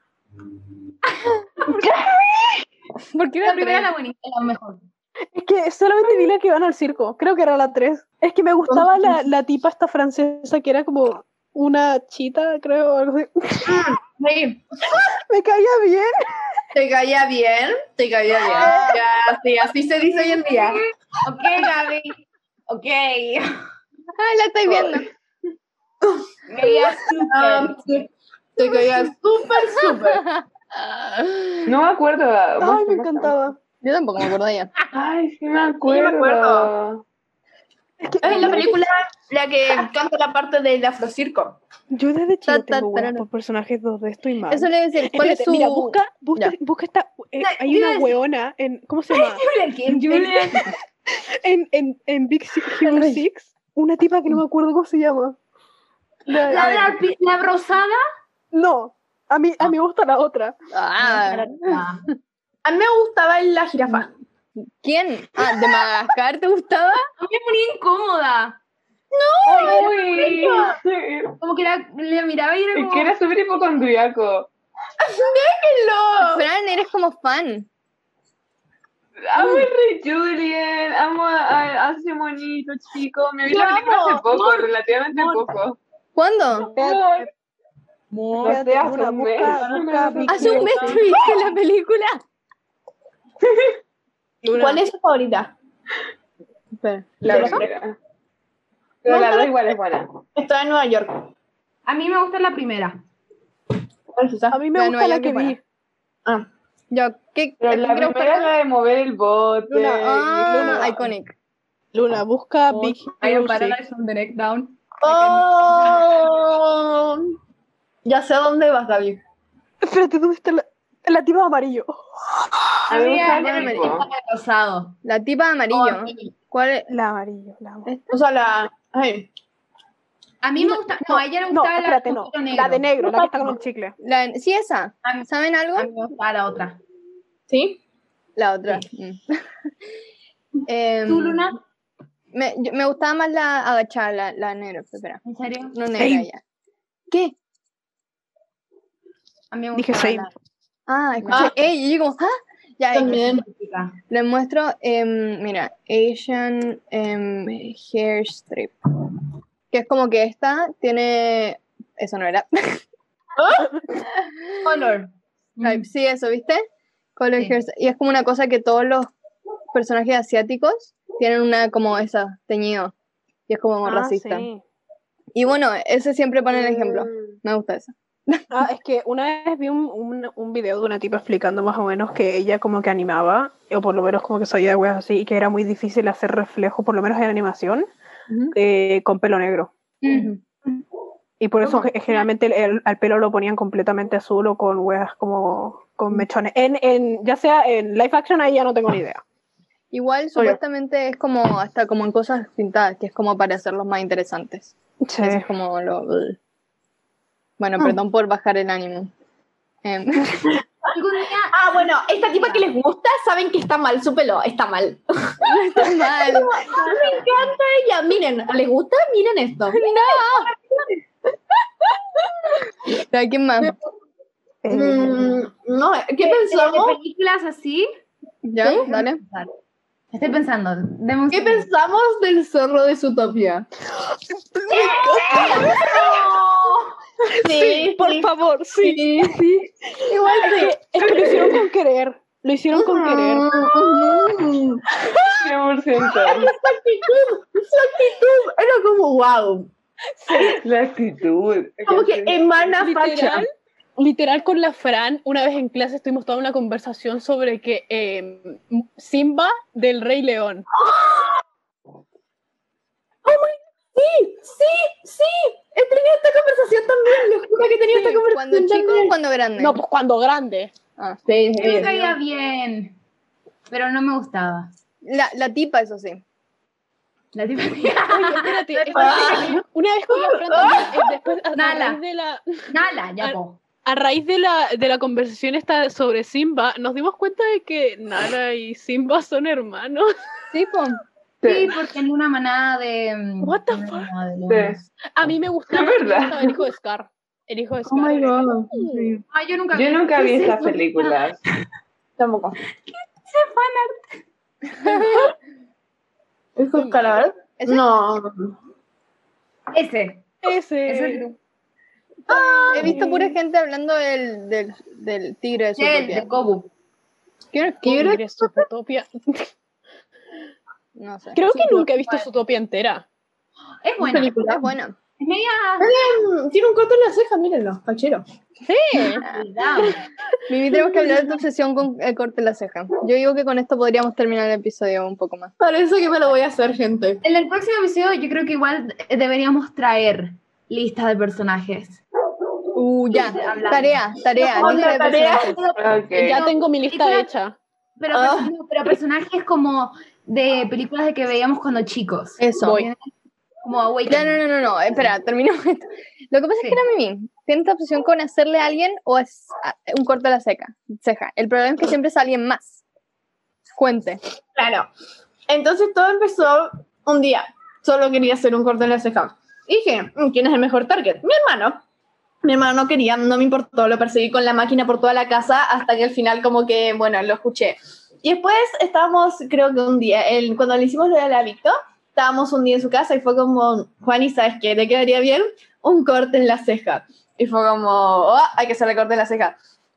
[SPEAKER 2] ¿Por qué
[SPEAKER 5] La
[SPEAKER 2] la
[SPEAKER 5] primera
[SPEAKER 2] tres?
[SPEAKER 5] la bonita, la mejor.
[SPEAKER 4] Es que solamente vi la que van al circo, creo que era la tres. Es que me gustaba la, la tipa esta francesa que era como una chita, creo, o algo así.
[SPEAKER 1] Sí,
[SPEAKER 4] Me caía bien.
[SPEAKER 1] te caía bien, te caía bien. Ya, sí, así se dice hoy en día.
[SPEAKER 5] Ok, Gaby. Ok.
[SPEAKER 2] Ah, la estoy viendo.
[SPEAKER 5] Veía
[SPEAKER 1] Ah,
[SPEAKER 5] súper.
[SPEAKER 1] sí, te caía súper, súper.
[SPEAKER 3] No me acuerdo.
[SPEAKER 4] Ay, me encantaba.
[SPEAKER 2] Yo tampoco me acuerdo de ella.
[SPEAKER 3] Ay, sí me
[SPEAKER 1] me
[SPEAKER 3] acuerdo.
[SPEAKER 1] acuerdo.
[SPEAKER 4] Es que
[SPEAKER 1] Es la película la que canta la parte del afrocirco.
[SPEAKER 4] yo desde chica
[SPEAKER 2] Ta, ta,
[SPEAKER 4] tengo huevas
[SPEAKER 2] tarara.
[SPEAKER 4] por personajes dos D, estoy mal.
[SPEAKER 2] Eso le voy a decir. ¿Cuál es
[SPEAKER 4] Espérate,
[SPEAKER 2] su...?
[SPEAKER 4] mira, busca, busca,
[SPEAKER 2] Ya.
[SPEAKER 4] busca esta. eh,
[SPEAKER 5] No,
[SPEAKER 4] hay
[SPEAKER 5] yo iba
[SPEAKER 4] una
[SPEAKER 5] a decir-
[SPEAKER 4] weona en. ¿Cómo se llama?
[SPEAKER 5] Julian, ¿quién? Julian.
[SPEAKER 4] En, en, en Big Si- Hero
[SPEAKER 2] Ay.
[SPEAKER 4] Six, una tipa que no me acuerdo cómo se llama. La-
[SPEAKER 5] La, la, pi- la rosada.
[SPEAKER 4] no, a mí, a mí me gusta la otra.
[SPEAKER 2] Ah,
[SPEAKER 1] A mí me gustaba la jirafa.
[SPEAKER 2] ¿quién? Ah, ¿de Madagascar te gustaba?
[SPEAKER 5] A mí me ponía incómoda.
[SPEAKER 3] Uy.
[SPEAKER 5] Como que la, la miraba y era
[SPEAKER 3] Es
[SPEAKER 5] como.
[SPEAKER 3] que era súper hipocondriaco.
[SPEAKER 1] ¡Déjenlo!
[SPEAKER 2] Fran, eres como fan.
[SPEAKER 3] Amo a Rey Julian, amo a, a, a ese monito chico. Me vi
[SPEAKER 1] Yo
[SPEAKER 3] la película
[SPEAKER 1] amo,
[SPEAKER 3] hace poco,
[SPEAKER 1] amor,
[SPEAKER 3] relativamente
[SPEAKER 1] amor.
[SPEAKER 3] poco.
[SPEAKER 2] ¿Cuándo?
[SPEAKER 4] Espérate,
[SPEAKER 3] No
[SPEAKER 4] espérate,
[SPEAKER 3] sé, hace
[SPEAKER 4] Luna,
[SPEAKER 3] un
[SPEAKER 4] busca,
[SPEAKER 3] mes.
[SPEAKER 4] busca Big
[SPEAKER 2] Hace un
[SPEAKER 4] Hero
[SPEAKER 2] mes
[SPEAKER 4] Six.
[SPEAKER 2] que viste la película.
[SPEAKER 4] Luna,
[SPEAKER 1] ¿Cuál es su favorita?
[SPEAKER 2] Espera.
[SPEAKER 3] La
[SPEAKER 1] ¿De las
[SPEAKER 3] primera. Pero la dos igual es buena.
[SPEAKER 1] Está en Nueva York.
[SPEAKER 5] A mí me gusta la primera.
[SPEAKER 1] ¿Cuál es esa?
[SPEAKER 4] a mí me
[SPEAKER 2] La
[SPEAKER 4] gusta
[SPEAKER 2] Nueva
[SPEAKER 4] la
[SPEAKER 2] York
[SPEAKER 4] que
[SPEAKER 2] es
[SPEAKER 4] vi.
[SPEAKER 2] buena.
[SPEAKER 1] Ah.
[SPEAKER 2] Yo, ¿qué?
[SPEAKER 3] Pero
[SPEAKER 2] ¿qué
[SPEAKER 3] la
[SPEAKER 2] quiero
[SPEAKER 3] primera es
[SPEAKER 2] buscar?
[SPEAKER 3] la de mover el bote.
[SPEAKER 4] Luna,
[SPEAKER 2] Ah,
[SPEAKER 4] Luna.
[SPEAKER 2] iconic.
[SPEAKER 4] Luna, busca Big Hero Six.
[SPEAKER 5] from the neck down.
[SPEAKER 1] Oh, ya sé a dónde vas, David.
[SPEAKER 4] Espérate, ¿dónde está la, la tipa de amarillo?
[SPEAKER 3] A mí me gusta
[SPEAKER 5] Había
[SPEAKER 3] el
[SPEAKER 2] el
[SPEAKER 3] tipo.
[SPEAKER 5] rosado.
[SPEAKER 2] La tipa de amarillo. ¿Cuál es?
[SPEAKER 4] La amarillo, la amarillo.
[SPEAKER 1] O sea, la. Ay,
[SPEAKER 5] A mí me gusta. No, a ella le
[SPEAKER 4] No,
[SPEAKER 5] gustaba
[SPEAKER 4] espérate,
[SPEAKER 5] la
[SPEAKER 4] no.
[SPEAKER 5] con
[SPEAKER 4] La de negro, la que está con el chicle.
[SPEAKER 2] La, sí, esa.
[SPEAKER 5] A mí-
[SPEAKER 2] ¿Saben algo?
[SPEAKER 5] A mí me gustaba la otra.
[SPEAKER 1] ¿sí?
[SPEAKER 2] La otra. Mm. Em,
[SPEAKER 5] ¿Tú, Luna?
[SPEAKER 2] Me, yo- me gustaba más la agachada, la, la negra. Espera.
[SPEAKER 5] ¿En serio?
[SPEAKER 2] No negra
[SPEAKER 4] Same.
[SPEAKER 2] ya. ¿Qué?
[SPEAKER 5] A mí me
[SPEAKER 4] Dije
[SPEAKER 5] gustaba
[SPEAKER 4] same.
[SPEAKER 5] la
[SPEAKER 2] Ah, escuché.
[SPEAKER 1] Ah.
[SPEAKER 2] Ey, y yo como, ah, ya,
[SPEAKER 1] También.
[SPEAKER 5] chica.
[SPEAKER 2] les muestro, em, mira, Asian em, Hair Strip. Que es como que esta tiene. Eso no era.
[SPEAKER 1] Honor.
[SPEAKER 2] Ay, sí, eso, ¿viste? Color
[SPEAKER 5] Sí.
[SPEAKER 2] hair strip. Y es como una cosa que todos los personajes asiáticos tienen una como esa, teñido. Y es como
[SPEAKER 4] Ah,
[SPEAKER 2] racista.
[SPEAKER 4] sí.
[SPEAKER 2] Y bueno, ese siempre pone el ejemplo.
[SPEAKER 3] Mm.
[SPEAKER 2] Me gusta eso.
[SPEAKER 4] Ah, es que una vez vi un, un, un video de una tipa explicando más o menos que ella como que animaba, o por lo menos como que sabía de weas así, y que era muy difícil hacer reflejo, por lo menos en animación, eh, con pelo negro.
[SPEAKER 2] Ujú.
[SPEAKER 4] Y por eso
[SPEAKER 1] ¿Cómo?
[SPEAKER 4] ge- generalmente el, el- al pelo lo ponían completamente azul o con weas como con mechones. En, en, ya sea en live action, ahí ya no tengo ni idea.
[SPEAKER 2] Igual supuestamente es como hasta como en cosas pintadas, que es como para hacerlos más interesantes.
[SPEAKER 4] Sí.
[SPEAKER 2] Eso es como lo. Bueno,
[SPEAKER 4] Ah.
[SPEAKER 2] perdón por bajar el ánimo. Em,
[SPEAKER 5] Algún día.
[SPEAKER 1] Ah, bueno, esta tipa que les gusta saben que está mal su pelo. Está mal.
[SPEAKER 2] está mal.
[SPEAKER 1] Me encanta ella. Miren, ¿les gusta? Miren esto.
[SPEAKER 2] ¿A quién más?
[SPEAKER 4] Eh,
[SPEAKER 1] Mm, no, ¿qué
[SPEAKER 5] de-
[SPEAKER 1] pensamos?
[SPEAKER 5] De películas así.
[SPEAKER 2] ¿Ya?
[SPEAKER 1] ¿Sí?
[SPEAKER 2] Dale.
[SPEAKER 5] Estoy pensando. Deme un
[SPEAKER 1] ¿Qué
[SPEAKER 5] segundo.
[SPEAKER 1] pensamos del zorro de Zootopia?
[SPEAKER 4] sí, por favor, sí.
[SPEAKER 1] Sí, sí.
[SPEAKER 4] Igual es que, es que lo hicieron con querer. Lo hicieron con querer.
[SPEAKER 1] Mm,
[SPEAKER 3] cien por ciento.
[SPEAKER 1] Su actitud, su actitud era como wow.
[SPEAKER 3] La actitud.
[SPEAKER 1] Como que emana facha.
[SPEAKER 4] Literal, literal con la Fran, una vez en clase estuvimos toda una conversación sobre que eh, Simba del Rey León.
[SPEAKER 1] Sí, sí, sí. He tenido esta conversación también. Les juro que he tenido esta
[SPEAKER 2] Sí,
[SPEAKER 1] conversación
[SPEAKER 2] ¿cuando chico o
[SPEAKER 1] también.
[SPEAKER 2] cuando grande?
[SPEAKER 4] No, pues cuando grande.
[SPEAKER 2] Ah.
[SPEAKER 1] Sí,
[SPEAKER 5] Yo me
[SPEAKER 1] sí.
[SPEAKER 5] caía bien. Pero no me gustaba.
[SPEAKER 2] La, la tipa, eso sí.
[SPEAKER 5] La tipa.
[SPEAKER 4] Oye, espérate, espérate. Una vez con la Fran también, eh, después a, a
[SPEAKER 5] Nala.
[SPEAKER 4] raíz de la
[SPEAKER 5] Nala, ya po.
[SPEAKER 4] a raíz de la de la conversación esta sobre Simba, nos dimos cuenta de que Nala y Simba son hermanos.
[SPEAKER 2] Sí, po.
[SPEAKER 5] Sí, porque en una manada de...
[SPEAKER 4] What the
[SPEAKER 5] una
[SPEAKER 4] fuck?
[SPEAKER 5] manada de leones.
[SPEAKER 3] Sí.
[SPEAKER 4] A mí me gustaba,
[SPEAKER 3] Es verdad.
[SPEAKER 4] me gustaba el hijo de Scar. El hijo de
[SPEAKER 1] Oh
[SPEAKER 4] Scar.
[SPEAKER 1] my
[SPEAKER 4] era
[SPEAKER 1] god.
[SPEAKER 4] como,
[SPEAKER 1] Sí.
[SPEAKER 5] Ah, yo nunca
[SPEAKER 3] Yo nunca
[SPEAKER 5] ¿Qué
[SPEAKER 3] vi
[SPEAKER 5] es
[SPEAKER 3] esas
[SPEAKER 5] eso?
[SPEAKER 3] películas.
[SPEAKER 1] Tampoco.
[SPEAKER 5] Se
[SPEAKER 1] ¿Es
[SPEAKER 4] Muy
[SPEAKER 1] Oscar, a ver?
[SPEAKER 2] ¿Ese?
[SPEAKER 1] No.
[SPEAKER 5] fan. Ese.
[SPEAKER 4] Ese.
[SPEAKER 5] Ese.
[SPEAKER 2] He visto pura gente hablando del, del, del tigre de
[SPEAKER 5] Sí, el
[SPEAKER 2] Zootopia.
[SPEAKER 5] de Kobu.
[SPEAKER 2] ¿Qué-
[SPEAKER 1] ¿Tigre?
[SPEAKER 4] Tigre, Zootopia.
[SPEAKER 2] No sé.
[SPEAKER 4] Creo que
[SPEAKER 1] Zootopia.
[SPEAKER 4] nunca he visto Zootopia entera.
[SPEAKER 5] Es buena.
[SPEAKER 1] Película.
[SPEAKER 2] Es buena.
[SPEAKER 5] Es media...
[SPEAKER 1] Mm, Tiene un corte en la ceja, mírenlo, fachero.
[SPEAKER 4] Sí.
[SPEAKER 2] Mimi, tenemos que hablar de tu obsesión con el corte de la ceja. Yo digo que con esto podríamos terminar el episodio un poco más.
[SPEAKER 1] Parece que me lo voy a hacer, gente.
[SPEAKER 5] En el próximo episodio yo creo que igual deberíamos traer listas de personajes.
[SPEAKER 2] Uh, ya.
[SPEAKER 5] Hablando.
[SPEAKER 2] Tarea, tarea.
[SPEAKER 1] Otra
[SPEAKER 2] lista de
[SPEAKER 1] tarea.
[SPEAKER 2] personajes.
[SPEAKER 3] Ok.
[SPEAKER 4] Ya tengo mi lista
[SPEAKER 5] Pero-
[SPEAKER 4] hecha.
[SPEAKER 5] Pero,
[SPEAKER 1] Ah.
[SPEAKER 5] perso- no, pero personajes como de películas de que veíamos cuando chicos.
[SPEAKER 2] Eso.
[SPEAKER 4] Voy.
[SPEAKER 5] Como Awakening.
[SPEAKER 2] Ya, no, no, no, no, espera, terminemos esto. Lo que pasa
[SPEAKER 5] Sí.
[SPEAKER 2] es que la Mimi tiene esta obsesión con hacerle a alguien o es a- un corte a la seca, ceja. El problema es que siempre es alguien más. Cuente.
[SPEAKER 1] Claro. Entonces todo empezó un día. Solo quería hacer un corte en la ceja. Y dije, "Mm, ¿quién es el mejor target? Mi hermano. Mi hermano no quería, no me importó, lo perseguí con la máquina por toda la casa hasta que al final como que, bueno, lo escuché. Y después estábamos, creo que un día, el, cuando le hicimos lo de la Victo, estábamos un día en su casa y fue como, Juani, ¿sabes qué? ¿Te quedaría bien? Un corte en la ceja. Y fue como, oh, hay que hacerle corte en la ceja.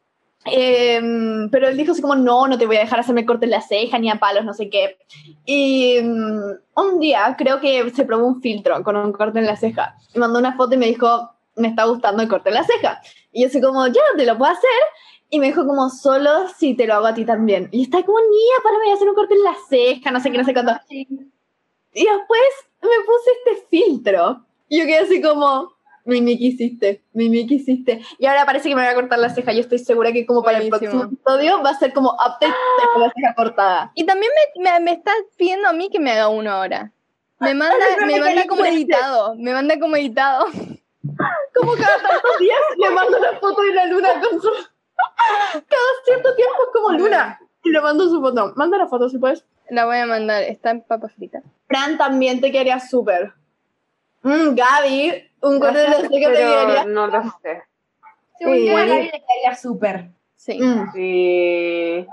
[SPEAKER 1] Eh, pero él dijo así como, no, no te voy a dejar hacerme corte en la ceja, ni a palos, no sé qué. Y um, un día creo que se probó un filtro con un corte en la ceja. Me mandó una foto y me dijo, me está gustando el corte en la ceja. Y yo así como, ya, te lo puedo hacer. Y me dijo como, solo si te lo hago a ti también. Y está como, niña, para, me voy a hacer un corte en la ceja, no sé qué, no sé cuánto. Y después me puse este filtro. Y yo quedé así como, Mimi, ¿qué hiciste? Mimi, ¿qué hiciste? Y ahora parece que me voy a cortar la ceja. Yo estoy segura que como para el
[SPEAKER 2] Buenísimo.
[SPEAKER 1] próximo episodio va a ser como update con la ceja cortada.
[SPEAKER 2] Y también me, me, me está pidiendo a mí que me haga uno ahora. Me manda, me manda como editado. Me manda como editado.
[SPEAKER 1] Como cada tantos días le mando una foto de la luna con su... Cada cierto tiempo es como luna. Y le mando su foto. Manda la foto si puedes.
[SPEAKER 2] La voy a mandar. Está en papa frita.
[SPEAKER 1] Fran también te quedaría súper. Mm, Gaby, un corte de la ceja te
[SPEAKER 3] Pero
[SPEAKER 1] quedaría.
[SPEAKER 3] no lo sé.
[SPEAKER 5] Según yo,
[SPEAKER 1] Sí.
[SPEAKER 5] a Gaby le caería súper.
[SPEAKER 2] Sí.
[SPEAKER 1] Mm.
[SPEAKER 3] Sí.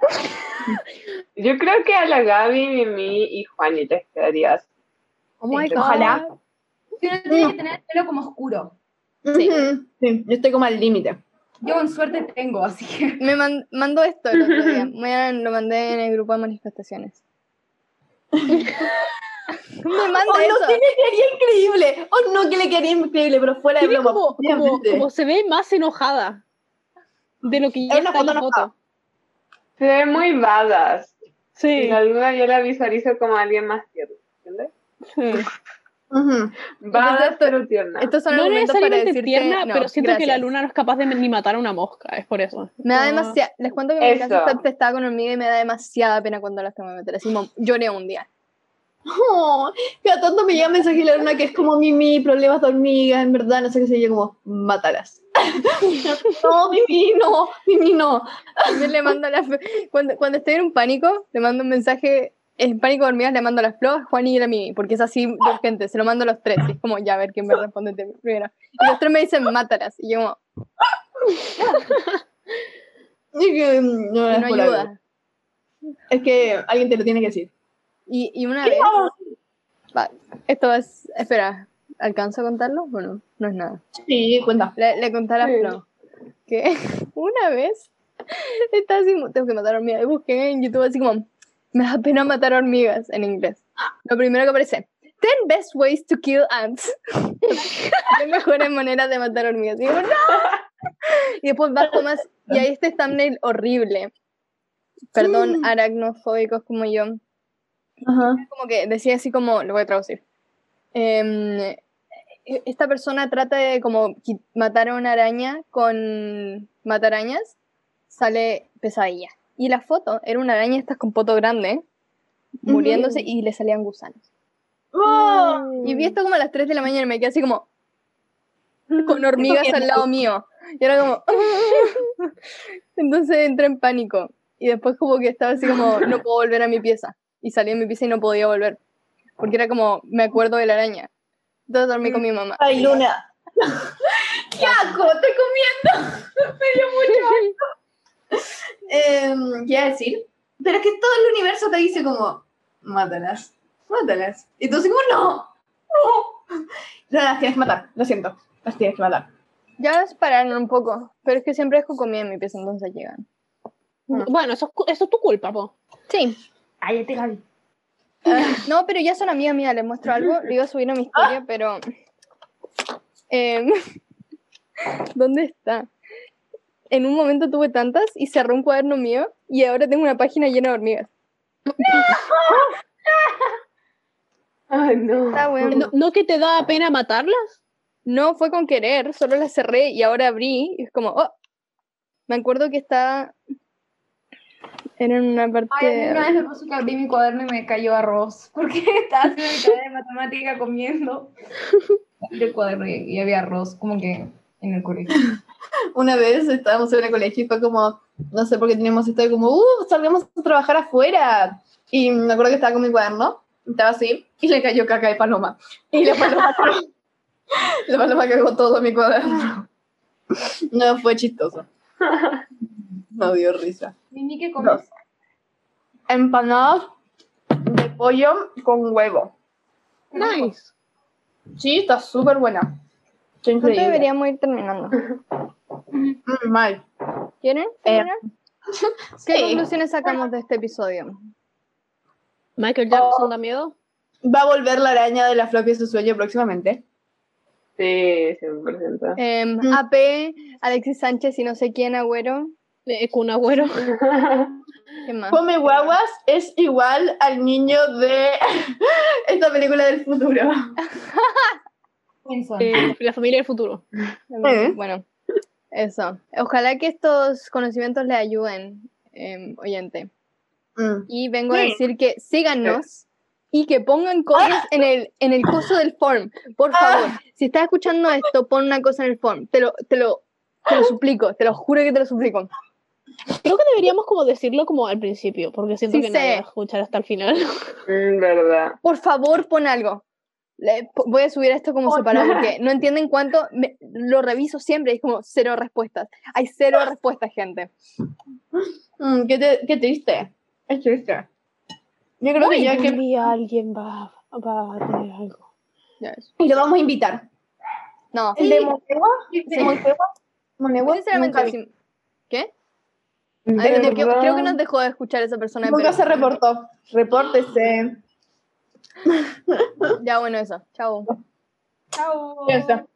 [SPEAKER 3] Yo creo que a la Gaby, Mimi y Juani les quedaría así.
[SPEAKER 2] Oh my
[SPEAKER 5] Sí,
[SPEAKER 2] God.
[SPEAKER 1] ojalá.
[SPEAKER 5] Pero tiene que tener el pelo como oscuro.
[SPEAKER 2] Sí.
[SPEAKER 1] Ujú. Sí, yo estoy como al límite.
[SPEAKER 5] Yo con suerte tengo, así que...
[SPEAKER 2] Me man- mandó esto el otro día. Mañana lo mandé en el grupo de manifestaciones. Me manda
[SPEAKER 1] Oh, no,
[SPEAKER 2] eso.
[SPEAKER 1] sí le quedaría increíble. Oh, no, que le quedaría increíble, pero fuera de
[SPEAKER 4] Tiene
[SPEAKER 1] broma.
[SPEAKER 4] como, como,
[SPEAKER 1] obviamente.
[SPEAKER 4] como se ve más enojada de lo que ya
[SPEAKER 1] Es una
[SPEAKER 4] está en la
[SPEAKER 1] foto enojada.
[SPEAKER 4] foto.
[SPEAKER 3] Se ve muy badass. Y
[SPEAKER 4] Sí.
[SPEAKER 3] la luna yo la visualizo como alguien más tierno. ¿Entiendes?
[SPEAKER 4] sí.
[SPEAKER 1] Ujú.
[SPEAKER 3] Badass
[SPEAKER 2] esto-
[SPEAKER 3] pero tierna.
[SPEAKER 2] Estos son
[SPEAKER 4] No
[SPEAKER 2] argumentos para
[SPEAKER 4] necesariamente
[SPEAKER 2] decirte
[SPEAKER 4] tierna,
[SPEAKER 2] no,
[SPEAKER 4] pero siento que la
[SPEAKER 2] gracias.
[SPEAKER 4] luna no es capaz de ni matar a una mosca, es por eso.
[SPEAKER 2] Me da
[SPEAKER 4] Como-
[SPEAKER 2] demasiada. Les cuento que mi
[SPEAKER 3] Eso.
[SPEAKER 2] casa está infestada con hormigas y me da demasiada pena cuando las tengo que meter. Así como lloré un día.
[SPEAKER 1] Oh, cada tanto me llega mensaje de la luna que es como Mimi, problemas de hormigas, en verdad, no sé qué sé yo, como, mátalas. No, Mimi, no, Mimi, no.
[SPEAKER 2] También le mando las. Cuando, cuando estoy en un pánico, le mando un mensaje. En pánico de hormigas le mando las flores, Juan y a Mimi, porque es así de urgente. Se lo mando a los tres. Y es como, ya, a ver quién me responde primero. Y los tres me dicen, mátalas. Y yo, como,
[SPEAKER 1] Es que, mm, no,
[SPEAKER 2] y
[SPEAKER 1] es
[SPEAKER 2] no
[SPEAKER 1] por algo.
[SPEAKER 2] ayuda.
[SPEAKER 1] Es que alguien te lo tiene que decir.
[SPEAKER 2] Y, y una vez. Va, esto es. Espera, ¿alcanzo a contarlo o no? No es nada.
[SPEAKER 1] Sí, cuenta.
[SPEAKER 2] Le, le conté a la
[SPEAKER 3] Sí.
[SPEAKER 2] Flo que una vez estaba así, tengo que matar hormigas. Y busqué en YouTube así como, me da pena matar hormigas en inglés. Lo primero que aparece, ten best ways to kill ants. Las mejores maneras de matar hormigas. Y digo, no. Y después bajo más, y hay este thumbnail horrible. Perdón, aracnofóbicos como yo.
[SPEAKER 1] Ajá.
[SPEAKER 2] Como que decía así como, lo voy a traducir. Em, esta persona trata de como qui- matar a una araña con matarañas, sale pesadilla. Y la foto era una araña estas con poto grande, muriéndose y le salían gusanos.
[SPEAKER 1] Oh,
[SPEAKER 2] Y vi esto como a las tres de la mañana y me quedé así como con hormigas al lado mío. Y era como... Entonces entré en pánico. Y después como que estaba así como, no puedo volver a mi pieza. Y salí de mi pieza y no podía volver. porque era como, me acuerdo de la araña. Entonces dormí con mi mamá.
[SPEAKER 1] Ay, Luna. ¡Qué asco! Estoy comiendo. Me dio mucho asco. Eh, ¿Qué iba a decir? Pero es que todo el universo te dice como, mátalas, mátalas. Y tú así como, no, no. No, las tienes que matar, lo siento. Las tienes que matar.
[SPEAKER 2] Ya las pararon un poco, pero es que siempre dejo comida en mi pieza, entonces llegan.
[SPEAKER 4] Bueno, eso es, cu- eso es tu culpa, po.
[SPEAKER 2] Sí.
[SPEAKER 5] Cállate, Gaby.
[SPEAKER 2] No, pero ya son amigas mías, les muestro algo. Lo iba a subir a mi historia, pero... em, ¿dónde está? En un momento tuve tantas y cerré un cuaderno mío y ahora tengo una página llena de hormigas.
[SPEAKER 3] Ay, no.
[SPEAKER 2] Está bueno.
[SPEAKER 4] ¿No, ¿No que te da pena matarlas?
[SPEAKER 2] No fue con querer, solo la cerré y ahora abrí y es como, oh, me acuerdo que está era en una parte...
[SPEAKER 5] Ay, a mí una vez me pasó que abrí mi cuaderno y me cayó arroz, porque estaba haciendo mi tarea de matemática comiendo el cuaderno y, y había arroz, como que en el colegio.
[SPEAKER 1] Una vez estábamos en el colegio y fue como, no sé por qué teníamos esto de como, uh, salgamos a trabajar afuera. Y me acuerdo que estaba con mi cuaderno, estaba así, y le cayó caca de paloma. Y la paloma, la paloma cagó todo mi cuaderno. No, fue chistoso. No dio risa.
[SPEAKER 5] Mimi, ¿qué comes?
[SPEAKER 1] Dos. Empanadas de pollo con huevo.
[SPEAKER 4] Nice.
[SPEAKER 1] Sí, está súper buena. Qué
[SPEAKER 2] Pronto
[SPEAKER 1] increíble.
[SPEAKER 2] deberíamos ir terminando.
[SPEAKER 1] Mm, mal.
[SPEAKER 2] ¿Quieren
[SPEAKER 1] Eh,
[SPEAKER 2] terminar? ¿Qué
[SPEAKER 1] sí.
[SPEAKER 2] conclusiones sacamos de este episodio?
[SPEAKER 4] Michael Jackson da miedo.
[SPEAKER 1] Va a volver la araña de la floppy de su sueño próximamente.
[SPEAKER 3] Sí, cien por ciento.
[SPEAKER 2] Em,
[SPEAKER 1] Mm.
[SPEAKER 2] A P, Alexis Sánchez y no sé quién, Agüero.
[SPEAKER 4] Eh, Kun Agüero.
[SPEAKER 2] ¿Qué más?
[SPEAKER 1] Come Guaguas es igual al niño de esta película del futuro.
[SPEAKER 5] Wilson.
[SPEAKER 4] Eh, la familia del futuro.
[SPEAKER 1] ¿Eh?
[SPEAKER 2] Bueno, eso. Ojalá que estos conocimientos le ayuden, em, oyente.
[SPEAKER 1] Mm.
[SPEAKER 2] Y vengo a
[SPEAKER 1] Sí.
[SPEAKER 2] decir que síganos y que pongan cosas en el, en el coso del form. Por favor, si estás escuchando esto, pon una cosa en el form. Te lo, te lo, te lo suplico, te lo juro que te lo suplico.
[SPEAKER 4] Creo que deberíamos como decirlo como al principio, porque siento
[SPEAKER 2] Sí
[SPEAKER 4] que
[SPEAKER 2] sé.
[SPEAKER 4] nadie va a escuchar hasta el final.
[SPEAKER 3] Mm, verdad.
[SPEAKER 2] Por favor, pon algo. Le- po- voy a subir esto como separado porque no entienden cuánto. Me- lo reviso siempre y es como cero respuestas. Hay cero respuestas, gente.
[SPEAKER 1] Mm, qué, te- qué triste. Es triste. Yo creo que ya
[SPEAKER 4] Un
[SPEAKER 1] que...
[SPEAKER 4] día alguien va, va a tener algo.
[SPEAKER 2] Ya ves.
[SPEAKER 1] Y lo vamos a invitar.
[SPEAKER 2] No,
[SPEAKER 1] ¿El de Monegua?
[SPEAKER 2] Sí.
[SPEAKER 1] ¿De Monegua? ¿Monegua?
[SPEAKER 2] sinceramente,
[SPEAKER 1] Nunca, vi.
[SPEAKER 2] sí. ¿Qué?
[SPEAKER 3] De
[SPEAKER 2] Ay, no, creo,
[SPEAKER 3] verdad.
[SPEAKER 2] creo que nos dejó de escuchar esa persona.
[SPEAKER 1] Nunca
[SPEAKER 2] Pero...
[SPEAKER 1] se reportó. Repórtese.
[SPEAKER 2] Ya, bueno, eso. Chao.
[SPEAKER 5] Chao.
[SPEAKER 1] Ya está.